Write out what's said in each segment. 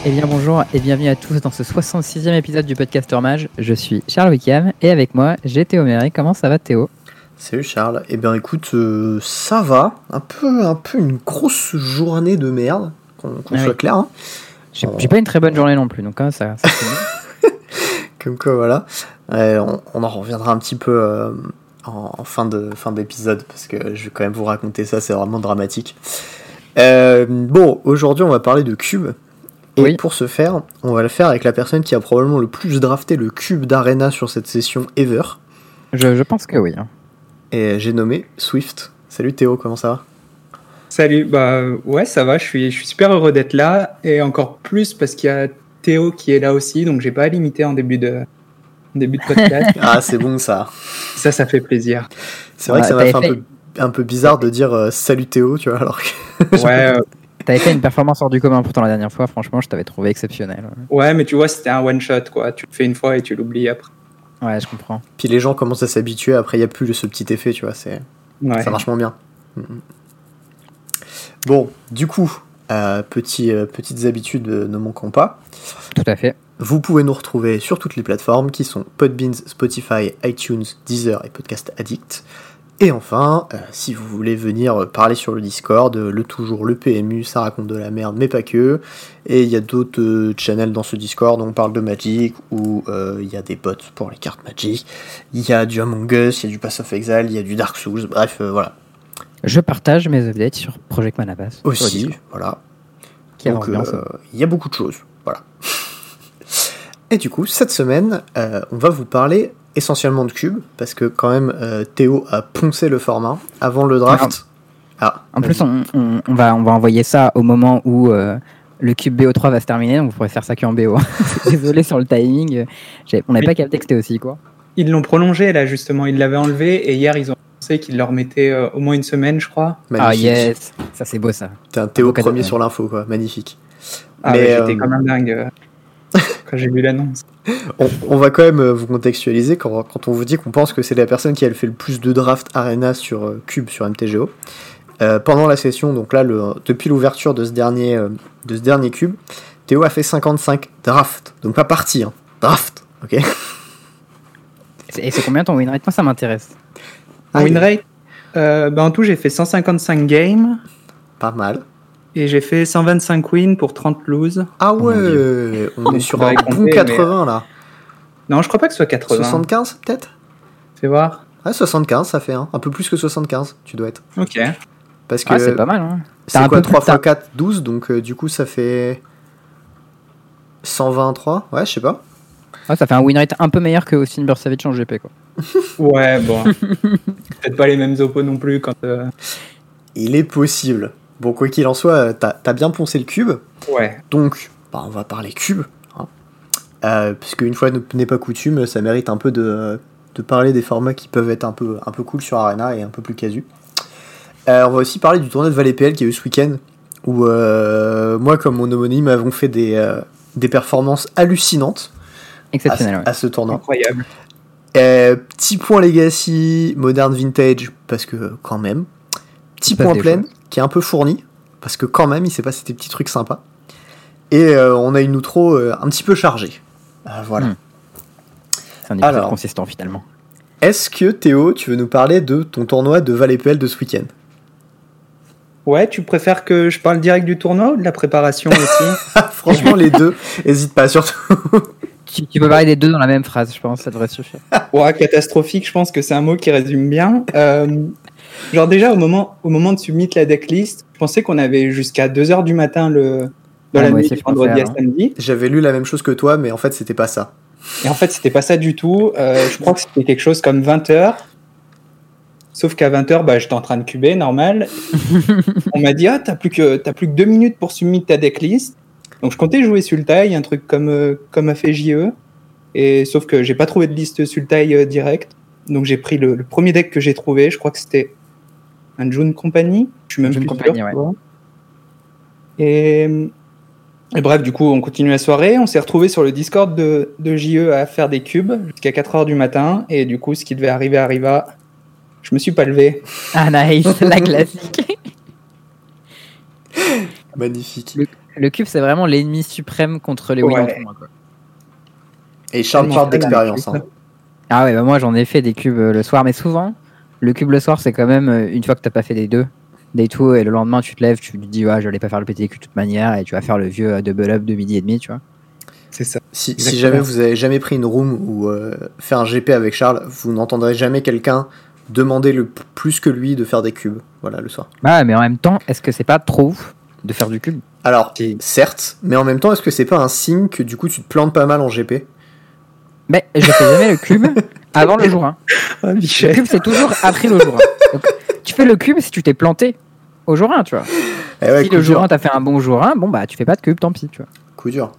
Eh bien bonjour et bienvenue à tous dans ce 66e épisode du Podcaster Mage. Je suis Charles Wickham et avec moi j'ai Théo Méry. Comment ça va Théo ? Salut Charles. Eh bien écoute, ça va. Un peu une grosse journée de merde, qu'on soit clair. Hein. J'ai pas une très bonne journée non plus, donc ça c'est bien. Comme quoi voilà. On en reviendra un petit peu en fin d'épisode parce que je vais quand même vous raconter ça, c'est vraiment dramatique. Bon, aujourd'hui on va parler de cube. Et oui. Pour ce faire, on va le faire avec la personne qui a probablement le plus drafté le cube d'Arena sur cette session ever. Je pense que oui. Et j'ai nommé Swift. Salut Théo, comment ça va ? Salut, ouais ça va, je suis super heureux d'être là, et encore plus parce qu'il y a Théo qui est là aussi, donc j'ai pas à limiter en début de podcast. Ah c'est bon ça. Ça fait plaisir. C'est vrai que ça m'a fait un peu bizarre de dire salut Théo, tu vois, alors que... Ouais. T'avais fait une performance hors du commun pourtant la dernière fois, franchement je t'avais trouvé exceptionnel. Ouais mais tu vois c'était un one shot quoi, tu le fais une fois et tu l'oublies après. Ouais je comprends. Puis les gens commencent à s'habituer, après il n'y a plus ce petit effet, tu vois, ça marche moins bien. Bon, du coup, petites habitudes ne manqueront pas. Tout à fait. Vous pouvez nous retrouver sur toutes les plateformes qui sont Podbean, Spotify, iTunes, Deezer et Podcast Addict. Et enfin, si vous voulez venir parler sur le Discord, le PMU, ça raconte de la merde, mais pas que. Et il y a d'autres channels dans ce Discord, on parle de Magic, où il y a des bots pour les cartes Magic. Il y a du Among Us, il y a du Path of Exile, il y a du Dark Souls, bref, voilà. Je partage mes updates sur Project Manapass. Aussi, voilà. Donc, il y a beaucoup de choses, voilà. Et du coup, cette semaine, on va vous parler essentiellement de cube, parce que quand même Théo a poncé le format avant le draft. En plus on va envoyer ça au moment où le cube BO3 va se terminer, donc vous pourrez faire ça qu'en BO. Désolé sur le timing, on n'avait pas qu'à le texter aussi quoi. Ils l'ont prolongé là justement, ils l'avaient enlevé et hier ils ont annoncé qu'ils le remettaient au moins une semaine je crois. Magnifique. Ah yes, ça c'est beau ça. T'es un Théo premier sur l'info quoi, magnifique. Ah mais j'étais quand même dingue quand j'ai vu l'annonce. On va quand même vous contextualiser quand on vous dit qu'on pense que c'est la personne qui a fait le plus de draft Arena sur Cube sur MTGO. Pendant la session, donc là, depuis l'ouverture de ce dernier Cube, Théo a fait 55 drafts. Donc pas partie, hein. Draft, ok. Et c'est combien ton win rate ? Moi ça m'intéresse. Win rate en tout j'ai fait 155 games. Pas mal. Et j'ai fait 125 wins pour 30 lose. Ah ouais, on est sur un bon 80 là. Non, je crois pas que ce soit 80. 75 peut-être ? Fais voir. Ouais, 75 ça fait un peu plus que 75, tu dois être. Ok. Parce que c'est pas mal. Hein. C'est quoi 3 x 4, 12, donc du coup ça fait 123, ouais, je sais pas. Ouais, ça fait un win rate un peu meilleur que Austin Bursavich en GP quoi. Ouais, bon. Peut-être pas les mêmes oppos non plus quand... Il est possible. Bon, quoi qu'il en soit, t'as bien poncé le cube. Ouais. Donc, on va parler cube. Hein. Puisque une fois n'est pas coutume, ça mérite un peu de parler des formats qui peuvent être un peu cool sur Arena et un peu plus casu. On va aussi parler du tournoi de Valais PL qui a eu ce week-end, où moi, comme mon homonyme, avons fait des performances hallucinantes. Exceptionnelles, à ce tournoi. Incroyable. Petit point Legacy, Modern Vintage, parce que quand même. Petit point Plaine, qui est un peu fourni, parce que quand même, il s'est passé des petits trucs sympas. Et on a une outro un petit peu chargée. Voilà. C'est un épisode consistant, finalement. Est-ce que, Théo, tu veux nous parler de ton tournoi de Valais PL de ce week-end ? Ouais, tu préfères que je parle direct du tournoi ou de la préparation aussi ? Franchement, les deux, n'hésite pas, surtout. Tu peux parler des deux dans la même phrase, je pense, ça devrait suffire. Ouais, catastrophique, je pense que c'est un mot qui résume bien. Genre déjà, au moment de submit la decklist, je pensais qu'on avait jusqu'à 2h du matin dans la nuit du vendredi à samedi. J'avais lu la même chose que toi, mais en fait, c'était pas ça. Et en fait, c'était pas ça du tout. Je crois que c'était quelque chose comme 20h. Sauf qu'à 20h, j'étais en train de cuber, normal. On m'a dit, t'as plus que 2 minutes pour submit ta decklist. Donc je comptais jouer Sultai, un truc comme a fait JE. Et sauf que j'ai pas trouvé de liste Sultai direct. Donc j'ai pris le premier deck que j'ai trouvé. Je crois que c'était un June Company. Je suis même plus sûr. Ouais. Et bref, du coup, on continue la soirée. On s'est retrouvés sur le Discord de JE à faire des cubes jusqu'à 4h du matin. Et du coup, ce qui devait arriver arriva. Je me suis pas levé. Ah nice, la classique. Magnifique. Le cube, c'est vraiment l'ennemi suprême contre les Wii en tournoi, quoi. Et Charles parle d'expérience. Hein. Ah ouais, bah moi j'en ai fait des cubes le soir, mais souvent, le cube le soir, c'est quand même une fois que t'as pas fait des deux, et le lendemain tu te lèves, tu te dis, ouais, j'allais pas faire le PTQ de toute manière, et tu vas faire le vieux double up de midi et demi, tu vois. C'est ça. Si jamais vous avez jamais pris une room ou fait un GP avec Charles, vous n'entendrez jamais quelqu'un demander le plus que lui de faire des cubes, voilà, le soir. Bah, mais en même temps, est-ce que c'est pas trop ouf de faire du cube? Alors, certes, mais en même temps, est-ce que c'est pas un signe que du coup tu te plantes pas mal en GP? Mais je fais jamais le cube avant le jour 1. Ah, Le cube, c'est toujours après le jour 1. Donc, tu fais le cube si tu t'es planté au jour 1, tu vois. Ouais, si le jour 1, t'as fait un bon jour 1, bon bah tu fais pas de cube, tant pis, tu vois. Coup dur.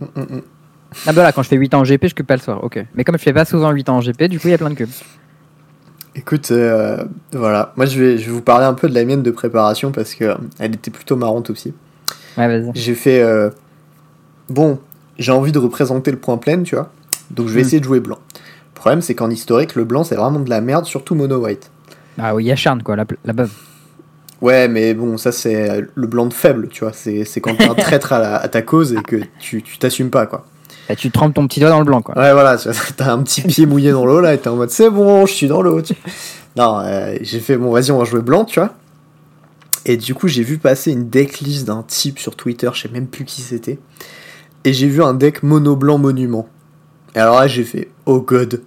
Ah bah là, quand je fais 8 ans en GP, je cube pas le soir, ok. Mais comme je fais pas souvent 8 ans en GP, du coup, il y a plein de cubes. Écoute, voilà. Moi, je vais vous parler un peu de la mienne de préparation parce que elle était plutôt marrante aussi. Ouais, vas-y. J'ai fait... Bon, j'ai envie de représenter le point plein, tu vois. Donc je vais essayer de jouer blanc. Le problème, c'est qu'en historique, le blanc, c'est vraiment de la merde, surtout mono-white. Ah oui, il y a Charn, quoi, la beuve. Ouais, mais bon, ça, c'est le blanc de faible, tu vois. C'est quand t'es un traître à ta cause et que tu t'assumes pas, quoi. Et tu trempes ton petit doigt dans le blanc, quoi. Ouais, voilà, t'as un petit pied mouillé dans l'eau, là, et t'es en mode, c'est bon, je suis dans l'eau, tu vois. Non, j'ai fait, bon, vas-y, on va jouer blanc, tu vois. Et du coup, j'ai vu passer une decklist d'un type sur Twitter, je sais même plus qui c'était. Et j'ai vu un deck mono-blanc monument. Et alors là, j'ai fait, oh god.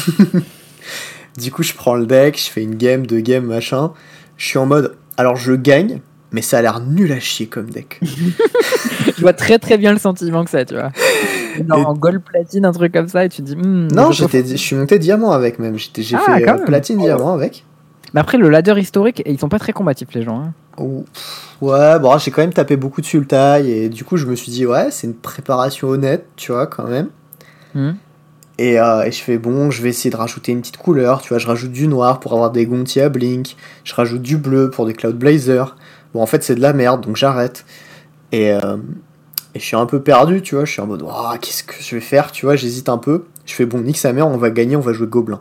Du coup, je prends le deck, je fais une game, 2 games, machin. Je suis en mode, alors je gagne, mais ça a l'air nul à chier comme deck. Je vois très très bien le sentiment que ça, tu vois. Genre en gold platine, un truc comme ça, et tu te dis. Non, je suis monté diamant avec même. J'ai fait platine diamant avec. Mais après, le ladder historique, ils sont pas très combatifs, les gens. Hein. Ouais, bon, j'ai quand même tapé beaucoup de sultai, et du coup, je me suis dit, ouais, c'est une préparation honnête, tu vois, quand même. Et je fais, bon, je vais essayer de rajouter une petite couleur, tu vois, je rajoute du noir pour avoir des gonti à blink, je rajoute du bleu pour des cloud blazers. Bon, en fait, c'est de la merde, donc j'arrête. Et je suis un peu perdu, tu vois, je suis en mode, oh, qu'est-ce que je vais faire, tu vois, j'hésite un peu. Je fais, bon, nique sa mère, on va gagner, on va jouer gobelin.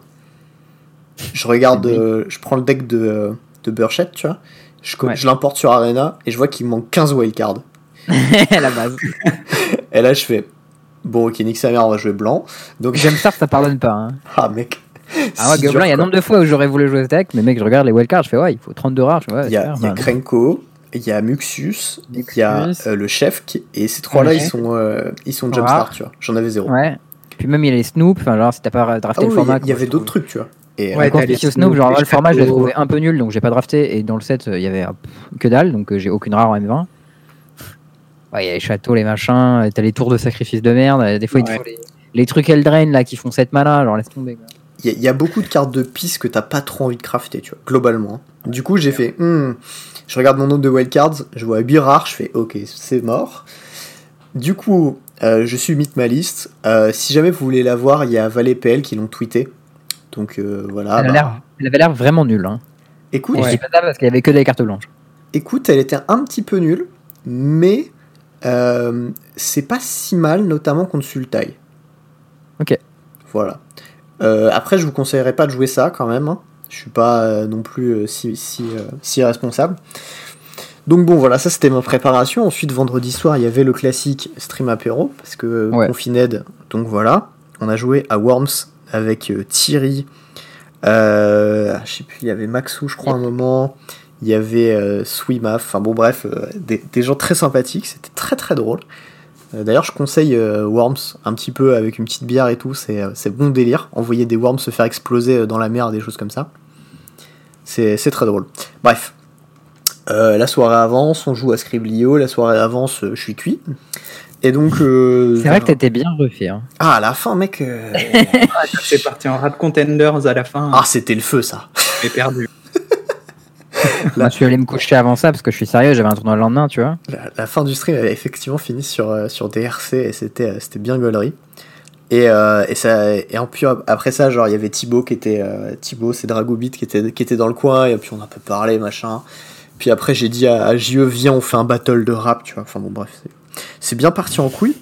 Je regarde, je prends le deck de Burchett, tu vois, je l'importe sur Arena, et je vois qu'il me manque 15 wildcards. À la base. Et là, je fais, bon, ok, nique sa mère, on va jouer blanc. Donc j'aime ça pardonne pas. Hein. Ah, mec. Ah ouais, Gobelin, il y a nombre de fois où j'aurais voulu jouer ce deck, mais mec, je regarde les wildcards, je fais, ouais, il faut 32 rares. Il y a Krenko, il y a Muxus, il y a le chef, et ces trois-là, ils sont jumpstart, tu vois. J'en avais 0. Ouais. Puis même, il y a les Snoop, enfin, genre, si t'as pas drafté le format. Il y avait d'autres trucs, tu vois. Et quand je Snoop, genre, le format, je l'ai trouvé un peu nul, donc j'ai pas drafté, et dans le set, il y avait que dalle, donc j'ai aucune rare en M20. Ouais, il y a les châteaux, les machins, t'as les tours de sacrifice de merde, des fois, il te faut les trucs Eldraine, là, qui font 7 mana, genre, laisse tomber, quoi. Il y a beaucoup de cartes de piste que t'as pas trop envie de crafter, tu vois, globalement. Du coup, j'ai fait, je regarde mon nombre de wildcards, je vois 8 rares, je fais, ok, c'est mort. Du coup, je submit ma liste. Si jamais vous voulez la voir, il y a Valet PL qui l'ont tweeté. Donc voilà. Elle avait l'air vraiment nulle. Hein. Écoute, je dis pas ça parce qu'il y avait que des cartes blanches. Écoute, elle était un petit peu nulle, mais c'est pas si mal, notamment contre Sultai. Ok. Voilà. Après, je vous conseillerais pas de jouer ça quand même. Hein. Je suis pas non plus si irresponsable. Donc bon, voilà, ça c'était ma préparation. Ensuite, vendredi soir, il y avait le classique stream apéro parce que confined. Donc voilà, on a joué à Worms avec Thierry. Je sais plus, il y avait Maxou, je crois, à un moment. Il y avait Swimaf. Enfin bon, bref, des gens très sympathiques. C'était très très drôle. D'ailleurs, je conseille Worms un petit peu avec une petite bière et tout. C'est bon délire. Envoyer des worms se faire exploser dans la mer, des choses comme ça. C'est très drôle. Bref. La soirée avance, on joue à Scriblio. La soirée avance, je suis cuit. Et donc. C'est vrai que t'étais bien refait. Hein. Ah, à la fin, mec. C'est parti en Rad Contenders à la fin. Ah, c'était le feu, ça. J'ai perdu. Moi, je suis allé me coucher avant ça parce que je suis sérieux, j'avais un tournoi le lendemain, tu vois. La fin du stream avait effectivement fini sur DRC et c'était bien gaulerie. Et puis après ça, genre il y avait Thibaut Thibaut, c'est Dragobit qui était dans le coin, et puis on a un peu parlé, machin. Puis après j'ai dit à JE, viens, on fait un battle de rap, tu vois. Enfin bon, bref, c'est bien parti en couille.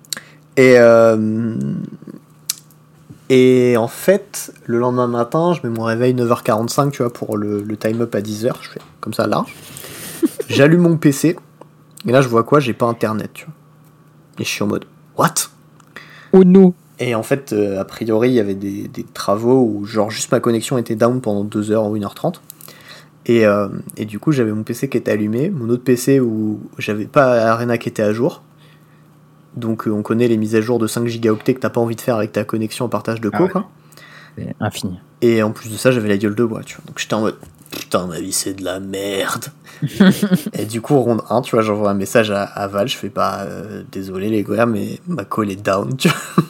Et en fait, le lendemain matin, je mets mon réveil 9h45, tu vois, pour le time-up à 10h. Je fais comme ça, large. J'allume mon PC. Et là, je vois quoi? J'ai pas internet, tu vois. Et je suis en mode, what? Oh no! Et en fait, a priori, il y avait des travaux où, genre, juste ma connexion était down pendant 2h ou 1h30. Et du coup, j'avais mon PC qui était allumé, mon autre PC où j'avais pas Arena qui était à jour. Donc, on connaît les mises à jour de 5 gigaoctets que t'as pas envie de faire avec ta connexion en partage de co, quoi. C'est infini. Et en plus de ça, j'avais la gueule de bois, tu vois. Donc, j'étais en mode, putain, ma vie, c'est de la merde. Et du coup, ronde 1, tu vois, j'envoie un message à Val, je fais pas, désolé les gars, mais ma call est down, tu vois.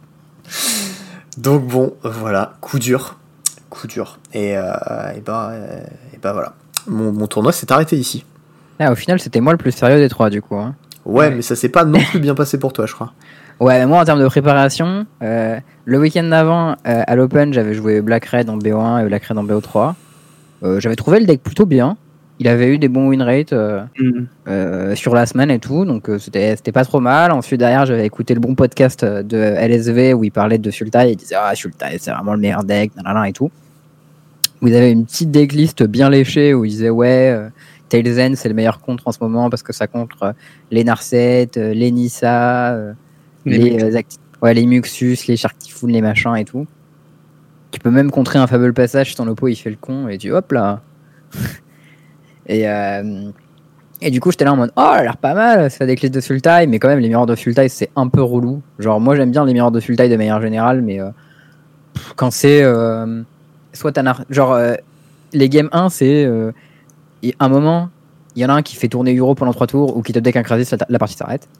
Donc bon, voilà, coup dur. Et bah voilà. Mon tournoi s'est arrêté ici. Au final, c'était moi le plus sérieux des trois, du coup. Hein. Ouais, mais ça s'est pas non plus bien passé pour toi, je crois. Ouais, mais moi, en termes de préparation, le week-end d'avant, à l'Open, j'avais joué Black Red en BO1 et Black Red en BO3. J'avais trouvé le deck plutôt bien. Il avait eu des bons win rates sur la semaine et tout, donc c'était pas trop mal. Ensuite, derrière, j'avais écouté le bon podcast de LSV où il parlait de Sultai. Il disait Sultai, c'est vraiment le meilleur deck, nanana et tout. Vous avez une petite decklist bien léchée où il disait Tailzen, c'est le meilleur contre en ce moment parce que ça contre les Narset, les Nissa, les Muxus, les Shark Typhoon, les machins et tout. Tu peux même contrer un Fable Passage si ton oppo il fait le con et tu hop là. Et du coup, j'étais là en mode elle a l'air pas mal, ça a des clés de Sultai, mais quand même, les mirrors de Sultai, c'est un peu relou. Genre, moi, j'aime bien les mirrors de Sultai de manière générale, mais quand c'est. Soit t'as. Les game 1, c'est. Un moment, il y en a un qui fait tourner Euro pendant 3 tours ou qui te deck un Krasis, la partie s'arrête.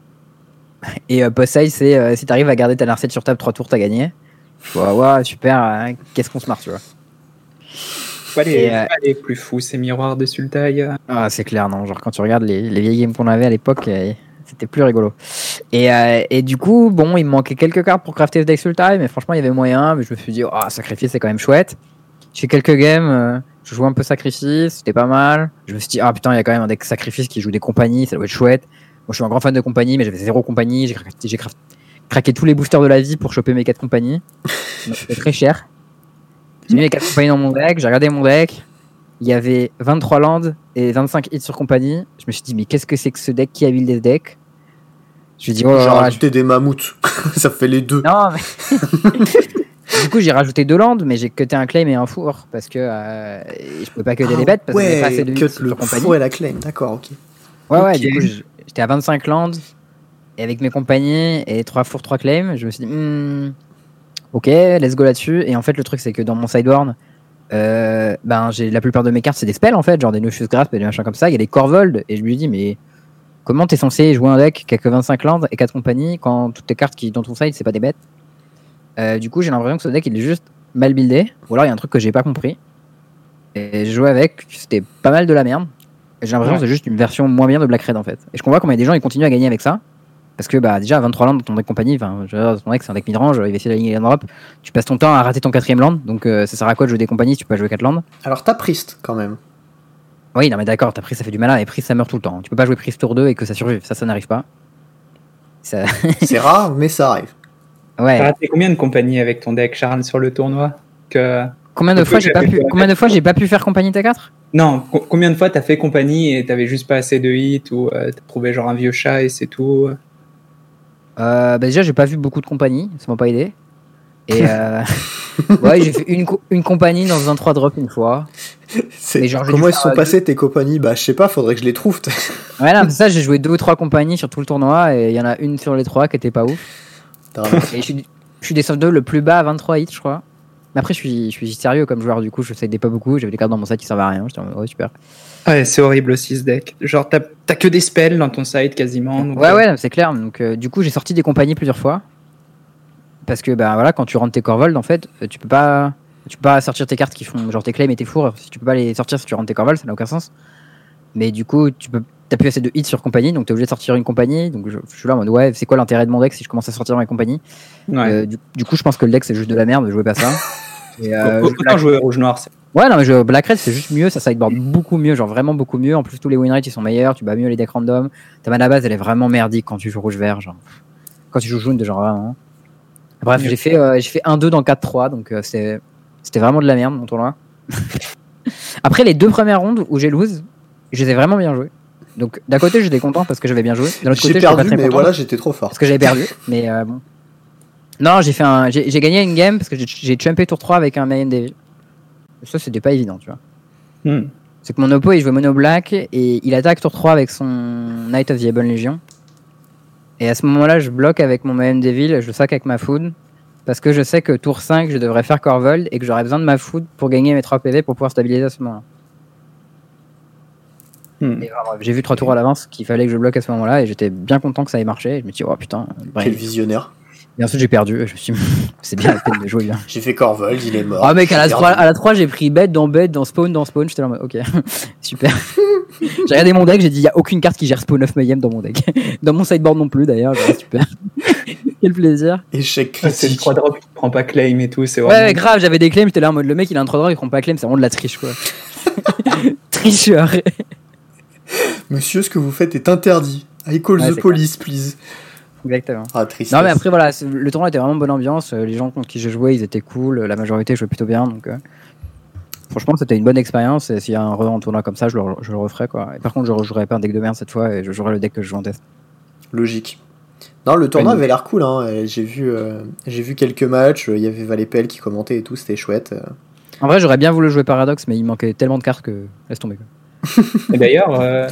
Et post-side, c'est si t'arrives à garder ta Narset sur table 3 tours, t'as gagné. Ouais, super, qu'est-ce qu'on se marre, tu vois. Pas les plus fous, ces miroirs de Sultai. Ah, c'est clair, non. Genre, quand tu regardes les vieilles games qu'on avait à l'époque, c'était plus rigolo. Et du coup, bon, il me manquait quelques cartes pour crafter ce deck Sultai, mais franchement, il y avait moyen. Mais je me suis dit, Sacrifice, c'est quand même chouette. J'ai fait quelques games, je jouais un peu Sacrifice, c'était pas mal. Je me suis dit, putain, il y a quand même un deck Sacrifice qui joue des compagnies, ça doit être chouette. Moi, je suis un grand fan de compagnie, mais j'avais 0 compagnie. J'ai craqué tous les boosters de la vie pour choper mes 4 compagnies. C'était très cher. J'ai mis les 4 compagnies dans mon deck, j'ai regardé mon deck. Il y avait 23 landes et 25 hits sur compagnie. Je me suis dit, mais qu'est-ce que c'est que ce deck? Qui a buildé ce deck? Je me suis dit, j'ai rajouté des mammouths. Ça fait les deux. Non, mais. Du coup, j'ai rajouté 2 landes, mais j'ai cuté un claim et un four parce que je pouvais pas cuter les bêtes parce que j'avais pas assez de hits sur compagnie. Four et la claim, d'accord, ok. Ouais, du coup, j'étais à 25 landes et avec mes compagnies et 3 fours, 3 claims. Je me suis dit, ok, let's go là-dessus. Et en fait, le truc, c'est que dans mon sideboard, j'ai la plupart de mes cartes, c'est des spells en fait, genre des Noxious Grasp et des machins comme ça. Il y a des Corvold et je lui dis, mais comment t'es censé jouer un deck qui a que 25 landes et 4 compagnies quand toutes tes cartes qui dans ton side, c'est pas des bêtes? Du coup, j'ai l'impression que ce deck il est juste mal buildé, ou alors il y a un truc que j'ai pas compris. Et je jouais avec, c'était pas mal de la merde. Et j'ai l'impression que c'est juste une version moins bien de Black Red en fait. Et je comprends comment il y a des gens qui continuent à gagner avec ça. Parce que déjà 23 landes dans ton deck compagnie, ton deck c'est un deck midrange, il va essayer d'aligner les land drop. Tu passes ton temps à rater ton 4ème land, donc ça sert à quoi de jouer des compagnies si tu peux pas jouer 4 landes? Alors t'as Priest quand même. Oui, non mais d'accord, t'as Priest ça fait du malin, et Priest ça meurt tout le temps. Tu peux pas jouer Priest tour 2 et que ça survive, ça n'arrive pas. C'est rare, mais ça arrive. Ouais. T'as raté combien de compagnies avec ton deck, Charles, sur le tournoi? Combien de fois j'ai pas pu faire compagnie T4? Non, combien de fois t'as fait compagnie et t'avais juste pas assez de hits ou t'as trouvé genre un vieux chat et c'est tout? Déjà j'ai pas vu beaucoup de compagnies, ça m'a pas aidé. Et ouais, j'ai fait une compagnie dans un 3 drop une fois. Comment ils se sont passés tes compagnies? Je sais pas, faudrait que je les trouve. Ouais, non, c'est ça, j'ai joué 2 ou 3 compagnies sur tout le tournoi et il y en a une sur les 3 qui était pas ouf. Et je suis descendu le plus bas à 23 hits, je crois. Mais après, je suis sérieux comme joueur, du coup, je savais pas beaucoup. J'avais des cartes dans mon side qui servaient à rien. J'étais en mode, ouais, super. Ouais, c'est horrible aussi ce deck. Genre, t'as que des spells dans ton side quasiment. Donc ouais, c'est clair. Donc, du coup, j'ai sorti des compagnies plusieurs fois. Parce que, voilà, quand tu rentres tes Corvold, en fait, tu peux pas sortir tes cartes qui font genre tes claims et tes fours. Si tu peux pas les sortir si tu rentres tes Corvold, ça n'a aucun sens. Mais du coup, t'as plus assez de hits sur compagnie, donc t'es obligé de sortir une compagnie. Donc je suis là en mode, ouais, c'est quoi l'intérêt de mon deck si je commence à sortir mes compagnies? Ouais. Du coup, je pense que le deck c'est juste de la merde, jouez pas ça. Autant jouer rouge-noir. Ouais, non, mais Black Red c'est juste mieux, ça sideboard beaucoup mieux, genre vraiment beaucoup mieux. En plus, tous les win rates ils sont meilleurs, tu bats mieux les decks random. Ta mana base elle est vraiment merdique quand tu joues rouge-vert, genre. Quand tu joues jaune, genre vraiment. Bref, j'ai fait 1-2 dans 4-3, donc c'était vraiment de la merde mon tournoi. Après les 2 premières rondes où j'ai lose, je les ai vraiment bien jouées. Donc d'un côté j'étais content parce que j'avais bien joué. De l'autre côté J'ai j'étais pas perdu, très mais content voilà, j'étais trop fort. parce que j'avais perdu. Mais bon. Non, j'ai gagné une game parce que j'ai chumpé tour 3 avec un Mayan Devil. Et ça c'était pas évident, tu vois. C'est que mon oppo il jouait mono black et il attaque tour 3 avec son Knight of the Ebon Legion. Et à ce moment-là, je bloque avec mon Mayan Devil, je sac avec ma food. Parce que je sais que tour 5, je devrais faire Corvold et que j'aurais besoin de ma food pour gagner mes 3 PV pour pouvoir stabiliser à ce moment-là. Et vraiment, j'ai vu 3 tours à l'avance qu'il fallait que je bloque à ce moment-là et j'étais bien content que ça ait marché. Et je me suis dit, oh putain, Quel visionnaire. Et ensuite j'ai perdu. Et je me suis dit, c'est bien la peine de jouer. Là. J'ai fait Corvold, il est mort. Ah mec, à la 3, j'ai pris bête dans spawn. J'étais là en mode, ok, super. J'ai regardé mon deck, j'ai dit, il n'y a aucune carte qui gère spawn of Mayhem dans mon deck. Dans mon sideboard non plus d'ailleurs, super. Quel plaisir. Échec critique. C'est le 3 drop qui prend pas claim et tout. C'est vraiment... Ouais, grave, j'avais des claims, j'étais là en mode le mec il a un 3 drop, il prend pas claim, c'est vraiment de la triche quoi. Tricheur. Monsieur, ce que vous faites est interdit. I call the police, please. Exactement. Ah, tristesse. Non, mais après voilà, le tournoi était vraiment bonne ambiance. Les gens contre qui j'ai joué, ils étaient cool. La majorité jouait plutôt bien. Donc, franchement, c'était une bonne expérience. Et s'il y a un tournoi comme ça, je le referai quoi. Et par contre, je rejouerai pas un deck de merde cette fois et je jouerai le deck que je joue en test. Logique. Non, le tournoi avait l'air cool. Hein. J'ai vu quelques matchs. Il y avait Valépel qui commentait et tout. C'était chouette. En vrai, j'aurais bien voulu jouer Paradox, mais il manquait tellement de cartes que laisse tomber. Quoi. Et d'ailleurs,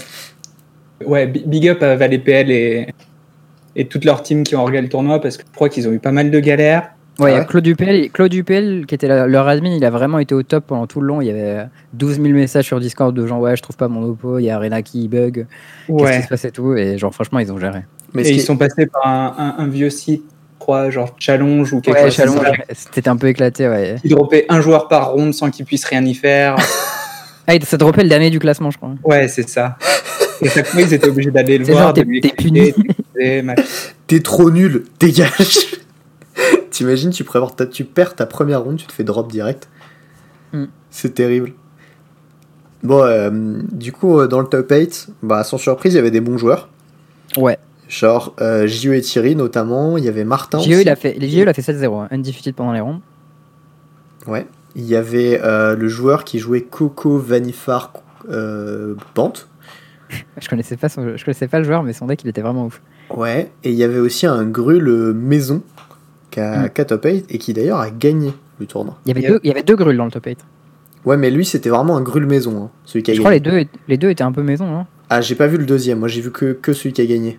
big up à Valépel et toute leur team qui ont organisé le tournoi parce que je crois qu'ils ont eu pas mal de galères. Ouais, il y a Claude Dupel qui était leur admin, il a vraiment été au top pendant tout le long. Il y avait 12 000 messages sur Discord de gens, je trouve pas mon oppo, il y a Arena qui bug, qu'est-ce qui se passe et tout. Et genre, franchement, ils ont géré. Mais ils sont passés par un vieux site, je crois, genre Challenge ou quelque chose. Challenge, c'était un peu éclaté, ouais. Ils droppaient un joueur par ronde sans qu'ils puissent rien y faire. Ça droppait le dernier du classement, je crois. Ouais, c'est ça. Et chaque fois, ils étaient obligés d'aller le voir. Genre, t'es puni. T'es trop nul, dégage. T'imagines, tu perds ta première ronde, tu te fais drop direct. C'est terrible. Bon, du coup, dans le top 8, sans surprise, il y avait des bons joueurs. Ouais. Genre, JE et Thierry, notamment. Il y avait Martin. JE, il a fait 7-0, undefeated pendant les rondes. Ouais. Il y avait le joueur qui jouait Coco Vanifar Bant. Je connaissais pas le joueur, mais son deck, il était vraiment ouf. Ouais. Et il y avait aussi un Grul maison qui a top 8 et qui d'ailleurs a gagné le tournoi. Il y avait deux Gruls dans le top 8. Ouais, mais lui, c'était vraiment un Grul maison, hein, celui qui a gagné. Je crois les deux étaient un peu maison. Hein. Ah, j'ai pas vu le deuxième. Moi, j'ai vu que celui qui a gagné.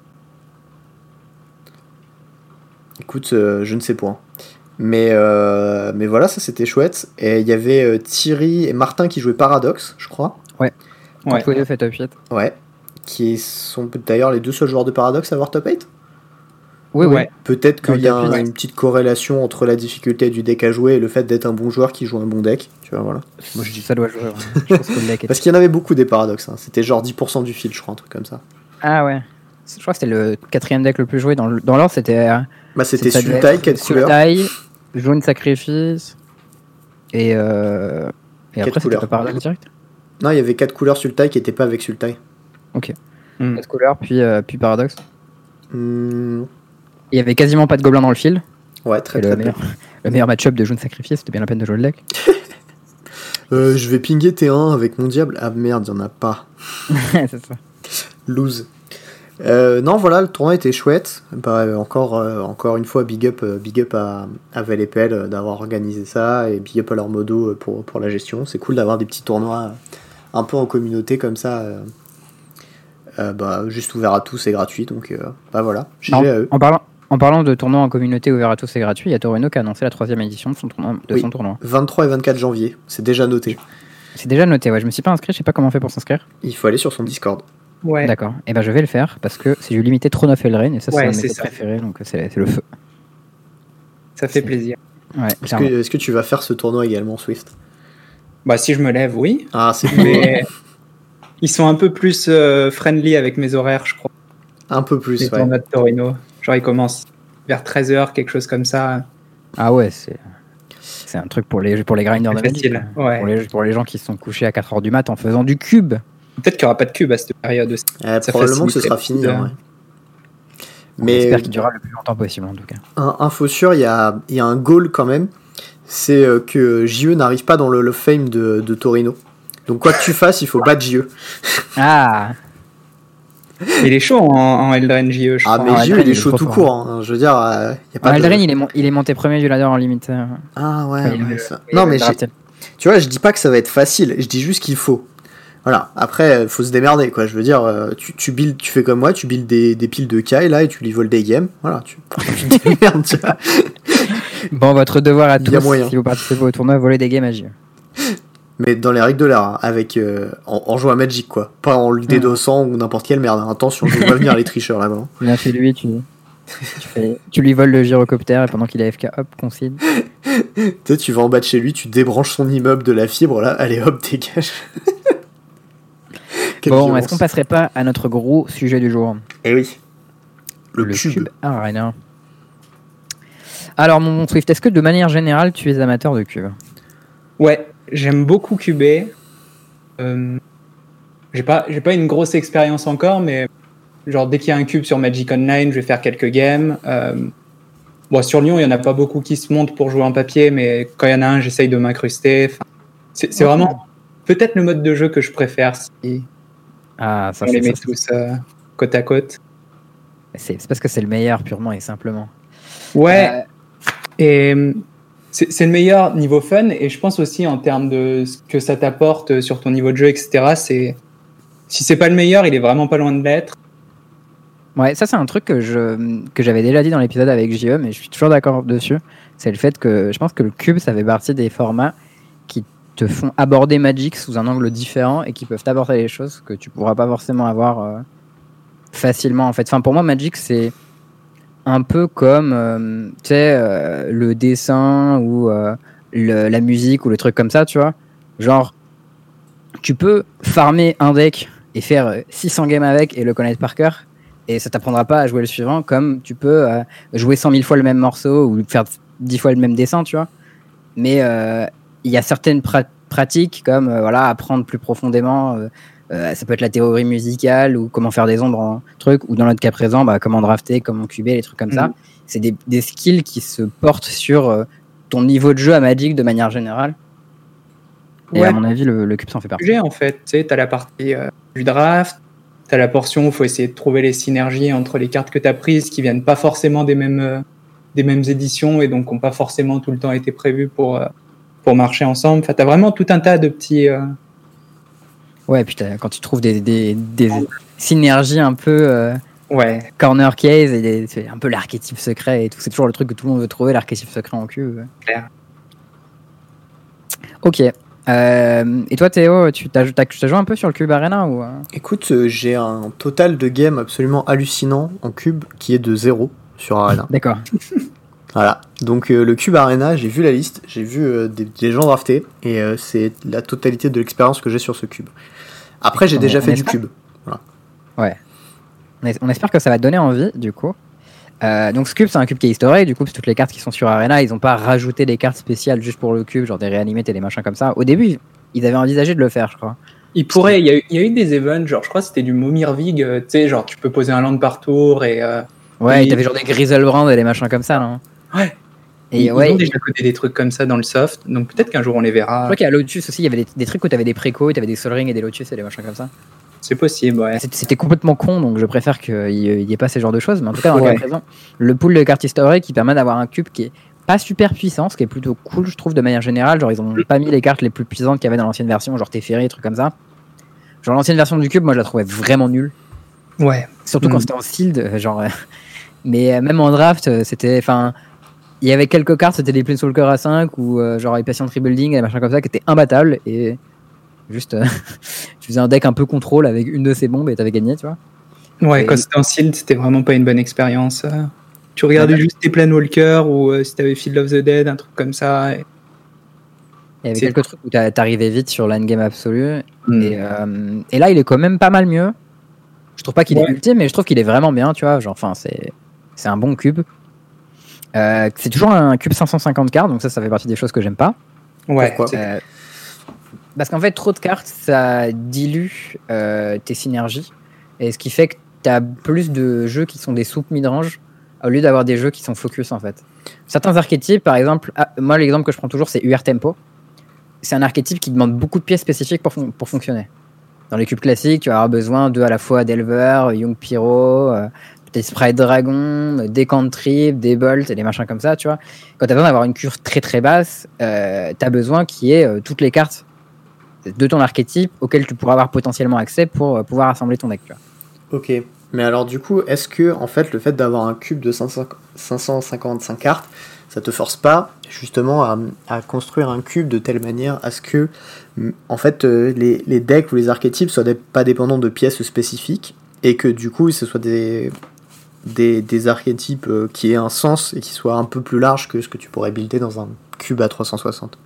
Écoute, je ne sais point. Mais voilà, ça c'était chouette. Et il y avait Thierry et Martin qui jouaient Paradox, je crois. Ouais. Tous les deux fait top 8. Ouais. Qui sont d'ailleurs les deux seuls joueurs de Paradox à avoir top 8. Oui. Peut-être qu'il y a une petite corrélation entre la difficulté du deck à jouer et le fait d'être un bon joueur qui joue un bon deck. Tu vois, voilà. Moi je dis ça doit jouer. Ouais. Je pense que le deck parce qu'il y en avait beaucoup des Paradox. Hein. C'était genre 10% du field, je crois, un truc comme ça. Ah ouais. Je crois que c'était le 4ème deck le plus joué. Dans l'ordre, c'était. C'était Sultai, 4 couleurs. Sultai, Jaune Sacrifice. Et après, c'était pas Paradox direct. Non, il y avait 4 couleurs Sultai qui n'étaient pas avec Sultai. Ok. 4 couleurs, puis Paradox. Il y avait quasiment pas de gobelins dans le field. Ouais, très le meilleur match-up de Jaune Sacrifice, c'était bien la peine de jouer le deck. Je vais pinguer T1 avec mon diable. Ah merde, il n'y en a pas. C'est ça. Lose. Non, voilà, le tournoi était chouette. Encore une fois, big up à Valépel d'avoir organisé ça et big up à leur modo pour la gestion. C'est cool d'avoir des petits tournois un peu en communauté comme ça, juste ouvert à tous et gratuit. Donc voilà. En parlant de tournois en communauté ouvert à tous et gratuit, il y a Torino qui a annoncé la 3ème édition de son tournoi. 23 et 24 janvier, c'est déjà noté. C'est déjà noté, ouais. Je me suis pas inscrit, je sais pas comment on fait pour s'inscrire. Il faut aller sur son Discord. Ouais. D'accord. Et je vais le faire parce que c'est du limité Throne of Eldraine et ça c'est un de mes préférés, donc c'est le feu. Ça fait plaisir. Ouais, est-ce que tu vas faire ce tournoi également, Swift? Si je me lève, oui. Ah, c'est cool. Mais ils sont un peu plus friendly avec mes horaires, je crois. Un peu plus, les tournois de Torino. Genre ils commencent vers 13h, quelque chose comme ça. Ah ouais, c'est un truc pour les grinders de Magic. Ouais. Pour les gens qui se sont couchés à 4h du mat en faisant du cube. Peut-être qu'il n'y aura pas de cube à cette période aussi. Probablement que ce sera fini. Ouais. Mais j'espère qu'il durera le plus longtemps possible en tout cas. Info sûre, il y a un goal quand même. C'est que JE n'arrive pas dans le Hall of Fame de Torino. Donc quoi que tu fasses, il faut battre JE. Ah. Il est chaud en Eldraine JE, je crois. Mais JE, il est chaud tout court. Hein. Je veux dire, y a pas Eldraine, il est monté premier du ladder en limite. Ah ouais, ça. Non, mais tu vois, je dis pas que ça va être facile, je dis juste qu'il faut. Voilà, après, faut se démerder, quoi. Je veux dire, tu fais comme moi, tu builds des piles de Kai, là, et tu lui voles des games. Voilà, tu te démerdes, tu vois. Bon, votre devoir à tous, si vous participez au tournoi, voler des games à JE. Mais dans les règles de l'art, avec en jouant à Magic, quoi. Pas en DDoSant ou n'importe quelle merde. Attention, je vois venir les tricheurs là-bas. Bien fait lui, tu lui voles le gyrocoptère et pendant qu'il est AFK, hop, concede. Tu vas en bas de chez lui, tu débranches son immeuble de la fibre, là, allez hop, dégage. Bon, violence. Est-ce qu'on passerait pas à notre gros sujet du jour ? Eh oui. Le cube Arena. Alors, mon Swift, est-ce que de manière générale, tu es amateur de cube ? Ouais, j'aime beaucoup cuber. J'ai pas une grosse expérience encore, mais genre dès qu'il y a un cube sur Magic Online, je vais faire quelques games. Bon, sur Lyon, il y en a pas beaucoup qui se montent pour jouer en papier, mais quand il y en a un, j'essaye de m'incruster. Enfin, c'est vraiment peut-être le mode de jeu que je préfère si ça on les met tous côte à côte. C'est parce que c'est le meilleur purement et simplement. Ouais. Et c'est le meilleur niveau fun, et je pense aussi en termes de ce que ça t'apporte sur ton niveau de jeu, etc. Si c'est pas le meilleur, il est vraiment pas loin de l'être. Ouais, ça c'est un truc que j'avais déjà dit dans l'épisode avec JE, mais je suis toujours d'accord dessus. C'est le fait que je pense que le cube, ça fait partie des formats qui te font aborder Magic sous un angle différent et qui peuvent t'apporter des choses que tu pourras pas forcément avoir facilement en fait. Enfin, pour moi, Magic c'est un peu comme tu sais le dessin ou la musique ou le truc comme ça, tu vois. Genre, tu peux farmer un deck et faire 600 games avec et le connaître par cœur. Et ça t'apprendra pas à jouer le suivant, comme tu peux jouer 100 000 fois le même morceau ou faire 10 fois le même dessin, tu vois. Mais il y a certaines pratiques comme apprendre plus profondément. Ça peut être la théorie musicale ou comment faire des ombres en truc, ou dans notre cas présent, comment drafter, comment cuber, les trucs comme ça. C'est des skills qui se portent sur ton niveau de jeu à Magic de manière générale. Et à mon avis, le cube s'en fait partie. En fait, tu sais, t'as la partie du draft. T'as la portion où il faut essayer de trouver les synergies entre les cartes que t'as prises qui viennent pas forcément des mêmes éditions et donc qui n'ont pas forcément tout le temps été prévues pour marcher ensemble. Enfin, t'as vraiment tout un tas de petits... Ouais, et puis quand tu trouves des synergies un peu corner case, et c'est un peu l'archétype secret et tout. C'est toujours le truc que tout le monde veut trouver, l'archétype secret en cube. Claire. Ok. Et toi Théo, tu as joué un peu sur le Cube Arena ou Écoute, j'ai un total de game absolument hallucinant en cube qui est de 0 sur Arena. D'accord. Voilà, donc le Cube Arena, j'ai vu la liste, j'ai vu des gens draftés et c'est la totalité de l'expérience que j'ai sur ce cube. Après, j'ai déjà fait du cube. Voilà. Ouais. On espère que ça va te donner envie du coup. Donc ce cube c'est un cube qui est historique, du coup c'est toutes les cartes qui sont sur Arena, ils ont pas rajouté des cartes spéciales juste pour le cube, genre des réanimates et des machins comme ça. Au début ils avaient envisagé de le faire, je crois. Il y a eu des events, genre je crois que c'était du Momirvig, tu sais, genre tu peux poser un land par tour et... Ouais, t'avais genre des Griselbrand et des machins comme ça, non ? Ouais. Et ils ont déjà codé des trucs comme ça dans le soft, donc peut-être qu'un jour on les verra. Je crois qu'il y a Lotus aussi, il y avait des trucs où t'avais des précos, t'avais des Sol Ring et des Lotus et des machins comme ça. C'est possible, ouais. C'était complètement con, donc je préfère qu'il n'y ait pas ce genre de choses. Mais en tout cas, dans le cas présent, le pool de cartes historiques qui permet d'avoir un cube qui est pas super puissant, ce qui est plutôt cool, je trouve, de manière générale. Genre, ils ont pas mis les cartes les plus puissantes qu'il y avait dans l'ancienne version, genre Teferi, trucs comme ça. Genre, l'ancienne version du cube, moi, je la trouvais vraiment nulle. Ouais. Surtout quand c'était en sealed, genre. Mais même en draft, c'était. Enfin, il y avait quelques cartes, c'était des Planeswalkers à 5 ou genre les Patient Rebuilding et des machins comme ça qui étaient imbattables et. Juste, tu faisais un deck un peu contrôle avec une de ces bombes et t'avais gagné, tu vois. Ouais, quand c'était en sealed, c'était vraiment pas une bonne expérience. Tu regardais juste tes Planewalkers ou si t'avais Field of the Dead, un truc comme ça. Il y avait quelques trucs où t'arrivais vite sur l'endgame absolu. Et là, il est quand même pas mal mieux. Je trouve pas qu'il est ultime, mais je trouve qu'il est vraiment bien, tu vois. Genre, enfin, c'est un bon cube. C'est toujours un cube 550 cartes, donc ça fait partie des choses que j'aime pas. Ouais. Parce qu'en fait, trop de cartes, ça dilue tes synergies. Et ce qui fait que tu as plus de jeux qui sont des soupes mid-range au lieu d'avoir des jeux qui sont focus, en fait. Certains archétypes, par exemple, moi, l'exemple que je prends toujours, c'est UR Tempo. C'est un archétype qui demande beaucoup de pièces spécifiques pour fonctionner. Dans les cubes classiques, tu vas avoir besoin à la fois d'Elver, Young Pyro, des Sprite Dragon, des Cantrip, des Bolt et des machins comme ça, tu vois. Quand tu as besoin d'avoir une curve très très basse, tu as besoin qu'il y ait toutes les cartes de ton archétype auxquelles tu pourras avoir potentiellement accès pour pouvoir assembler ton deck, tu vois. Ok, mais alors du coup, est-ce que en fait le fait d'avoir un cube de 555 cartes, ça te force pas justement à construire un cube de telle manière à ce que en fait les decks ou les archétypes soient pas dépendants de pièces spécifiques et que du coup ce soit des archétypes qui aient un sens et qui soient un peu plus larges que ce que tu pourrais builder dans un cube à 360.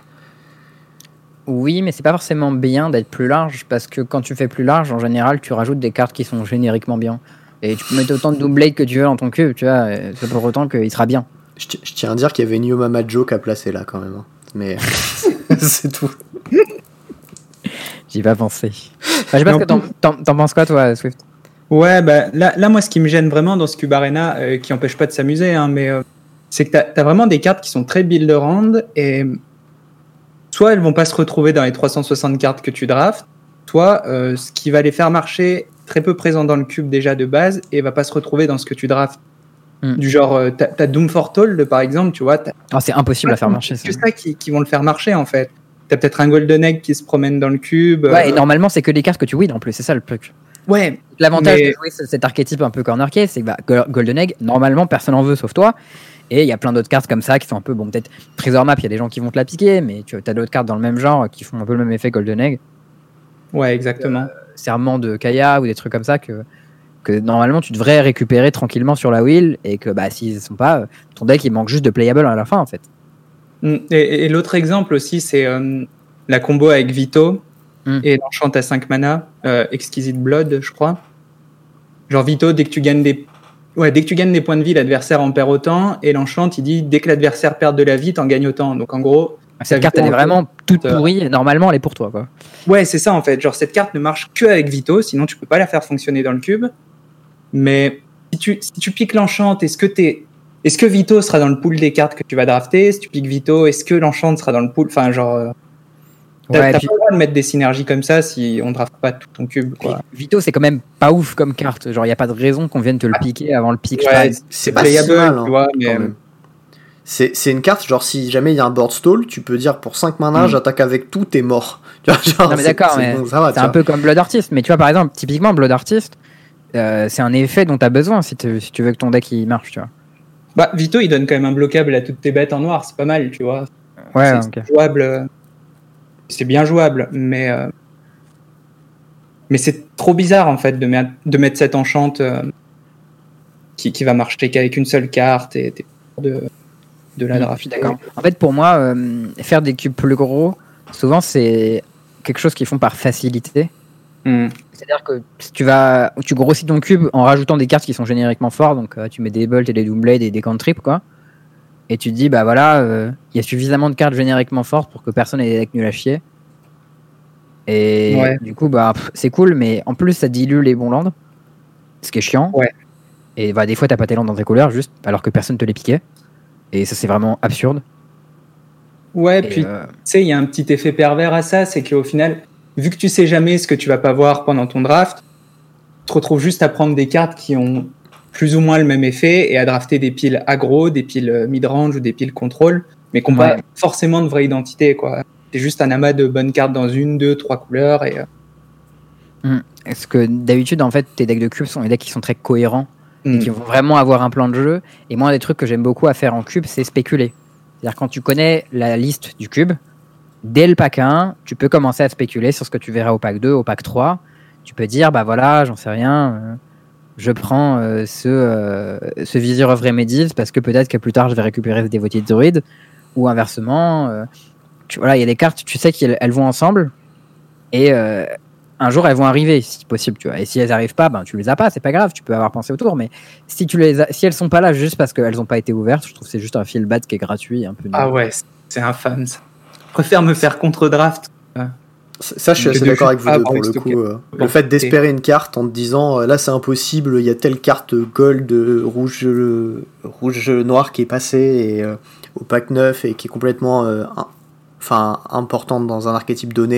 Oui, mais c'est pas forcément bien d'être plus large parce que quand tu fais plus large, en général, tu rajoutes des cartes qui sont génériquement bien. Et tu peux mettre autant de Doomblade que tu veux dans ton cube, tu vois, c'est pour autant qu'il sera bien. Je tiens à dire qu'il y avait une Yomama Joke à placer là quand même, hein. Mais c'est tout. J'y ai pas pensé. Enfin, je sais pas ce que t'en penses quoi, toi, Swift? Ouais, bah, là, moi, ce qui me gêne vraiment dans ce Cube Arena, qui empêche pas de s'amuser, hein, mais c'est que t'as vraiment des cartes qui sont très build-around, et soit elles vont pas se retrouver dans les 360 cartes que tu drafts, soit ce qui va les faire marcher très peu présent dans le cube déjà de base, et va pas se retrouver dans ce que tu drafts. Du genre, t'as Doom Foretold, par exemple, tu vois. C'est impossible à faire marcher. C'est ça qui vont le faire marcher, en fait. T'as peut-être un Golden Egg qui se promène dans le cube. Ouais, et normalement, c'est que des cartes que tu win en plus, c'est ça le truc. Ouais. L'avantage de jouer cet archétype un peu corner case, c'est que Golden Egg, normalement, personne en veut sauf toi. Et il y a plein d'autres cartes comme ça qui sont un peu, bon, peut-être Trésor Map, il y a des gens qui vont te la piquer, mais tu as d'autres cartes dans le même genre qui font un peu le même effet Golden Egg. Ouais, exactement. Serment de Kaya ou des trucs comme ça que normalement tu devrais récupérer tranquillement sur la wheel et que s'ils ne sont pas, ton deck il manque juste de playable à la fin en fait. Et l'autre exemple aussi, c'est la combo avec Vito et l'enchant à 5 mana, Exquisite Blood, je crois. Genre Vito, dès que tu gagnes des points de vie, l'adversaire en perd autant, et l'enchant il dit dès que l'adversaire perd de la vie, t'en gagnes autant. Donc en gros, cette carte elle est vraiment toute pourrie, et normalement elle est pour toi quoi. Ouais, c'est ça en fait. Genre cette carte ne marche que avec Vito, sinon tu peux pas la faire fonctionner dans le cube. Mais si tu piques l'enchant, est-ce que Vito sera dans le pool des cartes que tu vas drafter? Si tu piques Vito, est-ce que l'enchant sera dans le pool? Enfin, genre, t'as pas le droit de mettre des synergies comme ça si on draft pas tout ton cube, quoi. Vito, c'est quand même pas ouf comme carte. Genre, il y a pas de raison qu'on vienne te le piquer avant le pick. Ouais, c'est pas si mal, tu vois, mais c'est une carte, genre, si jamais il y a un board stall, tu peux dire pour 5 mana, j'attaque avec tout, t'es mort. Genre, non, mais d'accord, mais c'est un peu comme Blood Artist. Mais tu vois, par exemple, typiquement, Blood Artist, c'est un effet dont tu as besoin si tu veux que ton deck il marche, tu vois. Bah, Vito, il donne quand même un bloquable à toutes tes bêtes en noir, c'est pas mal, tu vois. Ouais, c'est jouable. C'est bien jouable, mais c'est trop bizarre en fait de mettre cette enchante qui va marcher qu'avec une seule carte et de la draft. D'accord. En fait, pour moi, faire des cubes plus gros, souvent c'est quelque chose qu'ils font par facilité. C'est-à-dire que tu grossis ton cube en rajoutant des cartes qui sont génériquement fortes, donc tu mets des Bolt et des Doomblade et des Cantrip, quoi. Et tu te dis, il y a suffisamment de cartes génériquement fortes pour que personne ait des decks nuls à chier. Et du coup, c'est cool, mais en plus, ça dilue les bons lands, ce qui est chiant. Ouais. Et des fois, t'as pas tes lands dans tes couleurs, juste alors que personne te les piquait. Et ça, c'est vraiment absurde. Ouais, puis tu sais, il y a un petit effet pervers à ça, c'est qu'au final, vu que tu sais jamais ce que tu vas pas voir pendant ton draft, tu te retrouves juste à prendre des cartes qui ont plus ou moins le même effet et à drafter des piles aggro, des piles mid-range ou des piles contrôle, mais qui n'ont pas forcément de vraie identité, quoi. C'est juste un amas de bonnes cartes dans 1, 2, 3 couleurs. Est-ce que d'habitude, en fait, tes decks de cubes sont des decks qui sont très cohérents et qui vont vraiment avoir un plan de jeu. Et moi, un des trucs que j'aime beaucoup à faire en cube, c'est spéculer. C'est-à-dire quand tu connais la liste du cube, dès le pack 1, tu peux commencer à spéculer sur ce que tu verras au pack 2, au pack 3. Tu peux dire, j'en sais rien, je prends ce Visir of Remedies parce que peut-être que plus tard, je vais récupérer ce Devoted Druid. Ou inversement, il y a des cartes, tu sais qu'elles vont ensemble. Et un jour, elles vont arriver, si possible. Tu vois. Et si elles n'arrivent pas, tu les as pas, c'est pas grave, tu peux avoir pensé autour. Mais si elles sont pas là juste parce qu'elles n'ont pas été ouvertes, je trouve que c'est juste un feel bad qui est gratuit. Un peu c'est infâme ça. Je préfère me faire contre-draft. Ça, je suis assez d'accord avec vous deux pour le coup. Le fait d'espérer une carte en te disant là c'est impossible, il y a telle carte gold, rouge noir qui est passée et, au pack 9 et qui est complètement importante dans un archétype donné.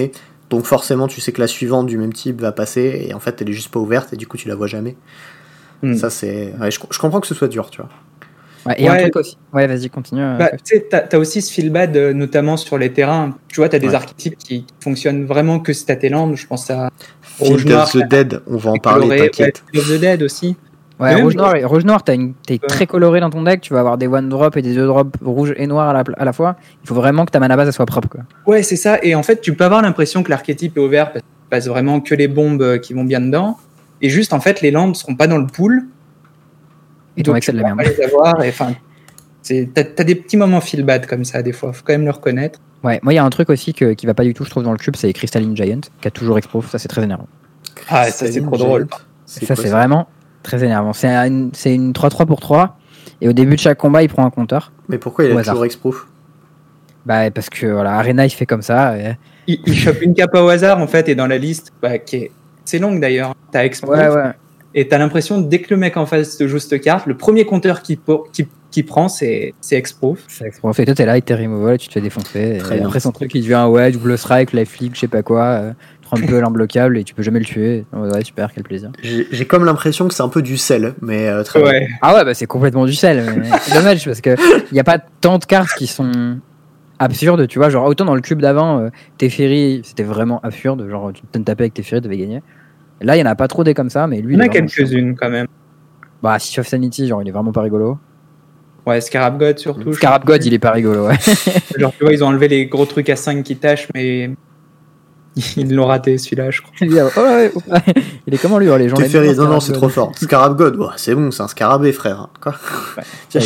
Donc forcément, tu sais que la suivante du même type va passer, et en fait, elle est juste pas ouverte, et du coup, tu la vois jamais. Ça, c'est... Ouais, je comprends que ce soit dur, tu vois. Ouais, et un truc aussi. Ouais, vas-y, continue. Tu sais, t'as aussi ce feel bad, notamment sur les terrains. Tu vois, t'as des archétypes qui fonctionnent vraiment que si t'as tes landes. Je pense à Field of the Dead, on va en parler, t'inquiète. Field of the Dead aussi. Ouais, rouge noir, t'es très coloré dans ton deck, tu vas avoir des one drop et des 2 drop rouge et noir à la fois. Il faut vraiment que ta mana base soit propre, quoi. Ouais, c'est ça. Et en fait, tu peux avoir l'impression que l'archétype est ouvert parce qu'il passe vraiment que les bombes qui vont bien dedans. Et juste, en fait, les landes seront pas dans le pool. Et ton deck, c'est de la merde. Les avoir, et enfin, t'as des petits moments feel bad comme ça, des fois. Faut quand même le reconnaître. Ouais, moi, il y a un truc aussi qui va pas du tout, je trouve, dans le cube, c'est Crystalline Giant, qui a toujours exproof. Ça, c'est très énervant. Ah, ça, c'est trop drôle. Ça, c'est vraiment très énervant. C'est une 3-3 pour 3. Et au début de chaque combat, il prend un compteur. Mais pourquoi il a toujours exproof? Bah, parce que voilà, Arena, il fait comme ça. Et... Il chope une capa au hasard, en fait, et dans la liste, qui est assez longue d'ailleurs, t'as exproof. Ouais. Et t'as l'impression, dès que le mec en face te joue cette carte, le premier compteur qu'il prend, c'est exproof. C'est exproof. Et toi, t'es là, il te removal, et tu te fais défoncer. Et après, son truc, il devient double strike, life leak, je sais pas quoi. Trample imbloquable et tu peux jamais le tuer. Ouais, super, quel plaisir. J'ai comme l'impression que c'est un peu du sel, mais très bien. Ah ouais, bah c'est complètement du sel. Mais c'est dommage parce que il y a pas tant de cartes qui sont absurdes, tu vois. Genre autant dans le cube d'avant, Teferi, c'était vraiment absurde. Genre tu te tapais avec Teferi, tu devais gagner. Là, il y en a pas trop des comme ça, mais lui. Il y en a quelques-unes quand même. Bah, Sea of Sanity, genre il est vraiment pas rigolo. Ouais, Scarab God surtout. Scarab God, il est pas rigolo, ouais. Genre tu vois, ils ont enlevé les gros trucs à 5 qui tâchent, mais. Ils l'ont raté celui-là, je crois. Il est comment lui, les gens Teferi, non, c'est trop fort. Scarab God, c'est bon, c'est un scarabée, frère. Quoi. Ouais,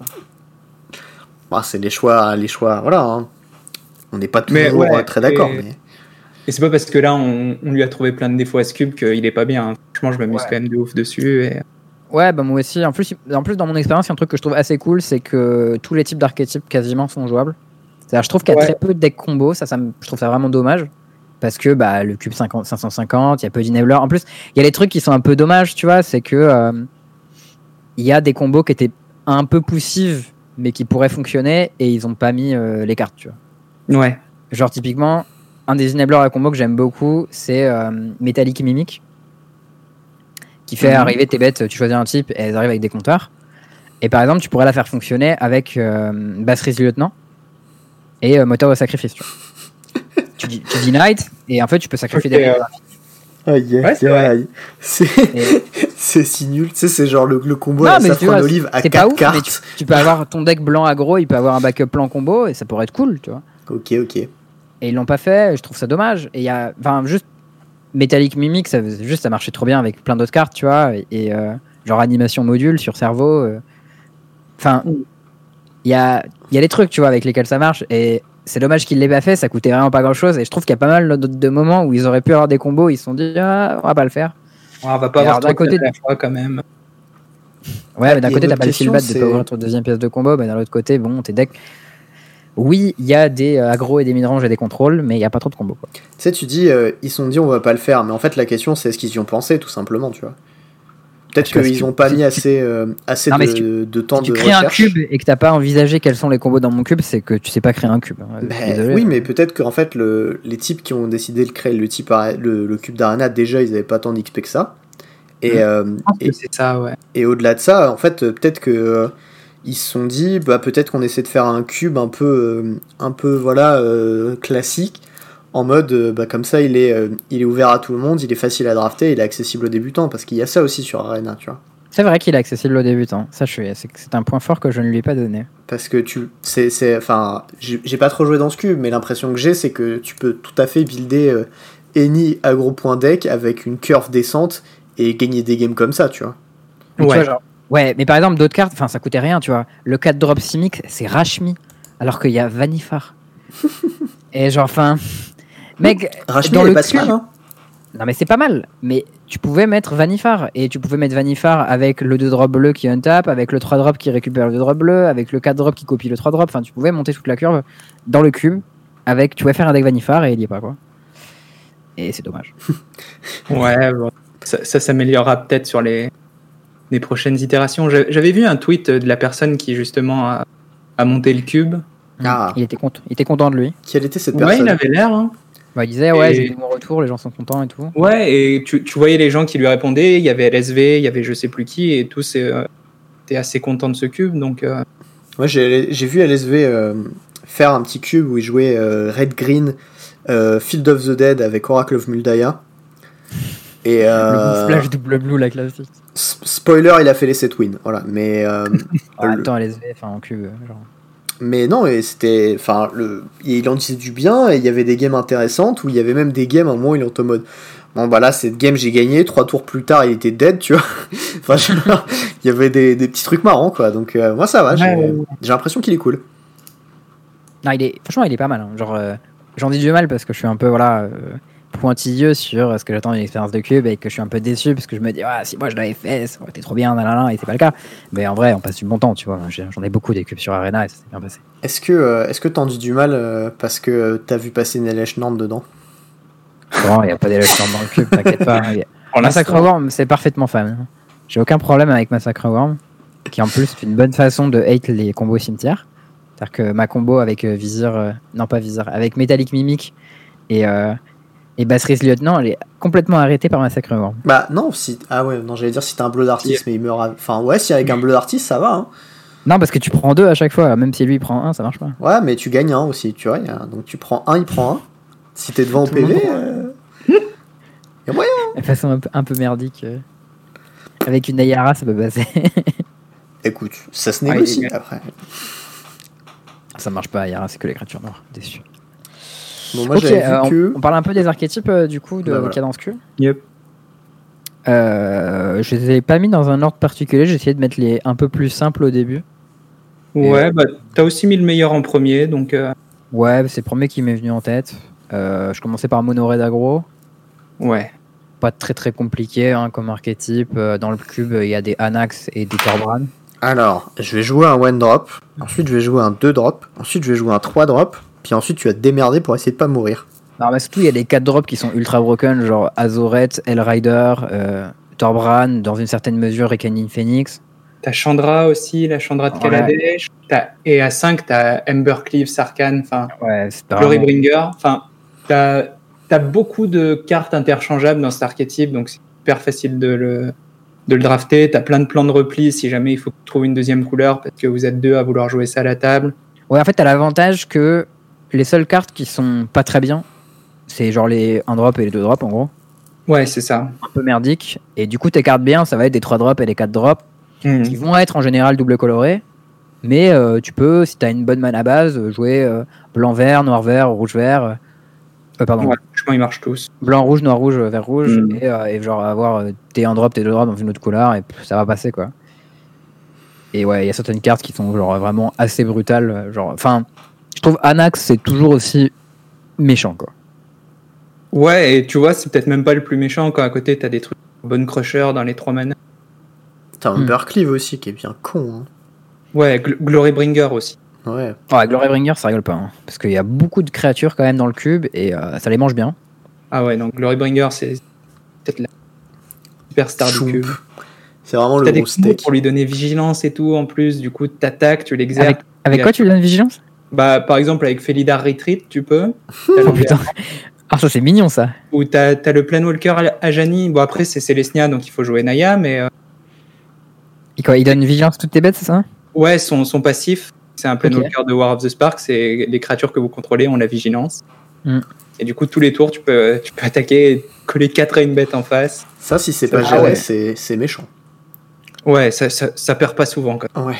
c'est les choix, voilà. Hein. On n'est pas toujours très d'accord. Mais... Et c'est pas parce que là, on lui a trouvé plein de défauts à ce cube qu'il est pas bien. Hein. Franchement, je m'amuse quand même de ouf dessus. Et... Ouais, bah moi aussi. En plus, dans mon expérience, il y a un truc que je trouve assez cool, c'est que tous les types d'archétypes quasiment sont jouables. C'est-à-dire, je trouve qu'il y a très peu de decks combo, je trouve ça vraiment dommage. Parce que le cube 550, il y a peu d'enabler. En plus, il y a les trucs qui sont un peu dommages, tu vois, c'est que il y a des combos qui étaient un peu poussives, mais qui pourraient fonctionner, et ils ont pas mis les cartes, tu vois. Ouais. Genre, typiquement, un des enablers à combo que j'aime beaucoup, c'est Metallic Mimic, qui fait arriver tes bêtes, tu choisis un type, et elles arrivent avec des compteurs. Et par exemple, tu pourrais la faire fonctionner avec Basri's Lieutenant et Moteur de Sacrifice, tu vois. Tu dis Knight, et en fait, tu peux sacrifier des c'est si nul. Tu sais, c'est genre le combo à la Saffron Olive à 4 cartes. Tu peux avoir ton deck blanc aggro, il peut avoir un backup blanc combo, et ça pourrait être cool, tu vois. Ok. Et ils l'ont pas fait, je trouve ça dommage. Et il y a, juste Metallic Mimic, ça marchait trop bien avec plein d'autres cartes, tu vois. Et genre animation module sur cerveau. Enfin, il y a des trucs, tu vois, avec lesquels ça marche. Et c'est dommage qu'ils l'aient pas fait, ça coûtait vraiment pas grand chose. Et je trouve qu'il y a pas mal de moments où ils auraient pu avoir des combos, ils se sont dit, on va pas le faire. On va pas avoir d'un côté de la fois quand même. Ouais, mais d'un côté, t'as pas le feel bad de pas ouvrir ton deuxième pièce de combo, mais d'un autre côté, bon, tes decks. Oui, il y a des aggro et des midrange et des contrôles, mais il n'y a pas trop de combos. Tu sais, tu dis, ils se sont dit on va pas le faire, mais en fait la question c'est est-ce qu'ils y ont pensé tout simplement, tu vois. Peut-être qu'ils n'ont pas mis assez de temps de recherche. Si tu crées un cube et que t'as pas envisagé quels sont les combos dans mon cube, c'est que tu sais pas créer un cube. Oui, mais peut-être qu'en fait les types qui ont décidé de créer le cube d'Arena, déjà ils avaient pas tant d'XP que ça. Et c'est ça, ouais. Et au-delà de ça, en fait, peut-être que ils se sont dit, peut-être qu'on essaie de faire un cube un peu classique, en mode, comme ça, il est ouvert à tout le monde, il est facile à drafter, il est accessible aux débutants, parce qu'il y a ça aussi sur Arena, tu vois. C'est vrai qu'il est accessible aux débutants, ça c'est un point fort que je ne lui ai pas donné. Parce que j'ai pas trop joué dans ce cube, mais l'impression que j'ai, c'est que tu peux tout à fait builder any aggro.deck avec une curve descente et gagner des games comme ça, tu vois. Ouais. Tu vois, genre, ouais, mais par exemple, d'autres cartes, ça coûtait rien, tu vois. Le 4 drop Simic, c'est Rashmi, alors qu'il y a Vanifar. Et genre, mec, Rashmi, dans elle le est pas cube, mal, hein. Non, mais c'est pas mal. Mais tu pouvais mettre Vanifar, et tu pouvais mettre Vanifar avec le 2 drop bleu qui untap, avec le 3 drop qui récupère le 2 drop bleu, avec le 4 drop qui copie le 3 drop. Enfin, tu pouvais monter toute la curve dans le cube, tu pouvais faire un deck Vanifar et il y est pas, quoi. Et c'est dommage. Ouais, bon. Ça s'améliorera peut-être sur les prochaines itérations. J'avais vu un tweet de la personne qui justement a monté le cube. Il était content de lui. Quelle était cette personne ? Ouais, il avait l'air. Hein. Bah, il disait, j'ai eu mon retour, les gens sont contents et tout. Ouais, et tu voyais les gens qui lui répondaient, il y avait LSV, il y avait je sais plus qui, et tous étaient assez contents de ce cube, donc... Moi, j'ai vu LSV faire un petit cube où il jouait Red Green, Field of the Dead avec Oracle of Muldaya. Et le flash double blue, la classique. Spoiler, il a fait les 7 wins, voilà. Mais attends, LSV, en cube, genre. Mais non, et c'était, enfin, il en disait du bien, et il y avait des games intéressantes où il y avait même des games à un moment où il est en mode, bon bah là cette game j'ai gagné, 3 tours plus tard il était dead, tu vois. Enfin, il y avait des petits trucs marrants quoi. Donc moi ça va, j'ai l'impression qu'il est cool. Non, franchement il est pas mal. Hein. Genre j'en dis du mal parce que je suis un peu pointilleux sur ce que j'attends d'une expérience de cube et que je suis un peu déçu parce que je me dis si moi je l'avais fait ça aurait été trop bien et c'est pas le cas. Mais en vrai on passe du bon temps, tu vois. J'en ai beaucoup des cubes sur Arena et ça s'est bien passé. Est-ce que t'en dis du mal parce que t'as vu passer une LH Nantes dedans? Non, il n'y a pas d'élèves dans le cube, t'inquiète pas. Massacre Worm, c'est parfaitement fan. J'ai aucun problème avec Massacre Worm, qui en plus est une bonne façon de hate les combos cimetière. C'est-à-dire que ma combo avec avec Metallic Mimic et Basri's Lieutenant, elle est complètement arrêtée par Massacre Worm. Bah non, j'allais dire si t'as un Blood Artist, mais il meurt. Enfin, ouais, si avec un Blood Artist, ça va. Hein. Non, parce que tu prends 2 à chaque fois, même si lui il prend 1, ça marche pas. Ouais, mais tu gagnes 1 aussi, tu vois. Donc tu prends 1, il prend 1. Si t'es devant au PV, y a moyen. De façon un peu merdique. Avec une Nayara, ça peut passer. Écoute, ça se négocie après. Ça marche pas, Nayara, c'est que les créatures noires. Déçu. Bon, moi j'avais vu que... On parle un peu des archétypes du coup de Cadence Q. Yep. Je les ai pas mis dans un ordre particulier, j'ai essayé de mettre les un peu plus simples au début. Ouais, t'as aussi mis le meilleur en premier, donc... Ouais, c'est le premier qui m'est venu en tête. Je commençais par Mono Red Aggro. Ouais. Pas très très compliqué comme archétype. Dans le cube, il y a des Anax et des Torbran. Alors, je vais jouer un 1-drop. Ensuite, je vais jouer un 2-drop. Ensuite, je vais jouer un 3-drop. Puis ensuite, tu vas te démerder pour essayer de pas mourir. Non, mais surtout, il y a les 4 drops qui sont ultra broken, genre Azoret, Hellrider, Torbran, dans une certaine mesure, Recanin Phoenix. T'as Chandra aussi, la Chandra de Kaladesh. Et à 5, t'as Embercleave, Sarkhan, Glorybringer. Enfin, t'as beaucoup de cartes interchangeables dans cet archétype, donc c'est super facile de le drafter. T'as plein de plans de repli si jamais il faut que tu trouves une deuxième couleur parce que vous êtes 2 à vouloir jouer ça à la table. Ouais, en fait, t'as l'avantage que les seules cartes qui sont pas très bien, c'est genre les 1 drop et les 2 drop en gros. Ouais, c'est ça. Un peu merdique. Et du coup, tes cartes bien, ça va être des 3 drops et des 4 drops. Qui vont être en général double colorés, mais tu peux, si tu as une bonne mana base, jouer blanc-vert, noir-vert, rouge-vert. Pardon. Ouais, je pense qu'ils marchent tous. Blanc-rouge, noir-rouge, vert-rouge, et genre avoir tes 1 drop, tes 2 drops dans une autre couleur, et ça va passer quoi. Et ouais, il y a certaines cartes qui sont genre vraiment assez brutales. Enfin, je trouve Anax c'est toujours aussi méchant quoi. Ouais, et tu vois, c'est peut-être même pas le plus méchant quand à côté t'as des trucs Bone Crusher dans les 3 manas. T'as un Embercleave aussi qui est bien con. Hein. Ouais, Glorybringer aussi. Ouais. Glorybringer, ça rigole pas. Hein, parce qu'il y a beaucoup de créatures quand même dans le cube et ça les mange bien. Ah ouais, donc Glorybringer, c'est peut-être la superstar du cube. C'est vraiment le gros steak. Pour lui donner vigilance et tout en plus. Du coup, t'attaques, tu l'exerces. Avec quoi tu lui donnes vigilance? Bah, par exemple, avec Felidar Retreat, tu peux. Oh putain. Ah, ça c'est mignon ça. Ou t'as le Planewalker Ajani. Bon, après, c'est Célestia, donc il faut jouer Naya, mais. Il donne vigilance toutes tes bêtes, c'est ça? Ouais, son passif, c'est un Planewalker de War of the Spark, c'est les créatures que vous contrôlez ont la vigilance. Et du coup, tous les tours, tu peux attaquer et coller 4 à une bête en face. Ça, si c'est pas géré, c'est méchant. Ouais, ça perd pas souvent. Quoi. Ouais.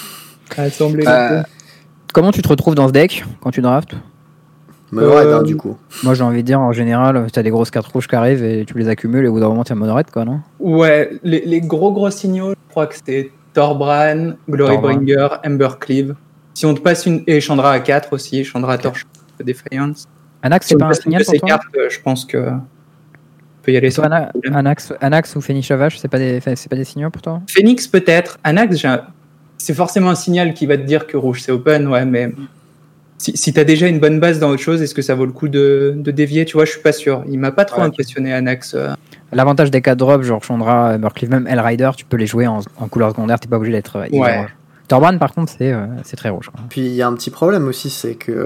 Comment tu te retrouves dans ce deck quand tu draftes? Mono-red, du coup. Moi, j'ai envie de dire, en général, t'as des grosses cartes rouges qui arrivent et tu les accumules et au bout d'un moment, t'es mono-red, quoi, non? Ouais, les gros signaux, je crois que c'est Torbran, Glorybringer, Embercleave. Si on te passe et Chandra à 4 aussi, Chandra Torche, Defiance. Anax, c'est pas un signal pour toi? Cartes, je pense que peut y aller sans Anax ou Phoenix Savage, c'est pas des signaux pour toi? Phoenix peut-être. Anax, c'est forcément un signal qui va te dire que rouge c'est open, ouais, mais si t'as déjà une bonne base dans autre chose, est-ce que ça vaut le coup de dévier? Tu vois, je suis pas sûr. Il m'a pas trop impressionné Anax. L'avantage des 4 drops, genre Chandra, Embercleave, même Hellrider, tu peux les jouer en couleur secondaire, t'es pas obligé d'être hyper rouge. Torban, par contre, c'est très rouge. Quoi. Puis il y a un petit problème aussi, c'est que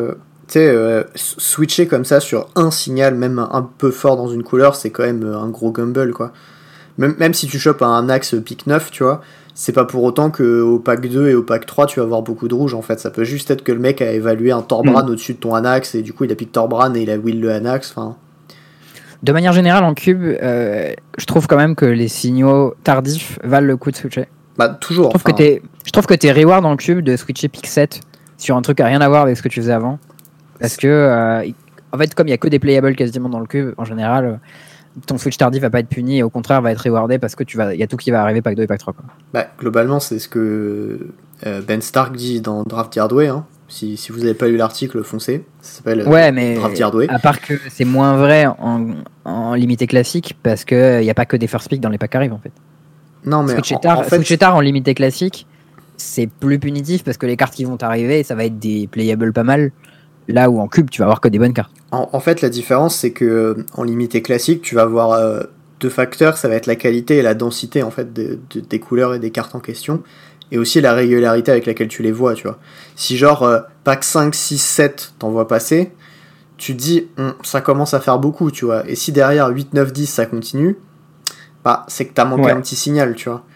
switcher comme ça sur un signal, même un peu fort dans une couleur, c'est quand même un gros gamble, quoi. Même si tu chopes un axe pic 9, tu vois, c'est pas pour autant qu'au pack 2 et au pack 3, tu vas avoir beaucoup de rouge, en fait. Ça peut juste être que le mec a évalué un Torbran au-dessus de ton Anax, et du coup, il a pick Torbran et il a will le Anax, enfin... De manière générale, en cube, je trouve quand même que les signaux tardifs valent le coup de switcher. Bah, toujours. Je trouve que t'es reward dans le cube de switcher pick 7 sur un truc qui a rien à voir avec ce que tu faisais avant. Parce que, en fait, comme il y a que des playables quasiment dans le cube, en général, ton switch tardif va pas être puni et au contraire va être rewardé parce que y a tout qui va arriver pack 2 et pack 3. Quoi. Bah, globalement, c'est ce que Ben Stark dit dans Draft Yardway. Hein. Si vous n'avez pas lu l'article, foncez. Ça s'appelle Draft Yardway. À part que c'est moins vrai en limité classique parce qu'il n'y a pas que des first pick dans les packs qui arrivent en fait. Non, mais switcher tard en limité classique, c'est plus punitif parce que les cartes qui vont t'arriver, ça va être des playables pas mal. Là où en cube, tu vas avoir que des bonnes cartes. En fait, la différence, c'est que en limité classique, tu vas avoir deux facteurs. Ça va être la qualité et la densité en fait des couleurs et des cartes en question. Et aussi la régularité avec laquelle tu les vois, tu vois. Si genre pack 5, 6, 7 t'en vois passer, tu te dis ça commence à faire beaucoup, tu vois. Et si derrière 8, 9, 10 ça continue, bah, c'est que t'as manqué un petit signal, tu vois.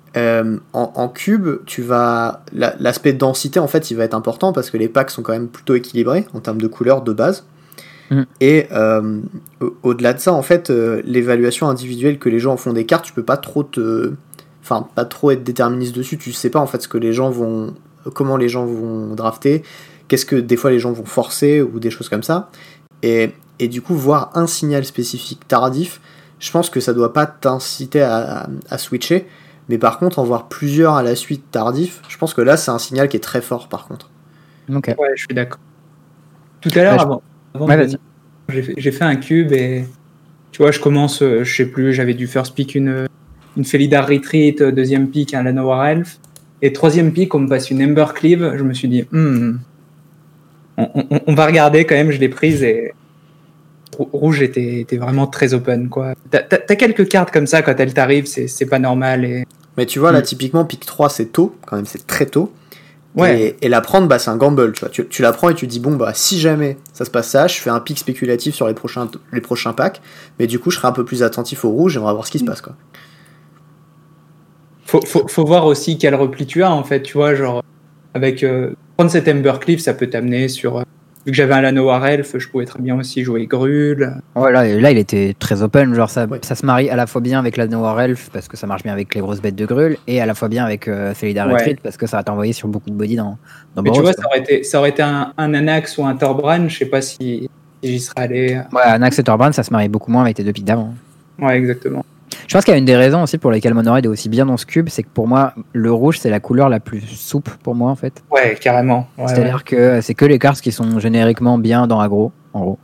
En cube, l'aspect de densité en fait il va être important parce que les packs sont quand même plutôt équilibrés en termes de couleurs de base. Et au-delà de ça, en fait, l'évaluation individuelle que les gens en font des cartes, tu peux pas trop pas trop être déterministe dessus. Tu sais pas en fait comment les gens vont drafter, qu'est-ce que des fois les gens vont forcer ou des choses comme ça. Et du coup, voir un signal spécifique tardif, je pense que ça doit pas t'inciter à switcher. Mais par contre, en voir plusieurs à la suite tardifs, je pense que là, c'est un signal qui est très fort, par contre. Okay. Ouais, je suis d'accord. Tout à l'heure, avant j'ai fait un cube et tu vois, je commence, je sais plus, j'avais dû first pick une Felidar Retreat, deuxième pick un Llanowar Elf, et troisième pick, on me passe une Ember Cleave. Je me suis dit, on va regarder quand même, je l'ai prise et rouge était vraiment très open, quoi. T'as quelques cartes comme ça, quand elles t'arrivent, c'est pas normal. Mais tu vois, là, typiquement, pick 3, c'est tôt, quand même, c'est très tôt. Ouais. Et la prendre, bah, c'est un gamble, tu vois. Tu la prends et tu te dis, bon, bah, si jamais ça se passe ça, je fais un pick spéculatif sur les prochains packs, mais du coup, je serai un peu plus attentif au rouge et on va voir ce qui se passe, quoi. Faut voir aussi quel repli tu as, en fait, tu vois, genre, avec prendre cette Embercleave, ça peut t'amener sur... vu que j'avais un Llanowar Elf, je pouvais très bien aussi jouer Grul. Ouais, là, il était très open, genre ça se marie à la fois bien avec Llanowar Elf, parce que ça marche bien avec les grosses bêtes de Grul, et à la fois bien avec Felidar Retreat, parce que ça va t'envoyer sur beaucoup de body dans Mais Boros, tu vois, ça aurait été un Anax ou un Torbran, je sais pas si j'y serais allé. Ouais, Anax et Torbran, ça se marie beaucoup moins avec tes deux pics d'avant. Ouais, exactement. Je pense qu'il y a une des raisons aussi pour lesquelles Mono Red est aussi bien dans ce cube, c'est que pour moi, le rouge, c'est la couleur la plus souple pour moi, en fait. Ouais, carrément. Ouais, c'est-à-dire que c'est que les cartes qui sont génériquement bien dans aggro, en gros.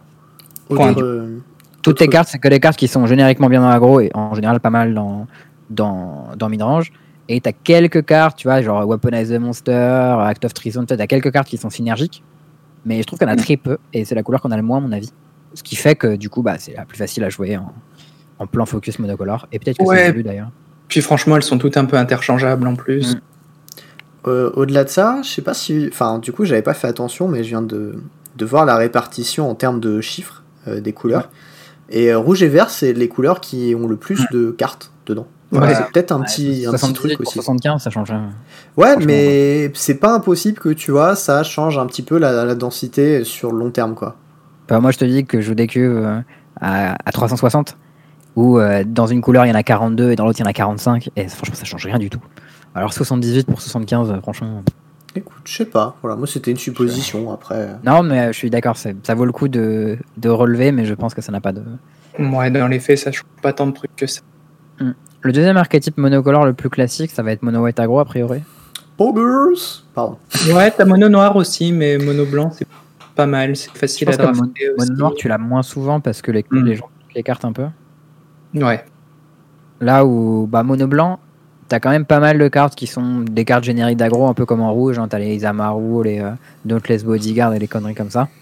Toutes les cartes, c'est que les cartes qui sont génériquement bien dans aggro et en général pas mal dans midrange. Et t'as quelques cartes, tu vois, genre Weaponize the Monster, Act of Treason, t'as quelques cartes qui sont synergiques. Mais je trouve qu'il y en a très peu, et c'est la couleur qu'on a le moins, à mon avis. Ce qui fait que, du coup, bah, c'est la plus facile à jouer en plan focus monocolore, et peut-être que c'est le début d'ailleurs. Puis franchement, elles sont toutes un peu interchangeables en plus. Au-delà de ça, je sais pas si... Enfin, du coup, j'avais pas fait attention, mais je viens de voir la répartition en termes de chiffres des couleurs. Ouais. Et rouge et vert, c'est les couleurs qui ont le plus de cartes dedans. Ouais, c'est peut-être un petit truc aussi. 75, ça change. Ouais, mais c'est pas impossible que, tu vois, ça change un petit peu la densité sur le long terme, quoi. Bah, moi, je te dis que je joue des cuves à 360. Où dans une couleur il y en a 42 et dans l'autre il y en a 45 et franchement ça change rien du tout. Alors 78 pour 75 franchement. Écoute, je sais pas, voilà, moi c'était une supposition après. Non mais je suis d'accord, ça vaut le coup de relever mais je pense que ça n'a pas de... Ouais, dans les faits ça change pas tant de trucs que ça. Le deuxième archétype monocolore le plus classique ça va être mono white aggro a priori. Poggers. Pardon. Ouais, t'as mono noir aussi mais mono blanc c'est pas mal, c'est facile à drafter. Mono noir tu l'as moins souvent parce que les gens l'écartent un peu. Ouais. Là où mono blanc, t'as quand même pas mal de cartes qui sont des cartes génériques d'aggro, un peu comme en rouge. Hein, t'as les Isamaru, les Dauntless Bodyguard et les conneries comme ça.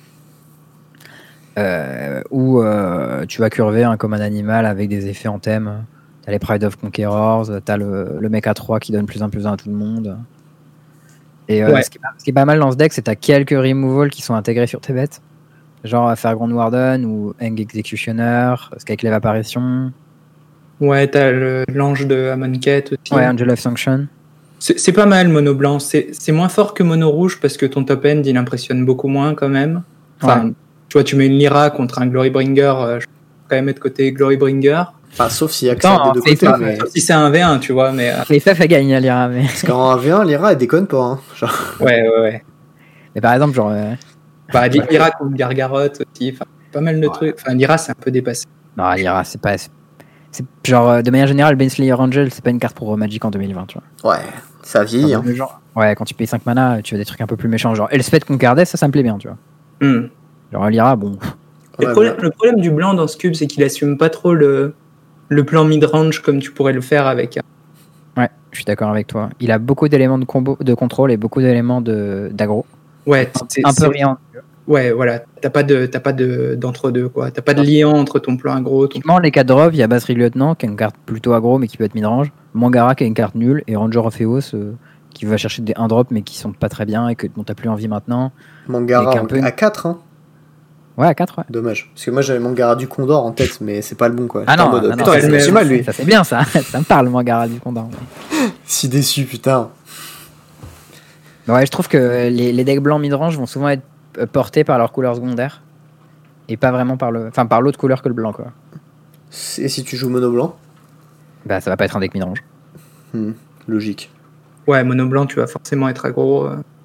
Où tu vas curver comme un animal avec des effets en thème. T'as les Pride of Conquerors, t'as le mec à 3 qui donne plus 1 à tout le monde. Et Ouais. ce qui est pas mal dans ce deck, c'est que t'as quelques removals qui sont intégrés sur tes bêtes. Genre Fairground Warden ou Hang Executioner, Skyclave Apparition. Ouais, t'as l'ange de Amonkhet aussi. Ouais, Angel of Sanction. C'est pas mal mono blanc. C'est moins fort que mono rouge parce que ton top end il impressionne beaucoup moins quand même. Enfin, tu vois, tu mets une Lyra contre un Glorybringer, je peux quand même être côté Glorybringer. Enfin, sauf s'il y a que ça des deux côtés. Mais... Sauf si c'est un V1, tu vois. Mais Les FF a gagné à Lyra. Mais... Parce qu'en 1v1, Lyra elle déconne pas. Hein. Genre... ouais. Mais par exemple, genre. Bah, Lyra contre Gargaroth aussi. Enfin, pas mal de trucs. Enfin, Lyra c'est un peu dépassé. Non, Lyra, c'est pas. C'est genre, de manière générale, Baneslayer Angel, c'est pas une carte pour Magic en 2020, tu vois. Ouais, ça vieillit. Hein. Genre, ouais, quand tu payes 5 mana, tu as des trucs un peu plus méchants. Genre Elspeth Concardès, ça me plaît bien, tu vois. Genre Lyra, bon. Ouais, le problème du blanc dans ce cube, c'est qu'il assume pas trop le plan mid-range comme tu pourrais le faire avec. Ouais, je suis d'accord avec toi. Il a beaucoup d'éléments de combo, de contrôle et beaucoup d'éléments d'aggro. Ouais, un peu rien. Ouais, voilà. T'as pas d'entre-deux, quoi. T'as pas de lien entre ton plan aggro. Typiquement, les 4 drops, il y a Basri Lieutenant qui est une carte plutôt aggro mais qui peut être mid-range. Mangara qui est une carte nulle. Et Ranger of Eos qui va chercher des 1 drop mais qui sont pas très bien et dont t'as plus envie maintenant. Mangara à 4, hein. Ouais, à 4, ouais. Dommage. Parce que moi j'avais Mangara du Condor en tête, mais c'est pas le bon, quoi. Ah non, putain, c'est mal, lui. Ça c'est bien, ça. Ça me parle, Mangara du Condor. Si déçu, putain. Ouais, je trouve que les decks blancs mid-range vont souvent être portés par leur couleur secondaire et pas vraiment par l'autre couleur que le blanc, quoi. Et si tu joues mono blanc, bah ça va pas être un deck mid-range. Logique. Ouais, mono blanc, tu vas forcément être aggro.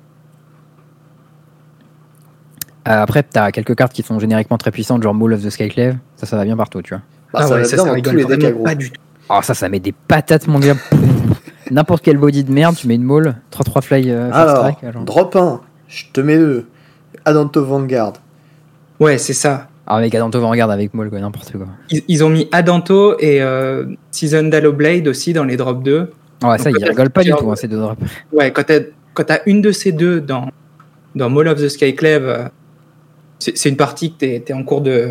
Après, t'as quelques cartes qui sont génériquement très puissantes, genre Maul of the Skyclave. Ça va bien partout, tu vois. Bah, ça rigole vraiment pas du tout. Oh, ça met des patates, mon gars. N'importe quel body de merde, tu mets une Maul, 3-3 fly. Alors, strike, drop 1, je te mets 2. Adanto Vanguard. Ouais, c'est ça. Ah, avec Adanto Vanguard avec Maul, quoi, n'importe quoi. Ils ont mis Adanto et Season d'Halo Blade aussi dans les drops 2. Ouais, ça, ils rigolent pas du tout, ces deux drops. Ouais, quand t'as une de ces deux dans Maul of the Skyclave, c'est une partie que t'es en cours de.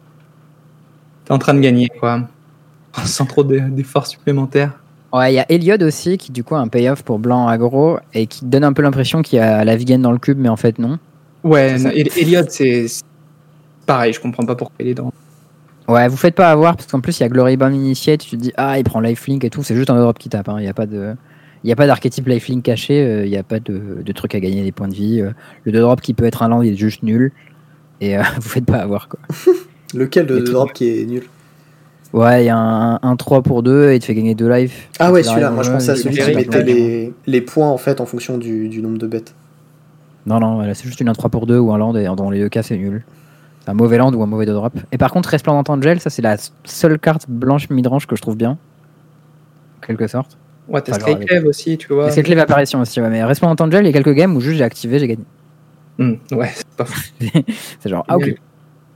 T'es en train de gagner, quoi. Sans trop d'efforts supplémentaires. Ouais, il y a Eliod aussi qui, du coup, a un payoff pour blanc aggro et qui donne un peu l'impression qu'il y a la Vigen dans le cube, mais en fait, non. Ouais, Eliod, c'est pareil, je comprends pas pourquoi il est dans. Ouais, vous faites pas avoir parce qu'en plus, il y a Gloryborn Initiate, tu te dis, ah, il prend lifelink et tout, c'est juste un drop qui tape, hein. Il n'y a pas d'archétype lifelink caché, il n'y a pas de truc à gagner des points de vie. Le 2-drop qui peut être un land, il est juste nul. Et vous faites pas avoir, quoi. Lequel de 2-drop qui est nul? Ouais, il y a un 3 pour 2 et il te fait gagner 2 life. Ah ouais, celui-là, moi je pensais à celui qui mettait les points en fait en fonction du nombre de bêtes. Non, voilà, c'est juste une 3 pour 2 ou un land et dans les deux cas c'est nul. C'est un mauvais land ou un mauvais 2-drop. Et par contre, Resplendent Angel, ça c'est la seule carte blanche mid-range que je trouve bien. En quelque sorte. Ouais, t'as Skyclave aussi, tu vois. Skyclave Apparition aussi, ouais, mais Resplendent Angel, il y a quelques games où juste j'ai activé, j'ai gagné. Ouais, c'est pas fou. C'est genre, ah ok.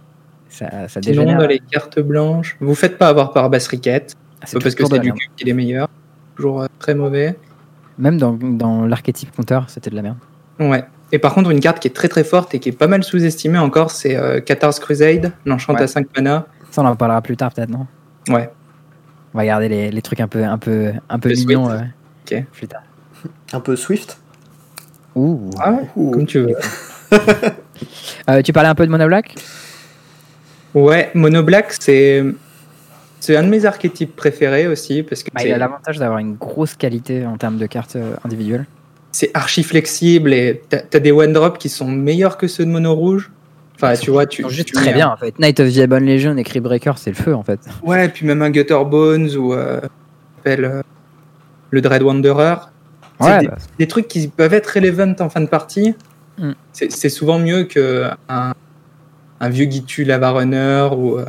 Ça sinon, dégénère. dans les cartes blanches, vous faites pas avoir par Basriquette. C'est parce que c'est du cube qui est meilleur. Toujours très mauvais. Même dans l'archétype counter, c'était de la merde. Ouais. Et par contre, une carte qui est très très forte et qui est pas mal sous-estimée encore, c'est Cathars Crusade, l'enchant à 5 mana. Ça, on en parlera plus tard peut-être, non? Ouais. On va garder les trucs un peu mignons. Ok. Plus tard. Un peu Swift. Ouh. Ah ouais. Ouh. Comme tu veux. Tu parlais un peu de Mono Black? Ouais, Mono Black, c'est un de mes archétypes préférés aussi. Parce que il a l'avantage d'avoir une grosse qualité en termes de cartes individuelles. C'est archi flexible et t'as des one-drop qui sont meilleurs que ceux de Mono Rouge. Enfin, tu vois, tu juste très bien en fait. Knight of the Ebon Legion et Cryptbreaker, c'est le feu en fait. Ouais, puis même un Gutter Bones ou le Dread Wanderer. Ouais, des trucs qui peuvent être relevant en fin de partie. C'est souvent mieux qu'un vieux Gitu Lava Runner ou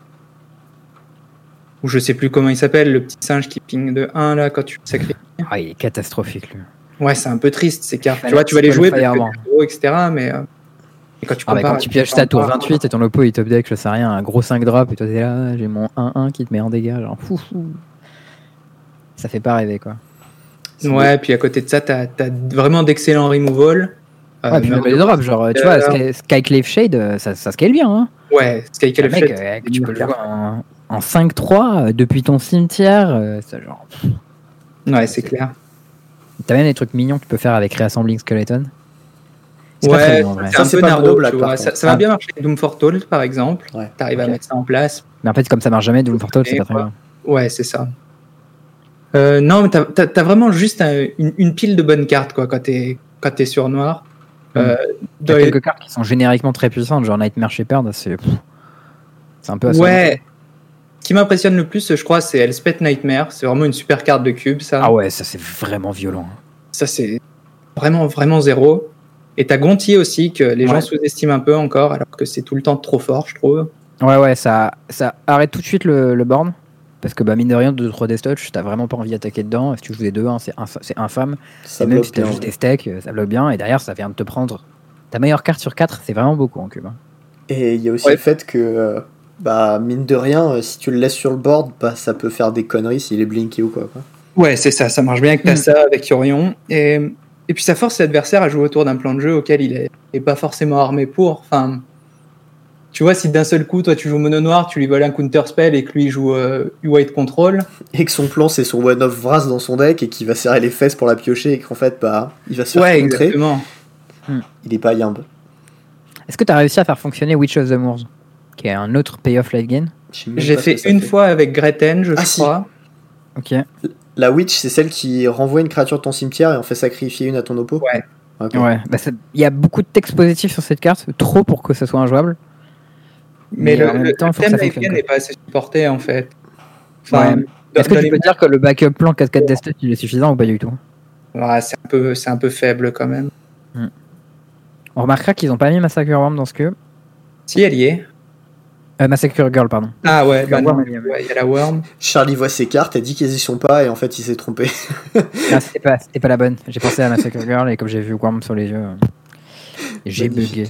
je sais plus comment il s'appelle, le petit singe qui ping de 1 là quand tu le sacrifies. Ah, il est catastrophique lui. Ouais, c'est un peu triste ces cartes. Tu vois, tu vas les jouer parce que gros, etc. Mais quand tu quand tu pioches ta tour 28 et ton oppo il top deck, je sais rien, un gros 5 drop et toi t'es là, j'ai mon 1-1 qui te met en dégâts, genre ça fait pas rêver quoi. Ouais, puis à côté de ça, t'as vraiment d'excellents removal. Ouais, puis même les drops, genre tu vois, Skyclave Shade, ça scale bien. Hein. Ouais, Skyclave Shade. Tu peux le jouer en 5-3 depuis ton cimetière, ça genre. Ouais, c'est clair. T'as même des trucs mignons que tu peux faire avec Reassembling Skeleton. Ouais, c'est un peu narrow, Black, tu vois. Ça va bien marcher avec Doom Foretold, par exemple. Ouais. T'arrives à mettre ça en place. Mais en fait, comme ça marche jamais, Doom Foretold, c'est pas très bien. Ouais, c'est ça. Non, mais t'as vraiment juste une pile de bonnes cartes, quoi, quand t'es sur noir. T'as quelques cartes qui sont génériquement très puissantes, genre Nightmare Shepherd, c'est un peu assommant. Ouais. Ce qui m'impressionne le plus, je crois, c'est Elspeth Nightmare. C'est vraiment une super carte de cube, ça. Ah ouais, ça c'est vraiment violent. Ça, c'est vraiment, vraiment zéro. Et t'as Gontier aussi, que les gens sous-estiment un peu encore, alors que c'est tout le temps trop fort, je trouve. Ouais, ça arrête tout de suite le board. Parce que mine de rien, 2-3 death touch, t'as vraiment pas envie d'attaquer dedans. Si tu joues des 2-1, c'est infâme. Et même si t'as juste des stacks, ça bloque bien. Et derrière, ça vient de te prendre ta meilleure carte sur 4, c'est vraiment beaucoup en cube. Et il y a aussi le fait que, mine de rien, si tu le laisses sur le board, ça peut faire des conneries s'il est blinké ou quoi. Ouais, c'est ça marche bien avec Tassa, avec Yorion. Et puis ça force l'adversaire à jouer autour d'un plan de jeu auquel il est pas forcément armé pour. Enfin, tu vois, si d'un seul coup, toi tu joues mono noir, tu lui voles un counter spell et que lui joue white control. Et que son plan c'est son one of Vras dans son deck et qu'il va serrer les fesses pour la piocher et qu'en fait, il va se faire contrer. Exactement. Il est pas yimbe. Est-ce que tu as réussi à faire fonctionner Witch of the Moors, qui est un autre payoff late game? J'ai fait une fois avec Greten, je crois. Ok. La Witch, c'est celle qui renvoie une créature de ton cimetière et en fait sacrifier une à ton oppo. Ouais. Okay. Ouais. Il y a beaucoup de texte positif sur cette carte, trop pour que ça soit injouable. Mais le thème late game n'est pas assez supporté en fait. Enfin, est-ce que tu peux dire que le backup plan 4-4 Death Touch il est suffisant ou pas du tout? Ouais, c'est un peu faible quand même. On remarquera qu'ils n'ont pas mis Massacre Worm dans ce cube. Si, elle y est. Massacre Girl, pardon. Ah ouais, il y a la Worm. Charlie voit ses cartes, elle dit qu'ils y sont pas et en fait il s'est trompé. Ah, c'était pas la bonne. J'ai pensé à Massacre Girl et comme j'ai vu Worm sur les yeux, j'ai bugué.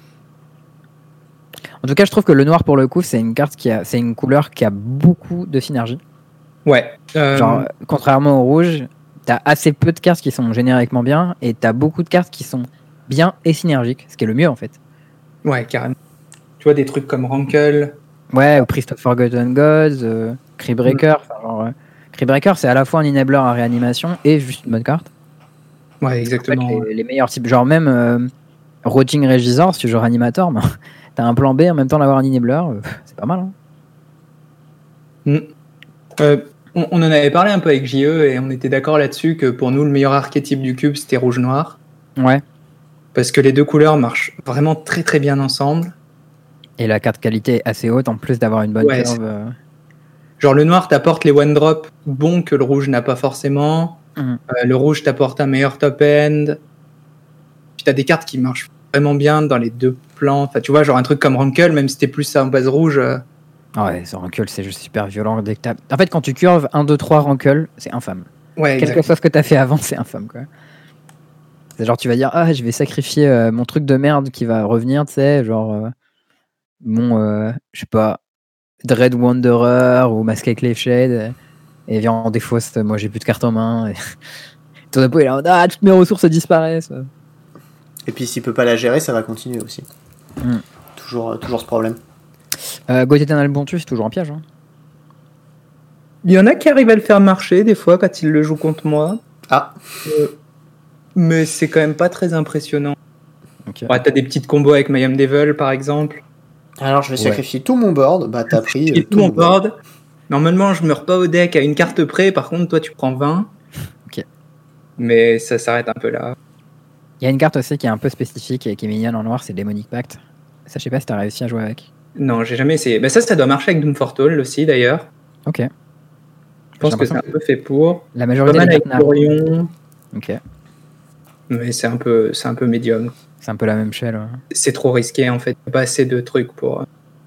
En tout cas, je trouve que le noir pour le coup, c'est une couleur qui a beaucoup de synergie. Ouais. Genre, contrairement au rouge, t'as assez peu de cartes qui sont génériquement bien et t'as beaucoup de cartes qui sont bien et synergiques, ce qui est le mieux en fait. Ouais, carrément. Tu vois des trucs comme Rankle. Ouais, ou Priest of Forgotten Gods, Creebreaker. Creebreaker, c'est à la fois un enabler à réanimation et juste une bonne carte. Ouais, exactement. En fait, les meilleurs types, genre même Rotting Regisor, si tu joues Reanimator, t'as un plan B en même temps d'avoir un enabler, c'est pas mal. On en avait parlé un peu avec JE et on était d'accord là-dessus que pour nous, le meilleur archétype du cube, c'était rouge-noir. Ouais. Parce que les deux couleurs marchent vraiment très très bien ensemble. Et la carte qualité est assez haute en plus d'avoir une bonne curve. Genre le noir t'apporte les one drop bons que le rouge n'a pas forcément. Le rouge t'apporte un meilleur top end. Puis t'as des cartes qui marchent vraiment bien dans les deux plans. Enfin tu vois genre un truc comme Rankle, même si t'es plus en base rouge. Ouais, ce Rankle c'est juste super violent. En fait quand tu curves 1, 2, 3 Rankle, c'est infâme. Ouais, quel que soit ce que t'as fait avant, c'est infâme quoi. C'est genre tu vas dire je vais sacrifier mon truc de merde qui va revenir, tu sais, genre je sais pas, Dread Wanderer ou Masqué Clave Shade et vient en défausse, moi j'ai plus de cartes en main et ton oppo il est là toutes mes ressources disparaissent. Et puis s'il peut pas la gérer, ça va continuer aussi. Toujours ce problème. God Eternal Bontu, c'est toujours un piège. Il y en a qui arrivent à le faire marcher des fois quand ils le jouent contre moi. Mais c'est quand même pas très impressionnant. Okay. Ouais, t'as des petites combos avec Mayhem Devil par exemple. Alors je vais sacrifier tout mon board. T'as pris tout mon board. Normalement je meurs pas au deck à une carte près. Par contre toi tu prends 20. Ok. Mais ça s'arrête un peu là. Il y a une carte aussi qui est un peu spécifique et qui est mignonne en noir, c'est Demonic Pact. Ça je sais pas si t'as réussi à jouer avec. Non, j'ai jamais essayé. Ça doit marcher avec Doom Foretold aussi d'ailleurs. Ok. Je pense que c'est un peu fait pour. La majorité des cartes Orion. Ok. Mais c'est un peu médium. C'est un peu la même shell. Ouais. C'est trop risqué en fait. Pas assez de trucs pour.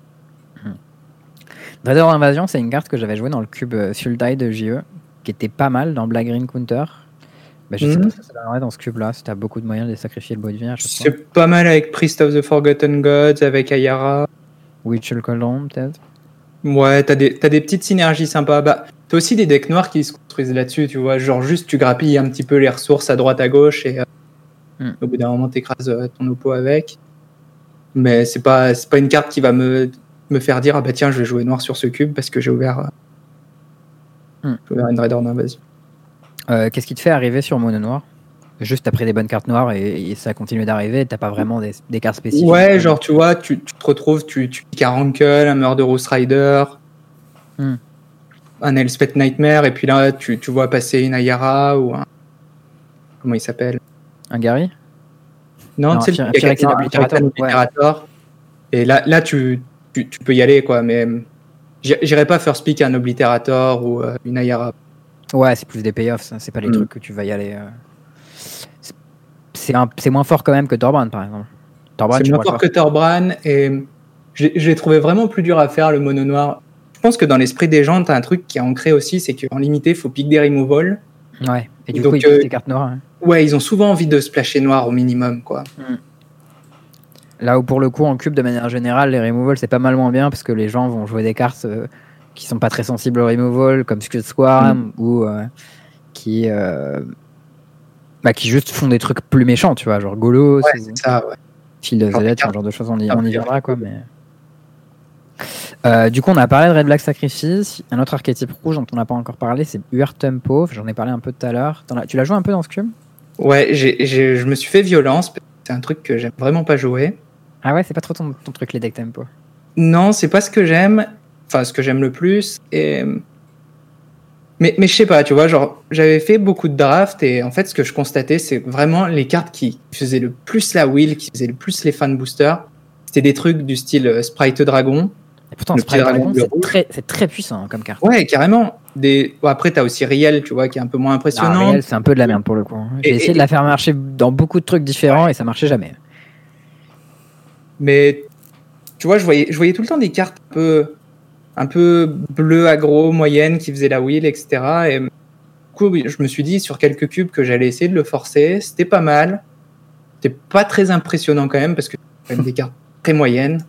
Dreader Invasion, c'est une carte que j'avais jouée dans le cube Sultai de JE, qui était pas mal dans Black Green Counter. Je sais pas ce que ça donnerait dans ce cube-là, si t'as beaucoup de moyens de sacrifier le bois de vie à chaque fois. C'est pas mal avec Priest of the Forgotten Gods, avec Ayara. Witchel Cauldron, peut-être. Ouais, t'as des petites synergies sympas. T'as aussi des decks noirs qui se construisent là-dessus, tu vois. Genre juste tu grappilles un petit peu les ressources à droite à gauche et au bout d'un moment t'écrases ton oppo avec. Mais c'est pas une carte qui va me faire dire tiens je vais jouer noir sur ce cube parce que j'ai ouvert une Dreader d'Invasion. Qu'est-ce qui te fait arriver sur Mono Noir? Juste t'as pris des bonnes cartes noires et ça continue d'arriver, t'as pas vraiment des cartes spécifiques. Ouais, genre tu vois, tu te retrouves, tu piques un Rankle, un Murderous Rider, un Elspeth Nightmare, et puis là tu vois passer une Ayara ou un... Comment il s'appelle? Un Gary? Non, tu sais, il y a un Obliterator. Et là tu peux y aller, quoi, mais j'irai pas first pick un Obliterator ou une Ayara. Ouais, c'est plus des payoffs, ça. C'est pas les trucs que tu vas y aller. C'est moins fort quand même que Thorbrand, par exemple. C'est moins fort que Thorbrand, et je l'ai trouvé vraiment plus dur à faire, le mono noir. Je pense que dans l'esprit des gens, t'as un truc qui est ancré aussi, c'est qu'en limité, il faut pick des removal. Ouais, et du coup, ils piquent des cartes noires. Hein. Ouais, ils ont souvent envie de splasher noir au minimum, quoi. Là où pour le coup, en cube, de manière générale, les removals, c'est pas mal moins bien, parce que les gens vont jouer des cartes qui sont pas très sensibles au removal, comme Scud Swarm, ou qui juste font des trucs plus méchants, tu vois, genre Golos, ouais, c'est ça, ouais. Field of the Dead, ce genre de choses, on y viendra, quoi, mais... du coup, on a parlé de Red Black Sacrifice. Un autre archétype rouge dont on n'a pas encore parlé, c'est UR Tempo. J'en ai parlé un peu tout à l'heure. Tu l'as joué un peu dans ce cube? Ouais, je me suis fait violence. C'est un truc que j'aime vraiment pas jouer. Ah ouais, c'est pas trop ton truc, les decks Tempo? Non, c'est pas ce que j'aime. Enfin, ce que j'aime le plus. Mais je sais pas, tu vois, genre, j'avais fait beaucoup de drafts et en fait, ce que je constatais, c'est vraiment les cartes qui faisaient le plus la wheel, qui faisaient le plus les fan boosters. C'était des trucs du style Sprite Dragon. Et pourtant, Sprite Dragon, c'est très puissant comme carte. Ouais, carrément. Bon, après, t'as aussi Riel, tu vois, qui est un peu moins impressionnant. Riel, c'est un peu de la merde pour le coup. J'ai essayé de la faire marcher dans beaucoup de trucs différents et ça marchait jamais. Mais, tu vois, je voyais tout le temps des cartes un peu bleu, aggro, moyenne, qui faisaient la wheel, etc. Et du coup, je me suis dit, sur quelques cubes, que j'allais essayer de le forcer. C'était pas mal. C'était pas très impressionnant quand même, parce que c'est quand même des cartes très moyennes.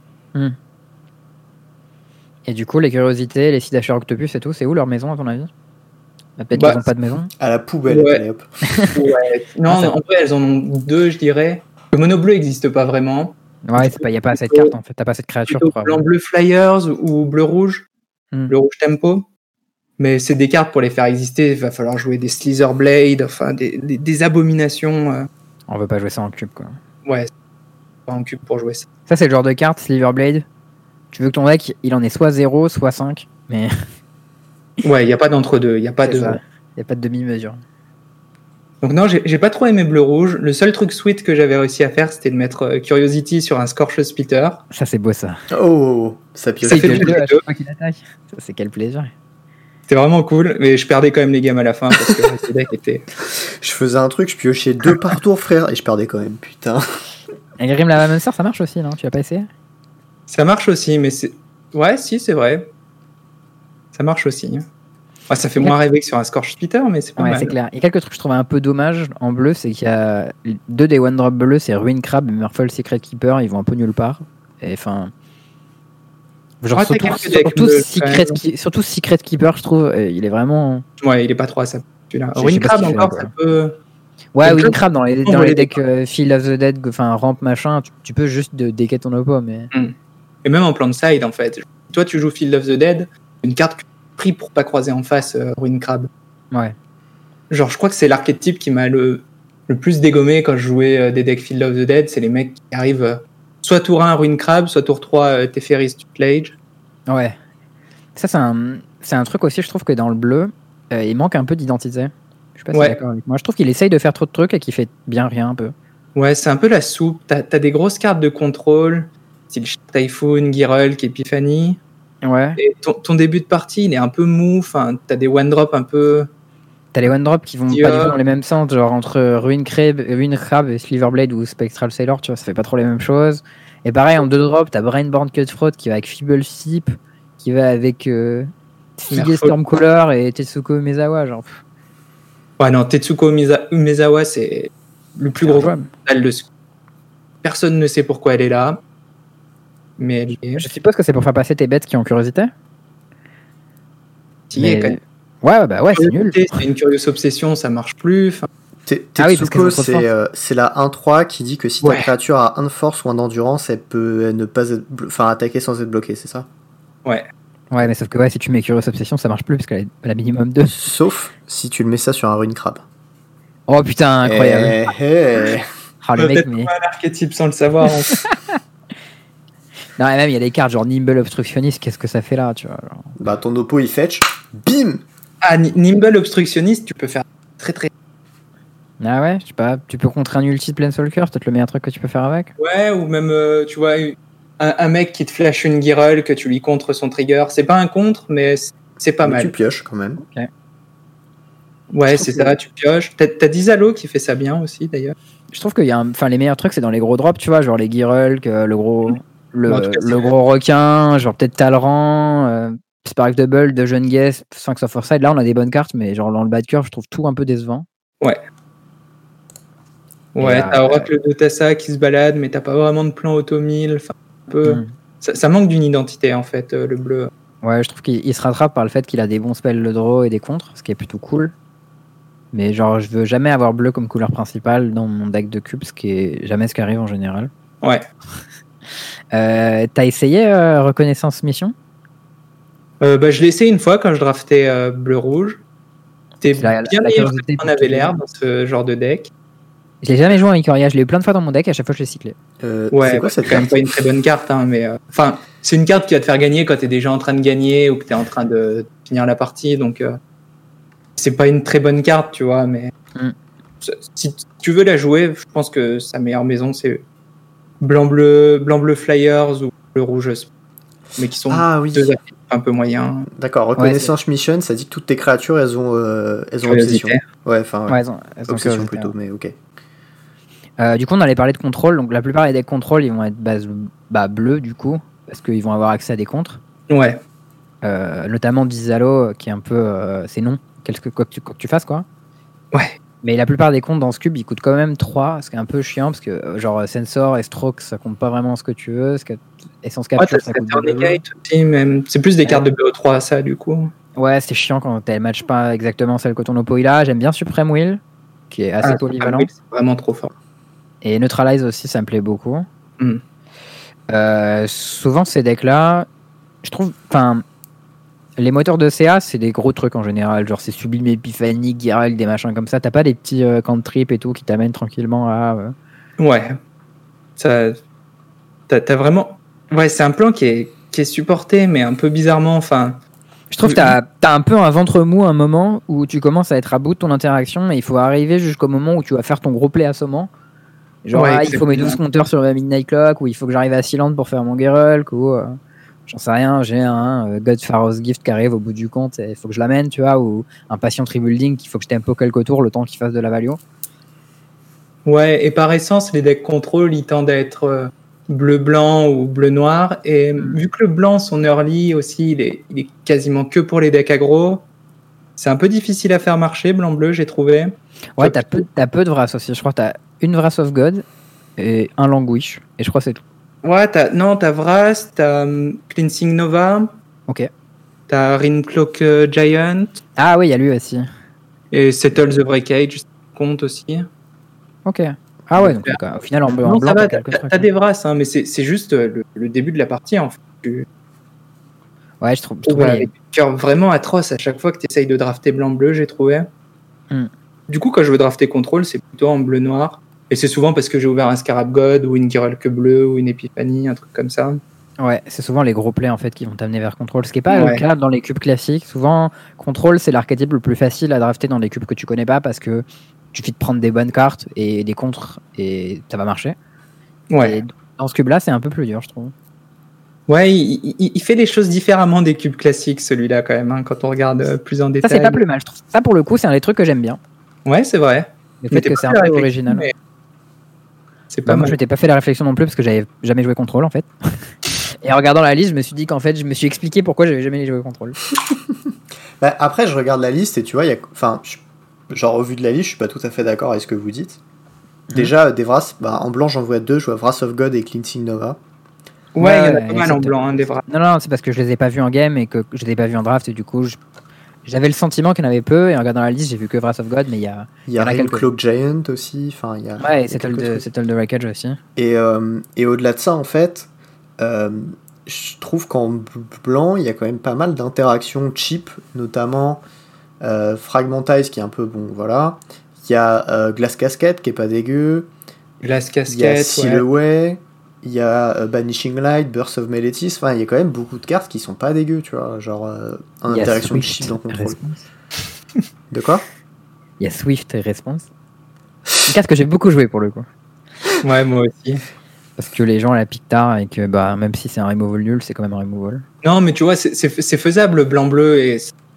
Et du coup, les curiosités, les Sidasher Octopus et tout, c'est où leur maison à ton avis? Peut-être qu'ils n'ont pas de maison. À la poubelle. Ouais. Allez, hop. Ouais. Non, en vrai, elles en ont 2, je dirais. Le mono bleu n'existe pas vraiment. Ouais, il n'y a pas assez de cartes en fait, t'as pas assez de créatures. Blanc-bleu Flyers ou bleu-rouge. Le rouge Tempo. Mais c'est des cartes pour les faire exister. Il va falloir jouer des Slither Blade, enfin des abominations. On veut pas jouer ça en cube, quoi. Ouais, pas en cube pour jouer ça. Ça, c'est le genre de carte, Slither Blade. Tu veux que ton deck, il en ait soit 0, soit 5, mais... Ouais, il n'y a pas d'entre-deux, il n'y a pas de demi-mesure. Donc non, j'ai pas trop aimé bleu-rouge. Le seul truc sweet que j'avais réussi à faire, c'était de mettre Curiosity sur un Scorch Splitter. Ça, c'est beau, ça. Oh, ça pioche. Ça fait bleu à chaque fois qu'il attaque. Ça, c'est quel plaisir. C'était vraiment cool, mais je perdais quand même les games à la fin, parce que ce deck était... Je faisais un truc, je piochais 2 par tour, frère, et je perdais quand même, putain. Et Grim Lavamancer, ça marche aussi, non? Tu l'as pas essayé? Ça marche aussi, mais c'est... Ouais, si, c'est vrai. Ça marche aussi. Ouais, ça fait moins rêver que sur un Scorch Splitter, mais c'est pas mal. C'est clair. Il y a quelques trucs que je trouvais un peu dommage en bleu, c'est qu'il y a 2 des one drop bleus, c'est Ruin Crab et Murphle Secret Keeper, ils vont un peu nulle part. Et enfin... Genre surtout Secret Keeper, je trouve, il est vraiment... Ouais, il est pas trop à ça. Ruin Crab encore, ça peut... Ouais, Ruin Crab dans les decks Field of the Dead, enfin Ramp machin, tu peux juste decker ton oppo, mais... Et même en plan side, en fait. Toi, tu joues Field of the Dead, une carte pris pour pas croiser en face Ruin Crab. Ouais. Genre, je crois que c'est l'archétype qui m'a le plus dégommé quand je jouais des decks Field of the Dead. C'est les mecs qui arrivent soit tour 1 Ruin Crab, soit tour 3 Teferi's Tutelage. Ouais. Ça, c'est un truc aussi, je trouve que dans le bleu, il manque un peu d'identité. Je sais pas si t'es d'accord avec moi. Je trouve qu'il essaye de faire trop de trucs et qu'il fait bien rien un peu. Ouais, c'est un peu la soupe. T'as des grosses cartes de contrôle, style Typhoon, Girulk, Epiphany. Ouais. Et ton début de partie, il est un peu mou. Enfin, t'as des one-drop un peu... T'as les one-drop qui vont pas du tout dans les mêmes sens, genre entre Ruin Crab et Sliverblade ou Spectral Sailor, tu vois, ça fait pas trop les mêmes choses. Et pareil, en 2-drop, t'as Brainborn Cutthroat qui va avec Feeble Sip, qui va avec Figgy Stormcaller et Tetsuko Umezawa, genre. Ouais, non, Tetsuko Umezawa, c'est le plus gros vandal de ce... Personne ne sait pourquoi elle est là. Mais elle est... Je suppose que c'est pour faire passer tes bêtes qui ont curiosité. Mais... Ouais, c'est nul. C'est une curieuse obsession, ça marche plus. Tetsuko, c'est la 1-3 qui dit que si ta créature a 1 de force ou 1 d'endurance, elle peut ne pas être attaquer sans être bloquée, c'est ça? Ouais. Ouais, mais sauf que si tu mets Curious Obsession, ça marche plus parce qu'elle a minimum 2. Sauf si tu le mets ça sur un Rune Crab. Oh putain, incroyable. Oh, le mec, mais... un archétype sans le savoir. Non, et même il y a des cartes genre Nimble Obstructionniste, qu'est-ce que ça fait là, tu vois genre... Bah ton oppo il fetch, bim. Ah, Nimble Obstructionniste, tu peux faire très très. Ah ouais, je sais pas, tu peux contrer un ulti de Planeswalker, c'est peut-être le meilleur truc que tu peux faire avec. Ouais, ou même, tu vois, un mec qui te flash une Girl, que tu lui contres son trigger. C'est pas un contre, mais c'est pas mal. Tu pioches quand même. Okay. Ouais, c'est ça, tu pioches. T'as Dizalo qui fait ça bien aussi, d'ailleurs. Je trouve que les meilleurs trucs, c'est dans les gros drops, tu vois, genre les Girl, le gros requin, genre peut-être Talran, Spark Double, de Jeune Guest, 5 of Foresight. Là, on a des bonnes cartes, mais genre dans le bas de curve, je trouve tout un peu décevant. Ouais. Ouais, t'as Oracle de Tassa qui se balade, mais t'as pas vraiment de plan auto-1000. Enfin, un peu... ça manque d'une identité, en fait, le bleu. Ouais, je trouve qu'il se rattrape par le fait qu'il a des bons spells le draw et des contres, ce qui est plutôt cool. Mais genre, je veux jamais avoir bleu comme couleur principale dans mon deck de cubes, ce qui est jamais ce qui arrive en général. Ouais. T'as essayé Reconnaissance Mission ? Je l'ai essayé une fois quand je draftais bleu-rouge. C'était bien meilleur que on avait l'air dans ce genre de deck. Je l'ai jamais joué en Ikoria, je l'ai eu plein de fois dans mon deck, à chaque fois je l'ai cyclé. Ouais, c'est quand même pas une très bonne carte, hein, mais enfin, c'est une carte qui va te faire gagner quand t'es déjà en train de gagner ou que t'es en train de finir la partie, donc c'est pas une très bonne carte, tu vois, mais si tu veux la jouer, je pense que sa meilleure maison c'est blanc-bleu Flyers ou bleu-rouge, mais qui sont deux affiches un peu moyens. D'accord, Reconnaissance Mission, ça dit que toutes tes créatures elles ont obsession. Ouais, enfin elles ont obsession plutôt, mais ok. Du coup, on allait parler de contrôle. Donc, la plupart des decks contrôle, ils vont être base bleu, du coup, parce qu'ils vont avoir accès à des contres. Ouais. Notamment Dizalo, qui est un peu. C'est non, quoi que tu fasses, quoi. Ouais. Mais la plupart des contres dans ce cube, ils coûtent quand même 3, ce qui est un peu chiant, parce que, genre, Sensor et Stroke, ça compte pas vraiment ce que tu veux. Essence Capture, ça coûte 2. Aussi, même. C'est plus des cartes de BO3, ça, du coup. Ouais, c'est chiant quand elle match pas exactement celle que ton oppo il a. J'aime bien Supreme Will, qui est assez polyvalent. C'est vraiment trop fort. Et Neutralize aussi, ça me plaît beaucoup. Souvent, ces decks-là, je trouve... Enfin, les moteurs de CA, c'est des gros trucs en général. Genre, c'est Sublime Epiphany, Geralt, des machins comme ça. T'as pas des petits cantrips et tout qui t'amènent tranquillement à... Ouais. Ça... T'as vraiment... Ouais, c'est un plan qui est supporté, mais un peu bizarrement, enfin... Je trouve que t'as un peu un ventre mou un moment où tu commences à être à bout de ton interaction et il faut arriver jusqu'au moment où tu vas faire ton gros play assommant. Genre, il faut mes 12 compteurs sur la Midnight Clock, ou il faut que j'arrive à Sealand pour faire mon Geralt, ou j'en sais rien, j'ai un Godpharaoh's Gift qui arrive au bout du compte et il faut que je l'amène, tu vois, ou un Patient Rebuilding qu'il faut que je tempo quelques tours le temps qu'il fasse de la value. Ouais, et par essence, les decks contrôle, ils tendent à être bleu-blanc ou bleu-noir, et vu que le blanc, son early aussi, il est quasiment que pour les decks aggro, c'est un peu difficile à faire marcher, blanc-bleu, j'ai trouvé. Ouais, t'as peu de Vrass aussi, je crois que t'as une Vrass of God et un Languish, et je crois que c'est tout. Ouais, t'as Vrass, t'as Cleansing Nova. Ok. T'as Ringcloak Giant. Ah oui, il y a lui aussi. Et Settle the Breakage, ça compte aussi. Ok. Ah ouais, donc au final, en blanc, t'as des Vrass, hein, mais c'est juste le début de la partie, en fait. Ouais, je trouve avec un cœur vraiment atroce à chaque fois que tu essayes de drafter blanc-bleu, j'ai trouvé. Du coup, quand je veux drafter contrôle, c'est plutôt en bleu-noir. Et c'est souvent parce que j'ai ouvert un Scarab God ou une Giralque bleue ou une Epiphany, un truc comme ça. Ouais, c'est souvent les gros plays en fait qui vont t'amener vers contrôle. Ce qui n'est pas le cas dans les cubes classiques. Souvent, contrôle, c'est l'archétype le plus facile à drafter dans des cubes que tu connais pas parce que il suffit de prendre des bonnes cartes et des contres et ça va marcher. Ouais. Et dans ce cube-là, c'est un peu plus dur, je trouve. Ouais, il fait les choses différemment des cubes classiques, celui-là, quand même, hein, quand on regarde plus en détail. Ça, c'est pas plus mal, je trouve. Ça, pour le coup, c'est un des trucs que j'aime bien. Ouais, c'est vrai. Le fait que c'est un peu original. C'est pas mal. Moi, je m'étais pas fait la réflexion non plus parce que j'avais jamais joué contrôle, en fait. Et en regardant la liste, je me suis dit qu'en fait, je me suis expliqué pourquoi j'avais jamais joué contrôle. Bah, après, je regarde la liste et tu vois, genre au vu de la liste, je suis pas tout à fait d'accord avec ce que vous dites. Déjà, des Vrass, en blanc, j'en vois 2. Je vois Vrass of God et Cleansing Nova. Ouais, il y en a pas mal en blanc, hein, des Vrass. Non, c'est parce que je les ai pas vus en game et que je les ai pas vus en draft et du coup, j'avais le sentiment qu'il y en avait peu et en regardant la liste, j'ai vu que Wrath of God, mais il y a Ringcloak Giant aussi. Ouais, Settle the Wreckage aussi. Et au-delà de ça, en fait, je trouve qu'en blanc, il y a quand même pas mal d'interactions cheap, notamment Fragmentize qui est un peu bon, voilà. Il y a Glass Casket qui est pas dégueu. Glass Casket, il y a Silhouette, il y a Banishing Light, Burst of Meletis. Enfin, il y a quand même beaucoup de cartes qui sont pas dégueu, tu vois. Genre, en interaction cheap dans contrôle. De quoi? Il y a Swift Response. Une carte que j'ai beaucoup joué pour le coup. Ouais, moi aussi. Parce que les gens la piquent tard et que même si c'est un removal nul, c'est quand même un removal. Non, mais tu vois, c'est faisable blanc-bleu et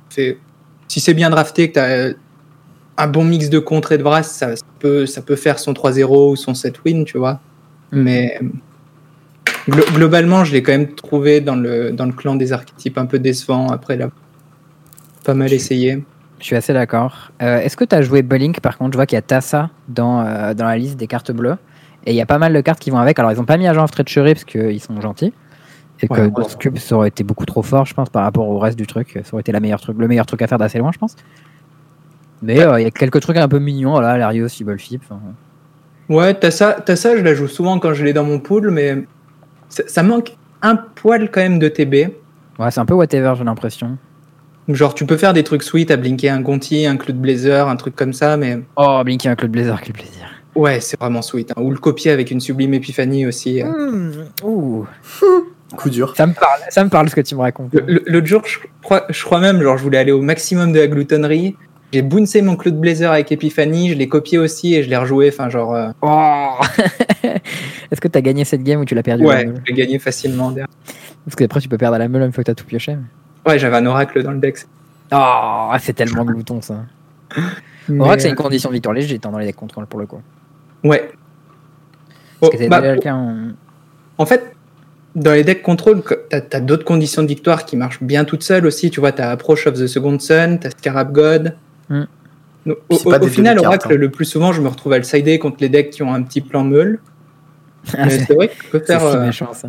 si c'est bien drafté, que t'as un bon mix de contre et de brass, ça peut faire son 3-0 ou son 7 win, tu vois. Mais globalement, je l'ai quand même trouvé dans le clan des archétypes un peu décevant après là. Pas mal essayé. Je suis assez d'accord. Est-ce que tu as joué Blink? Par contre, je vois qu'il y a Tassa dans la liste des cartes bleues. Et il y a pas mal de cartes qui vont avec. Alors, ils n'ont pas mis Agent of Treachery parce qu'ils sont gentils. Et que dans ce cube, ça aurait été beaucoup trop fort, je pense, par rapport au reste du truc. Ça aurait été le meilleur truc à faire d'assez loin, je pense. Mais il y a quelques trucs un peu mignons. Voilà, Larios, Fib. Ouais, Tassa, je la joue souvent quand je l'ai dans mon pool, mais ça manque un poil quand même de TB. Ouais, c'est un peu whatever, j'ai l'impression. Genre, tu peux faire des trucs sweet à blinker un Gonti, un Cloud Blazer, un truc comme ça, mais... Oh, blinker un Cloud Blazer, quel plaisir. Ouais, c'est vraiment sweet. Hein. Ou le copier avec une Sublime Épiphanie aussi. Ouh. Coup dur. Ça me parle ce que tu me racontes. L'autre jour, je crois même, genre, je voulais aller au maximum de la gloutonnerie. J'ai bouncé mon Cloud Blazer avec Épiphanie, je l'ai copié aussi et je l'ai rejoué, enfin genre... Oh. Est-ce que t'as gagné cette game ou tu l'as perdu? Ouais, je l'ai gagné facilement derrière. Parce qu'après tu peux perdre à la meule une fois que t'as tout pioché. Ouais, j'avais un oracle dans le deck. Oh, c'est tellement glouton ça. Oracle c'est une condition de victoire légère dans les decks contrôle pour le coup. Ouais. Parce que c'est déjà le cas en fait, dans les decks contrôle, t'as d'autres conditions de victoire qui marchent bien toutes seules aussi. Tu vois, t'as Approach of the Second Sun, t'as Scarab God. Donc, au final, Oracle, le plus souvent, je me retrouve à le sider contre les decks qui ont un petit plan meule. C'est vrai que tu peux faire... C'est méchant, ça.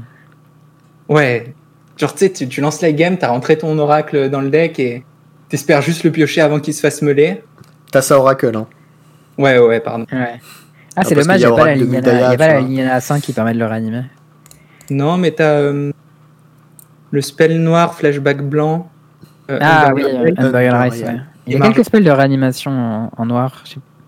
Ouais. Genre, tu sais, tu lances la game, t'as rentré ton Oracle dans le deck et t'espères juste le piocher avant qu'il se fasse meuler. T'as ça Oracle, hein. Ouais, pardon. Ouais. Ah, c'est dommage, il n'y a pas la ligne A5 qui permet de le réanimer. Non, mais t'as le spell noir, flashback blanc. Unburial Rice, ouais. Il y a quelques spells de réanimation en noir.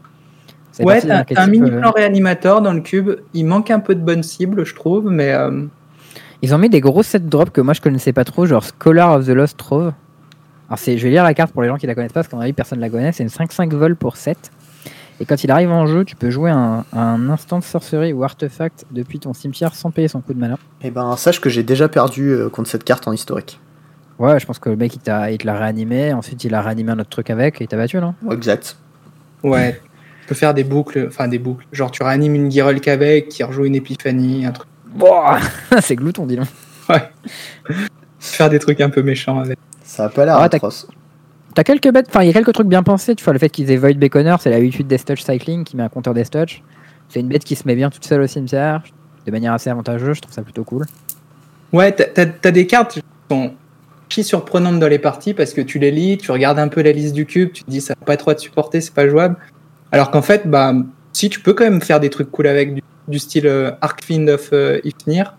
Ouais, t'as un mini-plan réanimateur dans le cube. Il manque un peu de bonnes cibles, je trouve, mais... Ils ont mis des gros set drops que moi je connaissais pas trop, genre Scholar of the Lost Trove. Alors je vais lire la carte pour les gens qui la connaissent pas, parce qu'à mon avis personne la connaît. C'est une 5-5 vol pour 7. Et quand il arrive en jeu, tu peux jouer un instant de sorcerie ou artefact depuis ton cimetière sans payer son coup de mana. Et ben sache que j'ai déjà perdu contre cette carte en historique. Ouais, je pense que le mec il te l'a réanimé, ensuite il a réanimé un autre truc avec et il t'a battu, non? Exact. Ouais, tu peux faire des boucles. Genre tu réanimes une Girolk avec, qui rejoue une Épiphanie, un truc. Boah, c'est glouton, dis donc. Ouais. Faire des trucs un peu méchants avec. Ça a pas l'air atroce. T'as quelques bêtes, il y a quelques trucs bien pensés. Tu vois, le fait qu'ils aient Void Beaconner, c'est la 8-8 Death Touch Cycling qui met un compteur Death Touch. C'est une bête qui se met bien toute seule au cimetière, de manière assez avantageuse. Je trouve ça plutôt cool. Ouais, t'as des cartes qui sont archi surprenantes dans les parties parce que tu les lis, tu regardes un peu la liste du cube, tu te dis ça va pas être trop de supporter, c'est pas jouable. Alors qu'en fait, si tu peux quand même faire des trucs cool avec du style Arcfiend of Ifnir.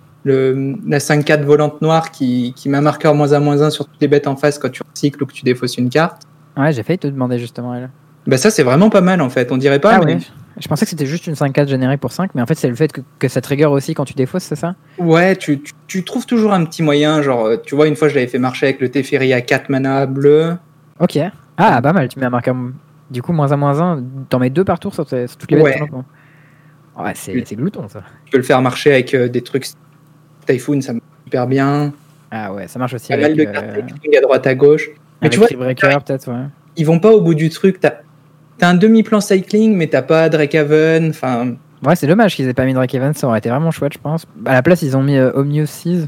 La 5-4 volante noire qui met un marqueur -1/-1 sur toutes les bêtes en face quand tu recycles ou que tu défausses une carte. Ouais, j'ai failli te demander justement elle. Ça c'est vraiment pas mal en fait, on dirait pas. Ouais. Je pensais que c'était juste une 5-4 générée pour 5, mais en fait c'est le fait que ça trigger aussi quand tu défausses, c'est ça? Ouais, tu trouves toujours un petit moyen, genre tu vois, une fois je l'avais fait marcher avec le Teferi à 4 mana bleu. Ok. Ah, pas mal, tu mets un marqueur du coup -1/-1, t'en mets 2 par tour sur toutes les bêtes. Ouais, c'est glouton ça. Tu peux le faire marcher avec des trucs Typhoon, ça marche super bien. Ah ouais, ça marche aussi avec... Pas mal de cartes à droite à gauche. Mais tu vois, Breaker, peut-être, ouais. Ils vont pas au bout du truc. T'as un demi-plan cycling, mais t'as pas Drakehaven. Enfin. Ouais, c'est dommage qu'ils aient pas mis Drakehaven, ça aurait été vraiment chouette, je pense. À la place, ils ont mis Omnius Seas.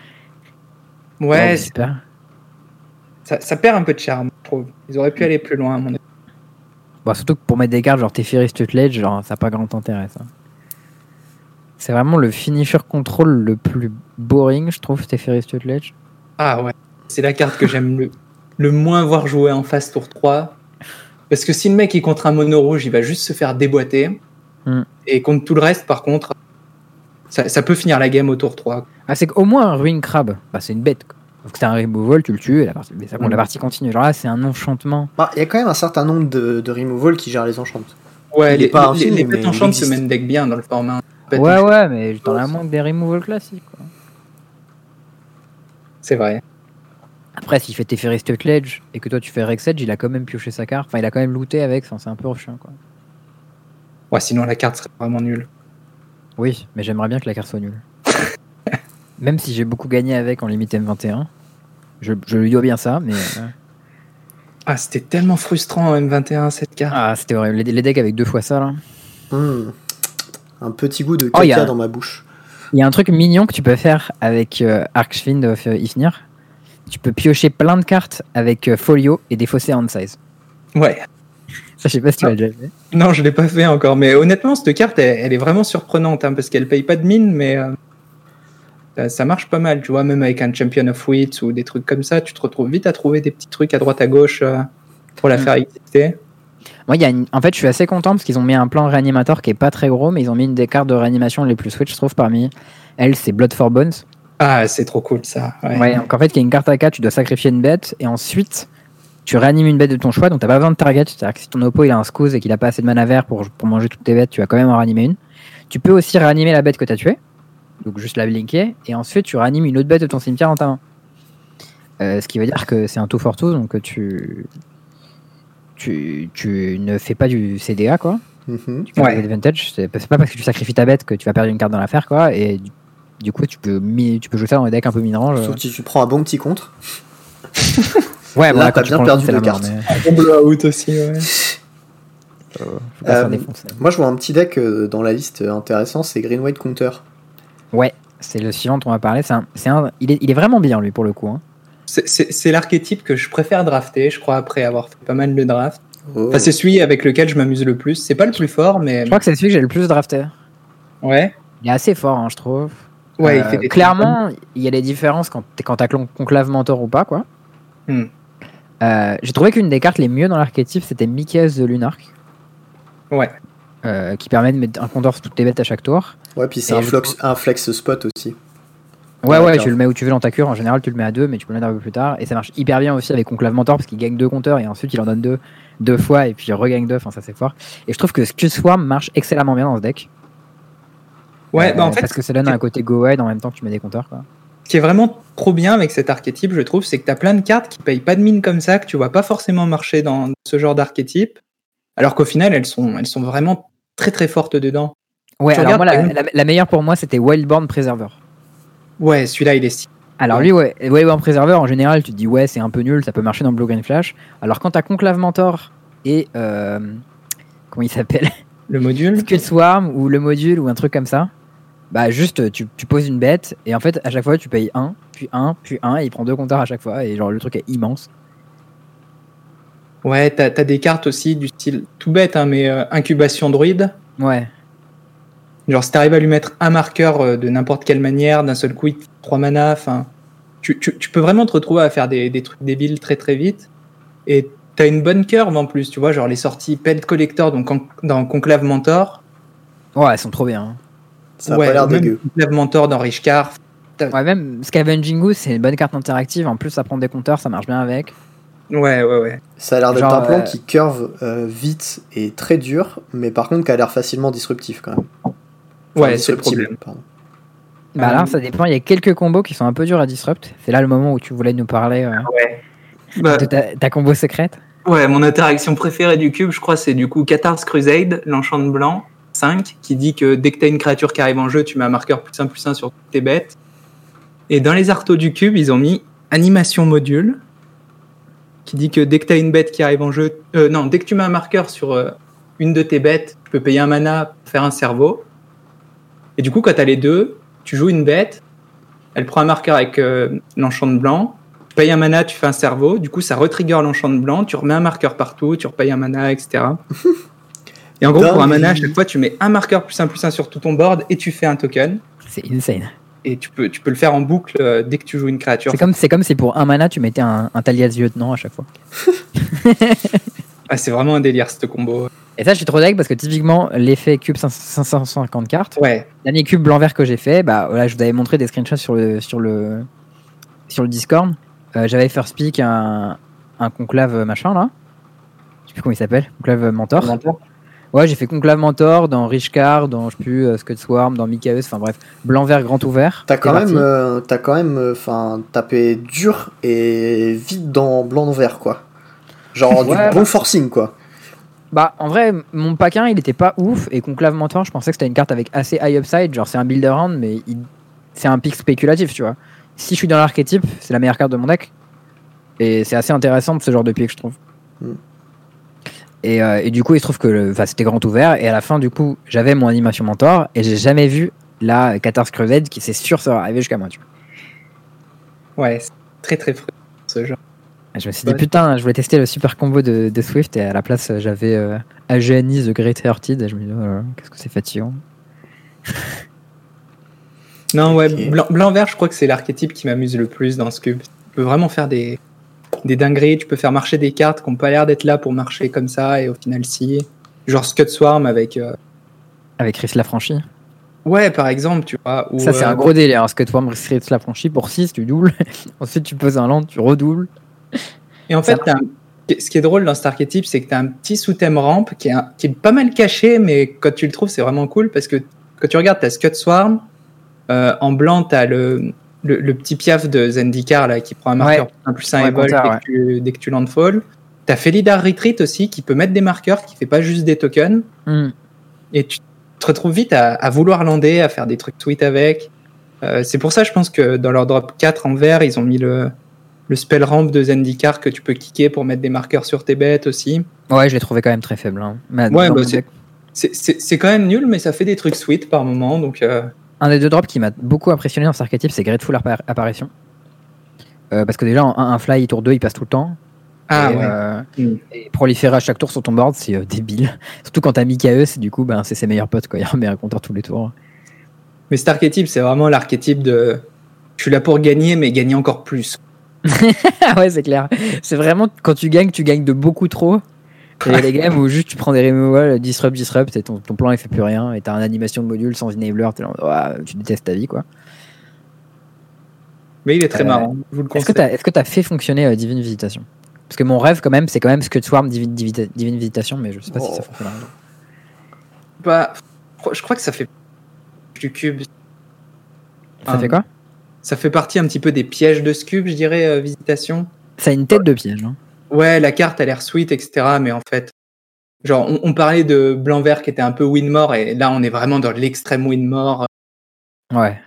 Ouais, super. Ça perd un peu de charme, je trouve. Ils auraient pu aller plus loin, à mon avis. Bon, surtout que pour mettre des cartes genre Teferi's Tutelage, genre ça n'a pas grand intérêt, ça. C'est vraiment le finisher control le plus boring, je trouve, Teferi's Tutelage. Ah ouais, c'est la carte que j'aime le moins voir jouer en phase tour 3. Parce que si le mec est contre un mono rouge, il va juste se faire déboîter. Et contre tout le reste, par contre, Ça peut finir la game au tour 3. Ah, c'est qu'au moins un Ruin Crab, c'est une bête, quoi. Donc c'est un removal, tu le tues, et la partie continue. Genre là, c'est un enchantement. Il y a quand même un certain nombre de removal qui gèrent les enchantements. Ouais, les bêtes enchantes se mènent deck bien dans le format. Ouais, mais t'en as moins que des removal classiques, quoi. C'est vrai. Après, s'il fait Teferi Stuttledge et que toi tu fais Rexedge, il a quand même pioché sa carte. Enfin, il a quand même looté avec, c'est un peu chiant, quoi. Ouais, sinon la carte serait vraiment nulle. Oui, mais j'aimerais bien que la carte soit nulle. Même si j'ai beaucoup gagné avec en limite M21. Je lui dois bien ça, mais... Ah, c'était tellement frustrant en M21 cette carte. Ah, c'était horrible. Les decks avec 2 fois ça, là. Un petit goût de caca dans ma bouche. Il y a un truc mignon que tu peux faire avec Archfiend of Ifnir. Tu peux piocher plein de cartes avec Folio et défausser Hand Size. Ouais. Ça, je sais pas si tu l'as déjà fait. Non, je l'ai pas fait encore, mais honnêtement, cette carte, elle est vraiment surprenante, hein, parce qu'elle paye pas de mine, mais ça marche pas mal, tu vois, même avec un Champion of Wits ou des trucs comme ça, tu te retrouves vite à trouver des petits trucs à droite à gauche pour la faire exister. Moi, en fait, je suis assez content parce qu'ils ont mis un plan réanimateur qui est pas très gros, mais ils ont mis une des cartes de réanimation les plus switch, je trouve, parmi elles, c'est Blood for Bones. Ah, c'est trop cool ça. Ouais, donc en fait, il y a une carte à 4, tu dois sacrifier une bête, et ensuite, tu réanimes une bête de ton choix, donc t'as pas besoin de target. C'est-à-dire que si ton oppo il a un squeeze et qu'il a pas assez de mana vert pour manger toutes tes bêtes, tu vas quand même en réanimer une. Tu peux aussi réanimer la bête que t'as tuée, donc juste la blinker, et ensuite tu réanimes une autre bête de ton cimetière dans ta main. Ce qui veut dire que c'est un tout for tout, donc tu ne fais pas du CDA, quoi. Tu fais pas d'advantage. C'est pas parce que tu sacrifies ta bête que tu vas perdre une carte dans l'affaire, quoi. Et du coup, tu peux jouer ça dans les decks un peu minrange. Sauf si tu prends un bon petit contre. Ouais, là, t'as bien perdu de cartes. Un blowout aussi, ouais. Moi, je vois un petit deck dans la liste intéressant, c'est Green White Counter. Ouais, c'est le suivant dont on va parler. Il est vraiment bien, lui, pour le coup. Hein. C'est l'archétype que je préfère drafter, je crois, après avoir fait pas mal de drafts. Enfin, c'est celui avec lequel je m'amuse le plus. C'est pas le plus fort, mais... Je crois que c'est celui que j'ai le plus drafté. Ouais. Il est assez fort, hein, je trouve. Ouais, il fait des clairement, il y a des différences quand t'as Conclave Mentor ou pas, quoi. J'ai trouvé qu'une des cartes les mieux dans l'archétype, c'était Mickey's the Lunarch. Ouais. Qui permet de mettre un compteur sur toutes tes bêtes à chaque tour. Ouais, puis c'est un flex spot aussi. Ouais, tu le mets où tu veux dans ta cure. En général, tu le mets à 2, mais tu peux le mettre un peu plus tard. Et ça marche hyper bien aussi avec Conclave Mentor parce qu'il gagne 2 compteurs et ensuite il en donne 2 fois et puis il regagne 2. Enfin, ça c'est fort. Et je trouve que Scuss Swarm marche excellemment bien dans ce deck. Ouais, en fait. Parce que ça donne un côté go wide en même temps que tu mets des compteurs, quoi. Ce qui est vraiment trop bien avec cet archétype, je trouve, c'est que t'as plein de cartes qui payent pas de mine comme ça, que tu vois pas forcément marcher dans ce genre d'archétype. Alors qu'au final, elles sont vraiment très très fortes dedans. Ouais, alors moi, la meilleure pour moi, c'était Wildborn Preserver. Ouais, celui-là, il est stylé. Alors lui, Wildborn Preserver, en général, tu te dis, ouais, c'est un peu nul, ça peut marcher dans Blue Green Flash. Alors quand t'as Conclave Mentor et... comment il s'appelle ? Le module Skull Swarm ou le module ou un truc comme ça, bah juste, tu poses une bête et en fait, à chaque fois, tu payes 1, puis 1, puis 1 et il prend 2 compteurs à chaque fois et genre le truc est immense. Ouais, t'as des cartes aussi du style tout bête, hein, mais incubation druide. Ouais. Genre, si t'arrives à lui mettre un marqueur de n'importe quelle manière, d'un seul coup, il te fait 3 mana, tu peux vraiment te retrouver à faire des trucs débiles très très vite. Et t'as une bonne curve en plus, tu vois, genre les sorties Pelt Collector, donc dans Conclave Mentor. Ouais, elles sont trop bien. Hein. Ça a pas l'air dégueu. Conclave Mentor dans Richcard. Ouais, même Scavenging Goose, c'est une bonne carte interactive. En plus, ça prend des compteurs, ça marche bien avec. Ouais. Ça a l'air d'être un plan qui curve vite et très dur, mais par contre qui a l'air facilement disruptif quand même. Ouais, c'est le problème. Pardon. Bah là, ça dépend. Il y a quelques combos qui sont un peu durs à disrupt. C'est là le moment où tu voulais nous parler de ta combo secrète. Ouais, mon interaction préférée du cube, je crois, c'est du coup Cathars Crusade, l'enchant blanc, 5, qui dit que dès que t'as une créature qui arrive en jeu, tu mets un marqueur +1/+1 sur toutes tes bêtes. Et dans les artos du cube, ils ont mis animation module, qui dit que dès que t'as une bête qui arrive en jeu... dès que tu mets un marqueur sur une de tes bêtes, tu peux payer un mana pour faire un cerveau. Et du coup, quand t'as les deux, tu joues une bête, elle prend un marqueur avec l'enchant blanc, tu payes un mana, tu fais un cerveau, du coup ça retrigger l'enchant blanc, tu remets un marqueur partout, tu repayes un mana, etc. Et en gros, pour un mana, à chaque fois, tu mets un marqueur +1/+1 sur tout ton board et tu fais un token. C'est insane. Et tu peux le faire en boucle dès que tu joues une créature. C'est comme si pour un mana, tu mettais un Talias Lieutenant à chaque fois. Ah, c'est vraiment un délire, ce combo. Et ça, je suis trop deg parce que typiquement, l'effet cube 550 cartes, Ouais. Dernier cube blanc-vert que j'ai fait, bah voilà, je vous avais montré des screenshots sur le Discord. J'avais first pick un conclave machin là. Je sais plus comment il s'appelle. Conclave Mentor. Ouais, j'ai fait conclave Mentor dans Richcard, dans je sais plus Scud Swarm, dans Mikaeus, enfin bref, blanc-vert grand ouvert. T'as quand même tapé dur et vite dans blanc-vert quoi. Genre du bon forcing quoi. Bah en vrai, mon pack 1 il était pas ouf et conclave Mentor, je pensais que c'était une carte avec assez high upside, genre c'est un build around mais c'est un pick spéculatif, tu vois. Si je suis dans l'archétype, c'est la meilleure carte de mon deck. Et c'est assez intéressant de ce genre de pick, je trouve. Et du coup, il se trouve que c'était grand ouvert. Et à la fin, du coup, j'avais mon animation mentor. Et j'ai jamais vu la 14 crevette qui, c'est sûr, ça va arriver jusqu'à moi. Tu vois. Ouais, c'est très très frais ce genre. Et je me suis dit, putain, je voulais tester le super combo de Swift. Et à la place, j'avais Ageni The Great Hearted. Et je me dis, oh, qu'est-ce que c'est fatigant. Non, ouais, blanc-vert, je crois que c'est l'archétype qui m'amuse le plus dans ce cube. Tu peux vraiment faire des dingueries, tu peux faire marcher des cartes qui n'ont pas l'air d'être là pour marcher comme ça, et au final, si. Genre Scud Swarm avec. Avec Chris Lafranchi. Ouais, par exemple, tu vois. Ça, c'est un gros délire. Scud Swarm, Chris Lafranchi, pour 6, tu doubles. Ensuite, tu poses un land, tu redoubles. Et en fait, ce qui est drôle dans cet archétype, c'est que tu as un petit sous-thème ramp qui est pas mal caché, mais quand tu le trouves, c'est vraiment cool parce que quand tu regardes, tu as Scud Swarm. En blanc, tu as le petit piaf de Zendikar là, qui prend un marqueur +1 evol dès que tu landfall. Tu as Felidar Retreat aussi qui peut mettre des marqueurs, qui fait pas juste des tokens. Et tu te retrouves vite à vouloir lander, à faire des trucs tweet avec. C'est pour ça, je pense que dans leur drop 4 en vert, ils ont mis le spell ramp de Zendikar que tu peux kicker pour mettre des marqueurs sur tes bêtes aussi. Ouais, je l'ai trouvé quand même très faible. Hein. Ouais, bah c'est quand même nul, mais ça fait des trucs sweet par moment. Donc. Un des deux drops qui m'a beaucoup impressionné dans cet archétype, c'est Grateful Apparition. Parce que déjà, en 1 fly, tour 2, il passe tout le temps. Et proliférer à chaque tour sur ton board, c'est débile. Surtout quand t'as Mikaeus, du coup, c'est ses meilleurs potes. Quoi. Il remet un compteur tous les tours. Mais cet archétype, c'est vraiment l'archétype de je suis là pour gagner, mais gagner encore plus. Ouais, c'est clair. C'est vraiment quand tu gagnes de beaucoup trop. Et les games où juste tu prends des removals, disrupt, et ton plan il fait plus rien, et t'as une animation de module sans enabler, tu détestes ta vie quoi. Mais il est très marrant, je vous le conseille. Est-ce que t'as fait fonctionner Divine Visitation? Parce que mon rêve quand même, c'est quand même Scud Swarm Divine Visitation, mais je sais pas si ça fonctionne. Bah, je crois que ça fait du cube. Ça fait quoi? Ça fait partie un petit peu des pièges de ce cube, je dirais, Visitation. Ça a une tête de piège, hein. Ouais, la carte a l'air sweet, etc. Mais en fait, genre, on parlait de blanc-vert qui était un peu win-more, et là, on est vraiment dans l'extrême win-more. Ouais.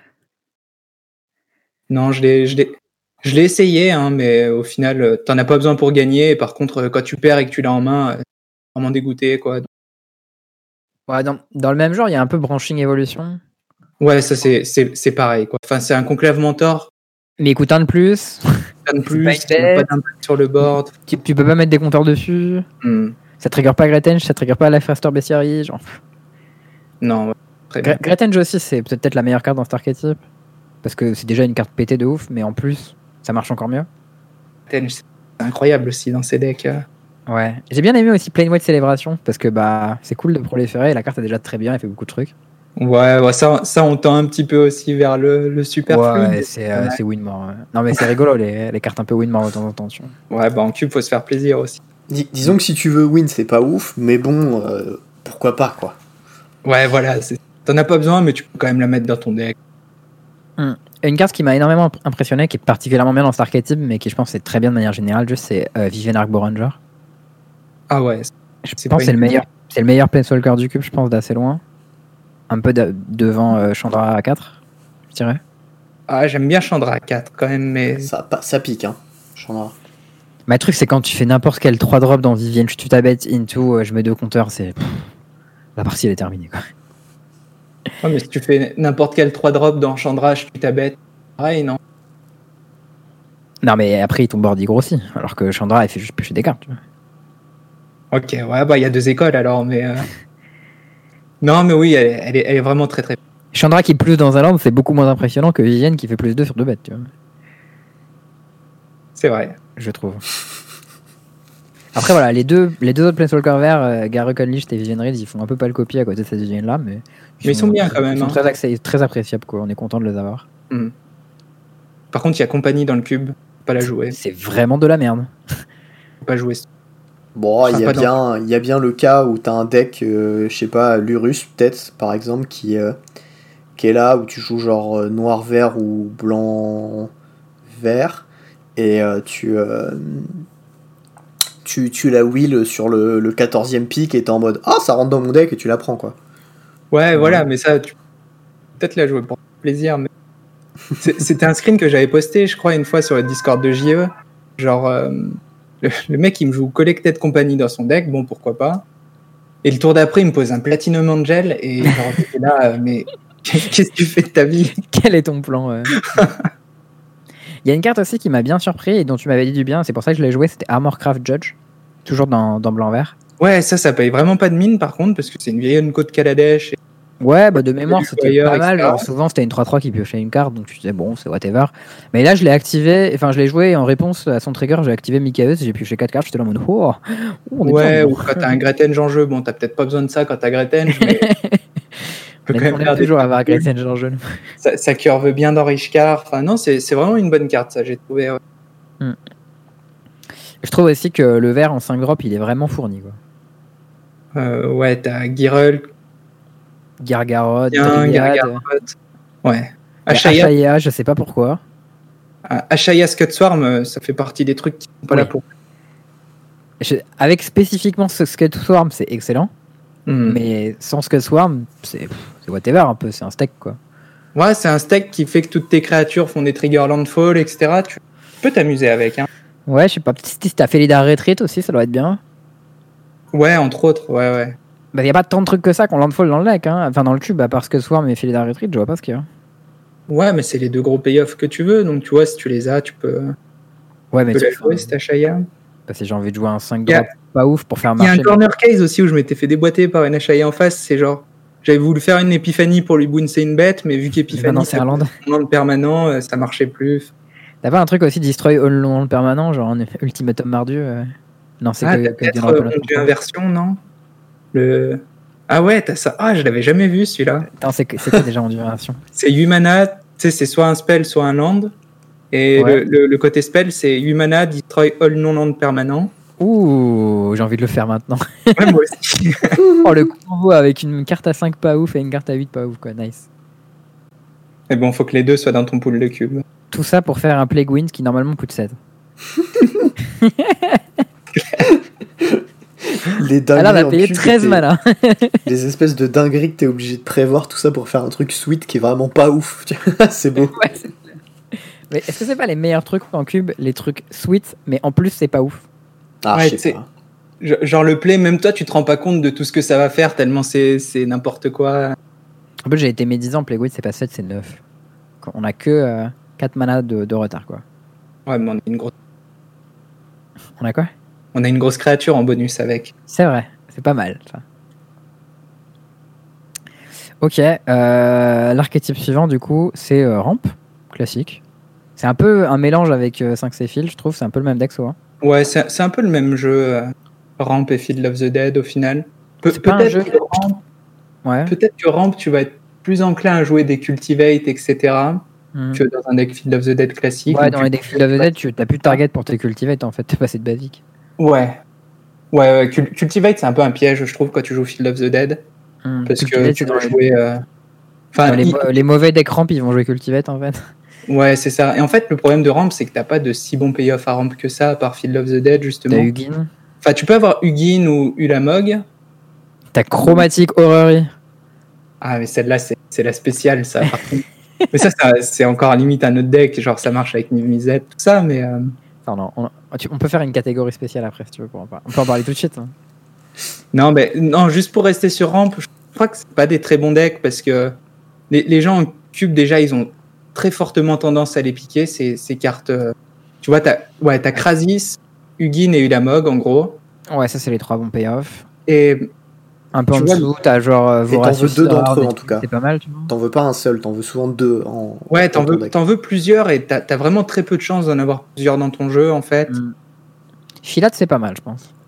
Non, je l'ai essayé, hein, mais au final, t'en as pas besoin pour gagner. Et par contre, quand tu perds et que tu l'as en main, c'est vraiment dégoûté, quoi. Ouais, dans le même genre, il y a un peu Branching Evolution. Ouais, ça, c'est pareil, quoi. Enfin, c'est un conclave mentor. Mais il coûte un de plus. Un de plus, pas d'impact sur le board. Tu peux pas mettre des compteurs dessus. Ça trigger pas Great Henge, ça trigger pas Life Raster Bestiary, genre. Non, très bien. Great Henge aussi, c'est peut-être la meilleure carte dans cet archétype. Parce que c'est déjà une carte pétée de ouf, mais en plus, ça marche encore mieux. Great Henge, c'est incroyable aussi dans ces decks. Ouais. J'ai bien aimé aussi Plain White Célébration, parce que c'est cool de proliférer, la carte est déjà très bien, elle fait beaucoup de trucs. Ouais, ça on tend un petit peu aussi vers le super fluide. Ouais, c'est Winmore. Ouais. Non, mais c'est rigolo, les cartes un peu Winmore de temps en temps. Tu vois. Ouais, en cube, faut se faire plaisir aussi. Disons que si tu veux win, c'est pas ouf, mais bon, pourquoi pas, quoi. Ouais, voilà, t'en as pas besoin, mais tu peux quand même la mettre dans ton deck. Une carte qui m'a énormément impressionné, qui est particulièrement bien dans cet archétype, mais qui je pense est très bien de manière générale, c'est Vivien Arcbo Ranger. Ah ouais. Je pense que c'est le meilleur Planeswalker du cube, je pense, d'assez loin. Un peu devant Chandra à 4, je dirais. Ah, j'aime bien Chandra à 4 quand même, mais. Ça pique, hein, Chandra. Mais le truc, c'est quand tu fais n'importe quel 3 drop dans Vivien, tu t'abêtes into, je mets 2 compteurs, la partie elle est terminée, quoi. Ouais, mais si tu fais n'importe quel 3 drop dans Chandra, tu t'abêtes. Pareil, non? Non, mais après, ton board il grossit, alors que Chandra, elle fait juste pêcher des cartes, tu vois. Ok, ouais, il y a 2 écoles alors, mais. Non, mais oui, elle est vraiment très très. Chandra qui plus dans un land, c'est beaucoup moins impressionnant que Vivienne qui fait plus 2 sur 2 bêtes, tu vois. C'est vrai. Je trouve. Après, voilà, les deux autres Planeswalkers verts, Garruk Unleashed et Vivian Reed, ils font un peu pas le copier à côté de cette Vivian-là, mais ils sont bien quand même. Ils sont très appréciables, quoi. On est content de les avoir. Par contre, il y a Compagnie dans le cube, pas la jouer. C'est vraiment de la merde. Faut pas jouer. Bon, il y a bien le cas où t'as un deck, je sais pas, Lurus peut-être, par exemple, qui est là, où tu joues genre noir-vert ou blanc-vert, et tu la wheel sur le 14e pick, et t'es en mode « Ah, ça rentre dans mon deck » et tu la prends, quoi. Ouais, voilà, mais ça, tu peux peut-être la jouer pour plaisir, mais... C'était un screen que j'avais posté, je crois, une fois sur le Discord de JE. Genre, le mec, il me joue Collected Company dans son deck, bon, pourquoi pas. Et le tour d'après, il me pose un Platinum Angel, et genre, j'étais là, mais qu'est-ce que tu fais de ta vie? Quel est ton plan Il y a une carte aussi qui m'a bien surpris et dont tu m'avais dit du bien, c'est pour ça que je l'ai joué, c'était Armorcraft Judge, toujours dans blanc-vert. Ouais, ça paye vraiment pas de mine, par contre, parce que c'est une vieille Unco de Kaladesh. Ouais, bah de mémoire, c'était pas mal. Genre, souvent, c'était une 3-3 qui piochait une carte, donc tu disais, bon, c'est whatever. Mais là, je l'ai joué et en réponse à son trigger, j'ai activé Mikaeus, j'ai pioché 4 cartes, j'étais là en mode, ouais, ou quand t'as un Gretenge en jeu, bon, t'as peut-être pas besoin de ça quand t'as Gretenge, mais. On aime toujours avoir Gretenge en jeu. Ça curve bien dans Richcard. Enfin, non, c'est vraiment une bonne carte, ça, j'ai trouvé. Ouais. Je trouve aussi que le vert en 5 drops, il est vraiment fourni, quoi. Ouais, t'as Girl. Gargarod, ouais. Ashaya, je sais pas pourquoi. Ashaya Scudswarm, ça fait partie des trucs qui sont pas là pour. Avec spécifiquement ce Scudswarm, c'est excellent. Mais sans Scudswarm, c'est whatever un peu, c'est un steak, quoi. Ouais, c'est un steak qui fait que toutes tes créatures font des triggers landfall, etc. Tu peux t'amuser avec. Hein. Ouais, je sais pas, si t'as fait Lidar Retreat aussi, ça doit être bien. Ouais, entre autres, ouais. Bah, y a pas tant de trucs que ça qu'on landfall dans le deck, hein. Enfin, dans le cube, à part Scudswarm et Felidar Retreat, je vois pas ce qu'il y a. Ouais, mais c'est les deux gros payoffs que tu veux, donc tu vois, si tu les as, tu peux. Ouais, mais tu peux la jouer, c'est Ashaya. Bah, si j'ai envie de jouer un 5 drop, pas ouf pour faire marcher. Il y a un corner case aussi où je m'étais fait déboîter par une Ashaya en face, c'est genre. J'avais voulu faire une épiphanie pour lui bouncer une bête, mais vu qu'épiphanie, c'est un land permanent, ça marchait plus. T'as pas un truc aussi Destroy All Land permanent, genre un ultimatum mardu Non, c'est que inversion, non Ah ouais, t'as ça. Ah, je l'avais jamais vu celui-là. Attends, c'est quoi déjà en duration? C'est 8 mana, tu sais, c'est soit un spell, soit un land. Et ouais. le côté spell, c'est 8 mana, destroy all non-land permanent. Ouh, j'ai envie de le faire maintenant. Ouais, moi aussi. Oh, le combo avec une carte à 5 pas ouf et une carte à 8 pas ouf, quoi, nice. Mais bon, faut que les deux soient dans ton pool de cubes. Tout ça pour faire un Plague Wind qui normalement coûte 7. Les dingueries. Alors, on a payé 13 mana. Les espèces de dingueries que t'es obligé de prévoir, tout ça pour faire un truc sweet qui est vraiment pas ouf. C'est beau. Ouais, mais est-ce que c'est pas les meilleurs trucs en cube, les trucs sweet, mais en plus c'est pas ouf? Ah, ouais, je sais pas. Genre le play, même toi tu te rends pas compte de tout ce que ça va faire tellement c'est n'importe quoi. En plus j'ai été médisant, Plague Wind c'est pas 7, c'est 9. On a que 4 mana de retard, quoi. Ouais, mais on a une grosse. On a quoi? On a une grosse créature en bonus avec. C'est vrai, c'est pas mal ça. Ok, l'archétype suivant du coup c'est Ramp, classique. C'est un peu un mélange avec 5 Sephil, je trouve, c'est un peu le même deck souvent. Ouais, c'est un peu le même jeu, Ramp et Field of the Dead au final. Peut-être que Ramp, tu vas être plus enclin à jouer des Cultivate, etc. Que dans un deck Field of the Dead classique. Ouais, dans les decks Field of the Dead, tu n'as plus de target pour tes Cultivate, en fait, t'es passé de basique. Ouais. Cultivate, c'est un peu un piège, je trouve, quand tu joues Field of the Dead. Parce Cultivate, que tu dois jouer... les mauvais decks Ramp, ils vont jouer Cultivate, en fait. Ouais, c'est ça. Et en fait, le problème de Ramp, c'est que t'as pas de si bon payoff à Ramp que ça, à part Field of the Dead, justement. T'as Ugin. Enfin, tu peux avoir Ugin ou Ulamog. T'as Chromatic Horrery. Ah, mais celle-là, c'est la spéciale, ça. Mais ça, c'est encore limite un autre deck. Genre, ça marche avec Mimizet, tout ça, mais... Non, on peut faire une catégorie spéciale après, si tu veux. On peut en parler tout de suite. Hein. Non, juste pour rester sur Ramp, je crois que c'est pas des très bons decks, parce que les gens en cube, déjà, ils ont très fortement tendance à les piquer, ces cartes. Tu vois, t'as Krasis, Ugin et Ulamog, en gros. Ouais, ça, c'est les 3 bons payoffs. Et un peu en dessous, t'as genre Voracious. T'en veux 2 d'entre eux, en tout cas. C'est pas mal, tu vois. T'en veux pas un seul, t'en veux souvent 2. Ouais, t'en veux plusieurs, et t'as vraiment très peu de chances d'en avoir plusieurs dans ton jeu, en fait. Filat, c'est pas mal, je pense.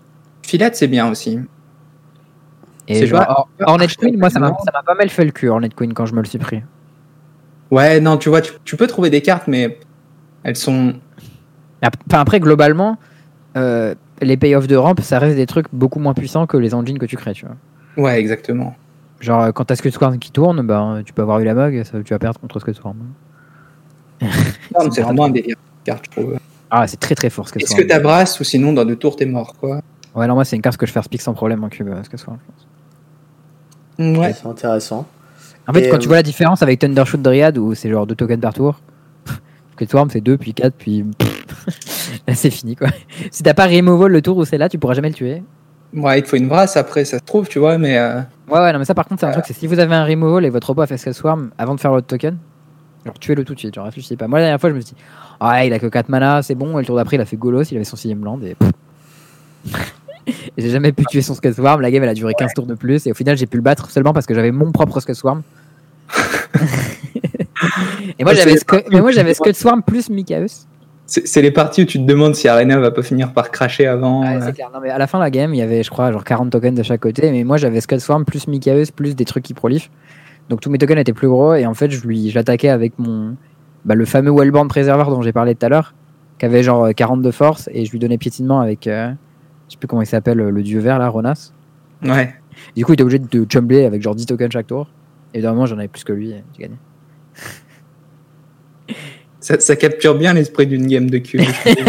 Filat, c'est bien aussi. Et C'est genre, pas- Hornet Queen, moi, ça m'a pas mal fait le cul, Hornet Queen, quand je me le suis pris. Ouais, non, tu vois, tu peux trouver des cartes, mais elles sont... Enfin, après, globalement, les payoffs de rampe, ça reste des trucs beaucoup moins puissants que les engines que tu crées, tu vois. Ouais, exactement. Genre, quand t'as Scud Swarm qui tourne, ben, tu peux avoir eu la mog, tu vas perdre contre Scud Swarm. Non, c'est vraiment un délire de carte, je trouve. Ah, c'est très très fort Scud Est-ce Swarm. que t'abrasses ou sinon, dans 2 tours, t'es mort, quoi. Ouais, non, moi, c'est une carte que je fais speak sans problème en cube, Scud Swarm, je pense. Ouais. C'est intéressant. En fait, Et, quand tu vois la différence avec Thundershoot Dryad, où c'est genre 2 tokens par tour, Scud Swarm, c'est 2, puis 4, puis. Là, c'est fini, quoi. Si t'as pas removal le tour où c'est là, tu pourras jamais le tuer. Ouais, il te faut une brasse après, ça se trouve, tu vois, mais... Ouais, non, mais ça, par contre, c'est un truc, c'est si vous avez un removal et votre oppo a fait Scud Swarm avant de faire l'autre token, genre tuez-le tout de suite, genre réfléchissez pas. Moi, la dernière fois, je me suis dit, il a que 4 mana, c'est bon, et le tour d'après, il a fait Golos, il avait son 6ème land, et. Et j'ai jamais pu tuer son Scud Swarm, la game elle a duré 15 tours de plus, et au final, j'ai pu le battre seulement parce que j'avais mon propre Scud Swarm. Et moi, j'avais Scud Swarm plus Mikaeus. C'est les parties où tu te demandes si Arena va pas finir par cracher avant. Ouais, c'est clair. Non, mais à la fin de la game, il y avait, je crois, genre 40 tokens de chaque côté. Mais moi, j'avais Scud Swarm plus Mikaeus plus des trucs qui prolifent. Donc tous mes tokens étaient plus gros. Et en fait, je l'attaquais avec le fameux Wellborn Preserver dont j'ai parlé tout à l'heure, qui avait genre 40 de force. Et je lui donnais piétinement avec, je sais plus comment il s'appelle, le dieu vert là, Ronas. Ouais. Du coup, il était obligé de chumbler avec genre 10 tokens chaque tour. Évidemment, j'en avais plus que lui. Et j'ai gagné. Ça capture bien l'esprit d'une game de cube.